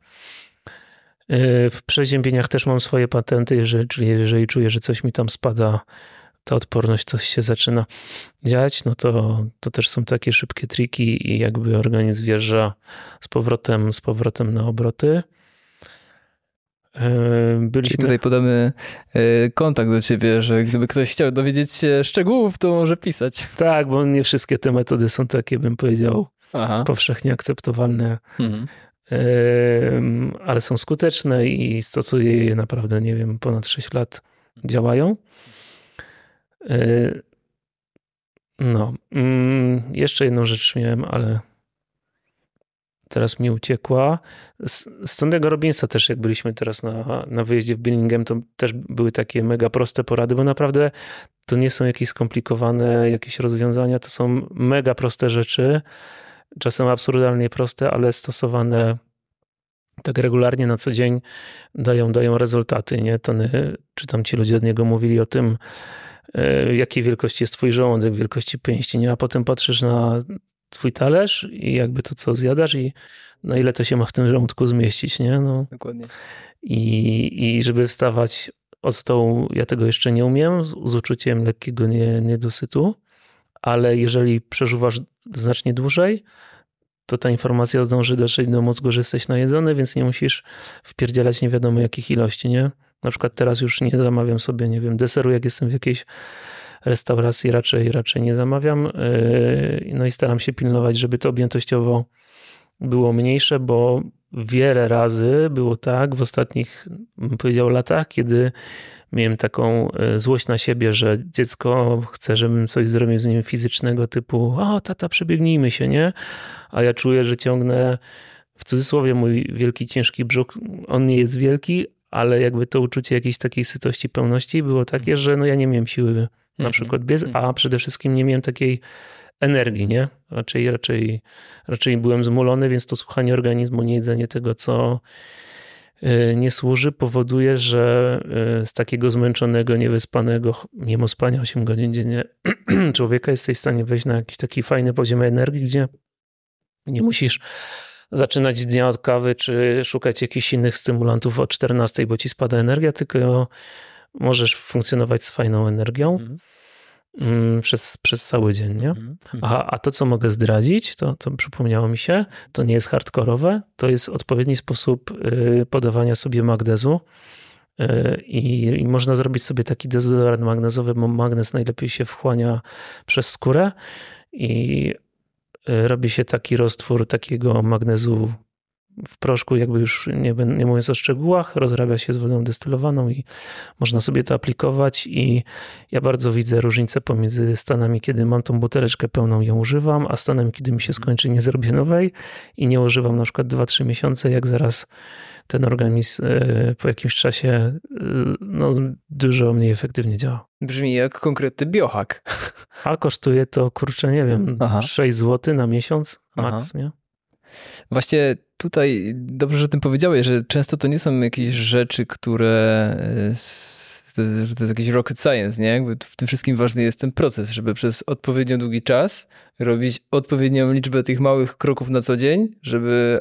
W przeziębieniach też mam swoje patenty, czyli jeżeli czuję, że coś mi tam spada, ta odporność, coś się zaczyna dziać, no to też są takie szybkie triki i jakby organizm wjeżdża z powrotem na obroty. Czyli tutaj podamy kontakt do ciebie, że gdyby ktoś chciał dowiedzieć się szczegółów, to może pisać. Tak, bo nie wszystkie te metody są takie, bym powiedział, powszechnie akceptowalne. Ale są skuteczne i stosuję je naprawdę, nie wiem, ponad 6 lat działają. No, jeszcze jedną rzecz miałem, ale teraz mi uciekła. Z Tony'ego Robbinsa też, jak byliśmy teraz na wyjeździe w Birmingham, to też były takie mega proste porady, bo naprawdę to nie są jakieś skomplikowane jakieś rozwiązania, to są mega proste rzeczy, czasem absurdalnie proste, ale stosowane tak regularnie na co dzień dają rezultaty, nie? Tony, czy tam ci ludzie od niego mówili o tym, jakiej wielkości jest twój żołądek, wielkości pięści, nie? A potem patrzysz na twój talerz i jakby to, co zjadasz i na ile to się ma w tym żołądku zmieścić, nie? No. Dokładnie. I żeby wstawać od stołu, ja tego jeszcze nie umiem, z uczuciem lekkiego niedosytu, ale jeżeli przeżuwasz znacznie dłużej, to ta informacja zdąży dotrzeć do mózgu, że jesteś najedzony, więc nie musisz wpierdzielać nie wiadomo jakich ilości, nie? Na przykład teraz już nie zamawiam sobie, nie wiem, deseru, jak jestem w jakiejś restauracji, raczej nie zamawiam. No i staram się pilnować, żeby to objętościowo było mniejsze, bo wiele razy było tak w ostatnich, bym powiedział, latach, kiedy miałem taką złość na siebie, że dziecko chce, żebym coś zrobił z nim fizycznego, typu tata, przebiegnijmy się, nie? A ja czuję, że ciągnę, w cudzysłowie, mój wielki, ciężki brzuch. On nie jest wielki, ale jakby to uczucie jakiejś takiej sytości, pełności było takie, że no ja nie miałem siły na przykład biec, a przede wszystkim nie miałem takiej energii, nie? Raczej byłem zmulony, więc to słuchanie organizmu, nie jedzenie tego, co nie służy, powoduje, że z takiego zmęczonego, niewyspanego, mimo spania 8 godzin dziennie człowieka jesteś w stanie wejść na jakiś taki fajny poziom energii, gdzie nie musisz zaczynać dnia od kawy, czy szukać jakichś innych stymulantów o 14, bo ci spada energia, tylko możesz funkcjonować z fajną energią przez cały dzień, nie? A to, co mogę zdradzić, to przypomniało mi się, to nie jest hardkorowe, to jest odpowiedni sposób podawania sobie magnezu i można zrobić sobie taki dezodorant magnezowy, bo magnez najlepiej się wchłania przez skórę i robi się taki roztwór takiego magnezu w proszku, jakby już nie mówiąc o szczegółach, rozrabia się z wodą destylowaną i można sobie to aplikować i ja bardzo widzę różnicę pomiędzy stanami, kiedy mam tą buteleczkę pełną i ją używam, a stanem, kiedy mi się skończy, nie zrobię nowej i nie używam na przykład 2-3 miesiące, jak zaraz ten organizm po jakimś czasie dużo mniej efektywnie działa. Brzmi jak konkretny biohack. A kosztuje to, kurczę, nie wiem, 6 zł na miesiąc max, nie? Właśnie tutaj dobrze, że o tym powiedziałeś, że często to nie są jakieś rzeczy, które to jest jakiś rocket science, nie? Jakby w tym wszystkim ważny jest ten proces, żeby przez odpowiednio długi czas robić odpowiednią liczbę tych małych kroków na co dzień, żeby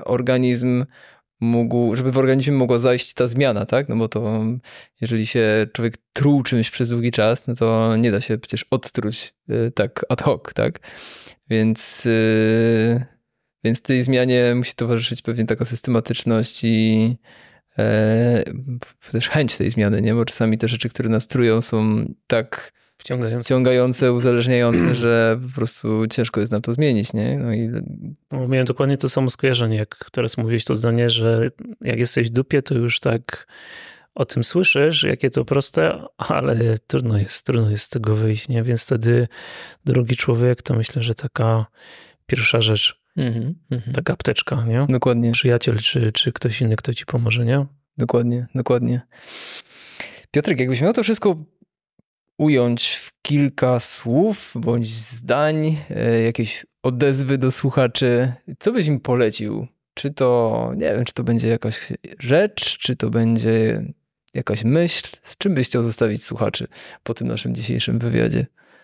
w organizmie mogła zajść ta zmiana, tak? No bo to jeżeli się człowiek truł czymś przez długi czas, no to nie da się przecież odtruć tak ad hoc, tak? Więc tej zmianie musi towarzyszyć pewnie taka systematyczność i też chęć tej zmiany, nie? Bo czasami te rzeczy, które nas trują, są tak wciągające, uzależniające, że po prostu ciężko jest nam to zmienić, nie? No, miałem dokładnie to samo skojarzenie, jak teraz mówiłeś to zdanie, że jak jesteś w dupie, to już tak o tym słyszysz, jakie to proste, ale trudno jest z tego wyjść, nie? Więc wtedy drugi człowiek to myślę, że taka pierwsza rzecz, taka apteczka, nie? Dokładnie. Przyjaciel czy ktoś inny, kto ci pomoże, nie? Dokładnie. Piotrek, jakbyś miał to wszystko ująć w kilka słów bądź zdań, jakieś odezwy do słuchaczy, co byś im polecił? Czy to, nie wiem, czy to będzie jakaś rzecz, czy to będzie jakaś myśl? Z czym byś chciał zostawić słuchaczy po tym naszym dzisiejszym wywiadzie?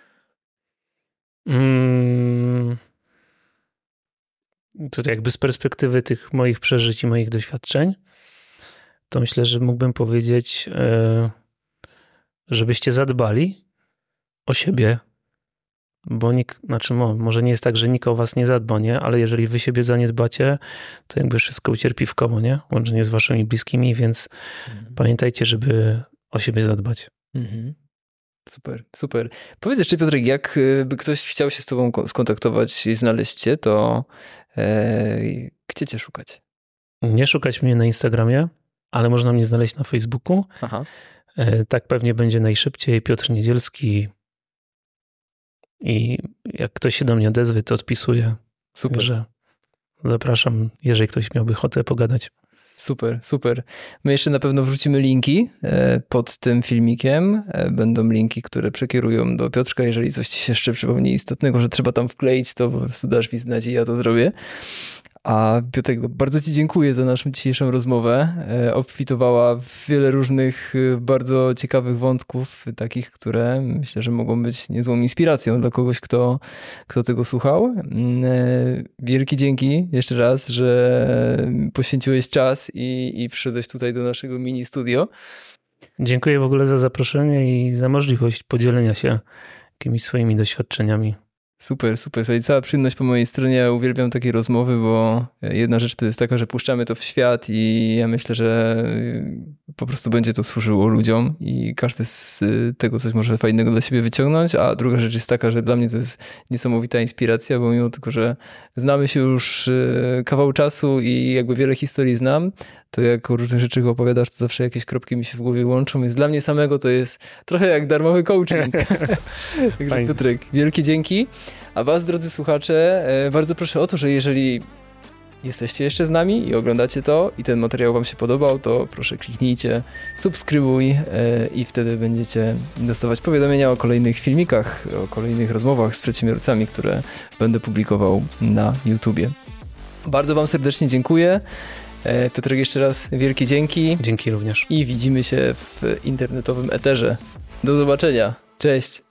Tutaj jakby z perspektywy tych moich przeżyć i moich doświadczeń, to myślę, że mógłbym powiedzieć, żebyście zadbali o siebie, bo może nie jest tak, że nikt o was nie zadba, nie? Ale jeżeli wy siebie zaniedbacie, to jakby wszystko ucierpi w koło, nie? Łącznie z waszymi bliskimi, więc pamiętajcie, żeby o siebie zadbać. Super. Powiedz jeszcze, Piotrek, jakby ktoś chciał się z tobą skontaktować i znaleźć cię, to gdzie cię szukać? Nie szukać mnie na Instagramie, ale można mnie znaleźć na Facebooku. Aha. Tak pewnie będzie najszybciej. Piotr Niedzielski. I jak ktoś się do mnie odezwie, to odpisuję. Super. Także zapraszam, jeżeli ktoś miałby ochotę pogadać. Super. My jeszcze na pewno wrzucimy linki pod tym filmikiem. Będą linki, które przekierują do Piotrka. Jeżeli coś ci się jeszcze przypomni istotnego, że trzeba tam wkleić, to po prostu dasz mi znać i ja to zrobię. A Piotrek, bardzo ci dziękuję za naszą dzisiejszą rozmowę. Obfitowała w wiele różnych bardzo ciekawych wątków, takich, które myślę, że mogą być niezłą inspiracją dla kogoś, kto tego słuchał. Wielkie dzięki jeszcze raz, że poświęciłeś czas i przyszedłeś tutaj do naszego mini studio. Dziękuję w ogóle za zaproszenie i za możliwość podzielenia się jakimiś swoimi doświadczeniami. Super. Słuchaj, cała przyjemność po mojej stronie. Ja uwielbiam takie rozmowy, bo jedna rzecz to jest taka, że puszczamy to w świat i ja myślę, że po prostu będzie to służyło ludziom i każdy z tego coś może fajnego dla siebie wyciągnąć, a druga rzecz jest taka, że dla mnie to jest niesamowita inspiracja, bo mimo tylko, że znamy się już kawał czasu i jakby wiele historii znam, to jak o różnych rzeczach opowiadasz, to zawsze jakieś kropki mi się w głowie łączą, więc dla mnie samego to jest trochę jak darmowy coaching. Także Piotrek, wielkie dzięki. A was, drodzy słuchacze, bardzo proszę o to, że jeżeli jesteście jeszcze z nami i oglądacie to i ten materiał wam się podobał, to proszę kliknijcie subskrybuj i wtedy będziecie dostawać powiadomienia o kolejnych filmikach, o kolejnych rozmowach z przedsiębiorcami, które będę publikował na YouTubie. Bardzo wam serdecznie dziękuję. Piotrek, jeszcze raz wielkie dzięki. Dzięki również. I widzimy się w internetowym eterze. Do zobaczenia. Cześć.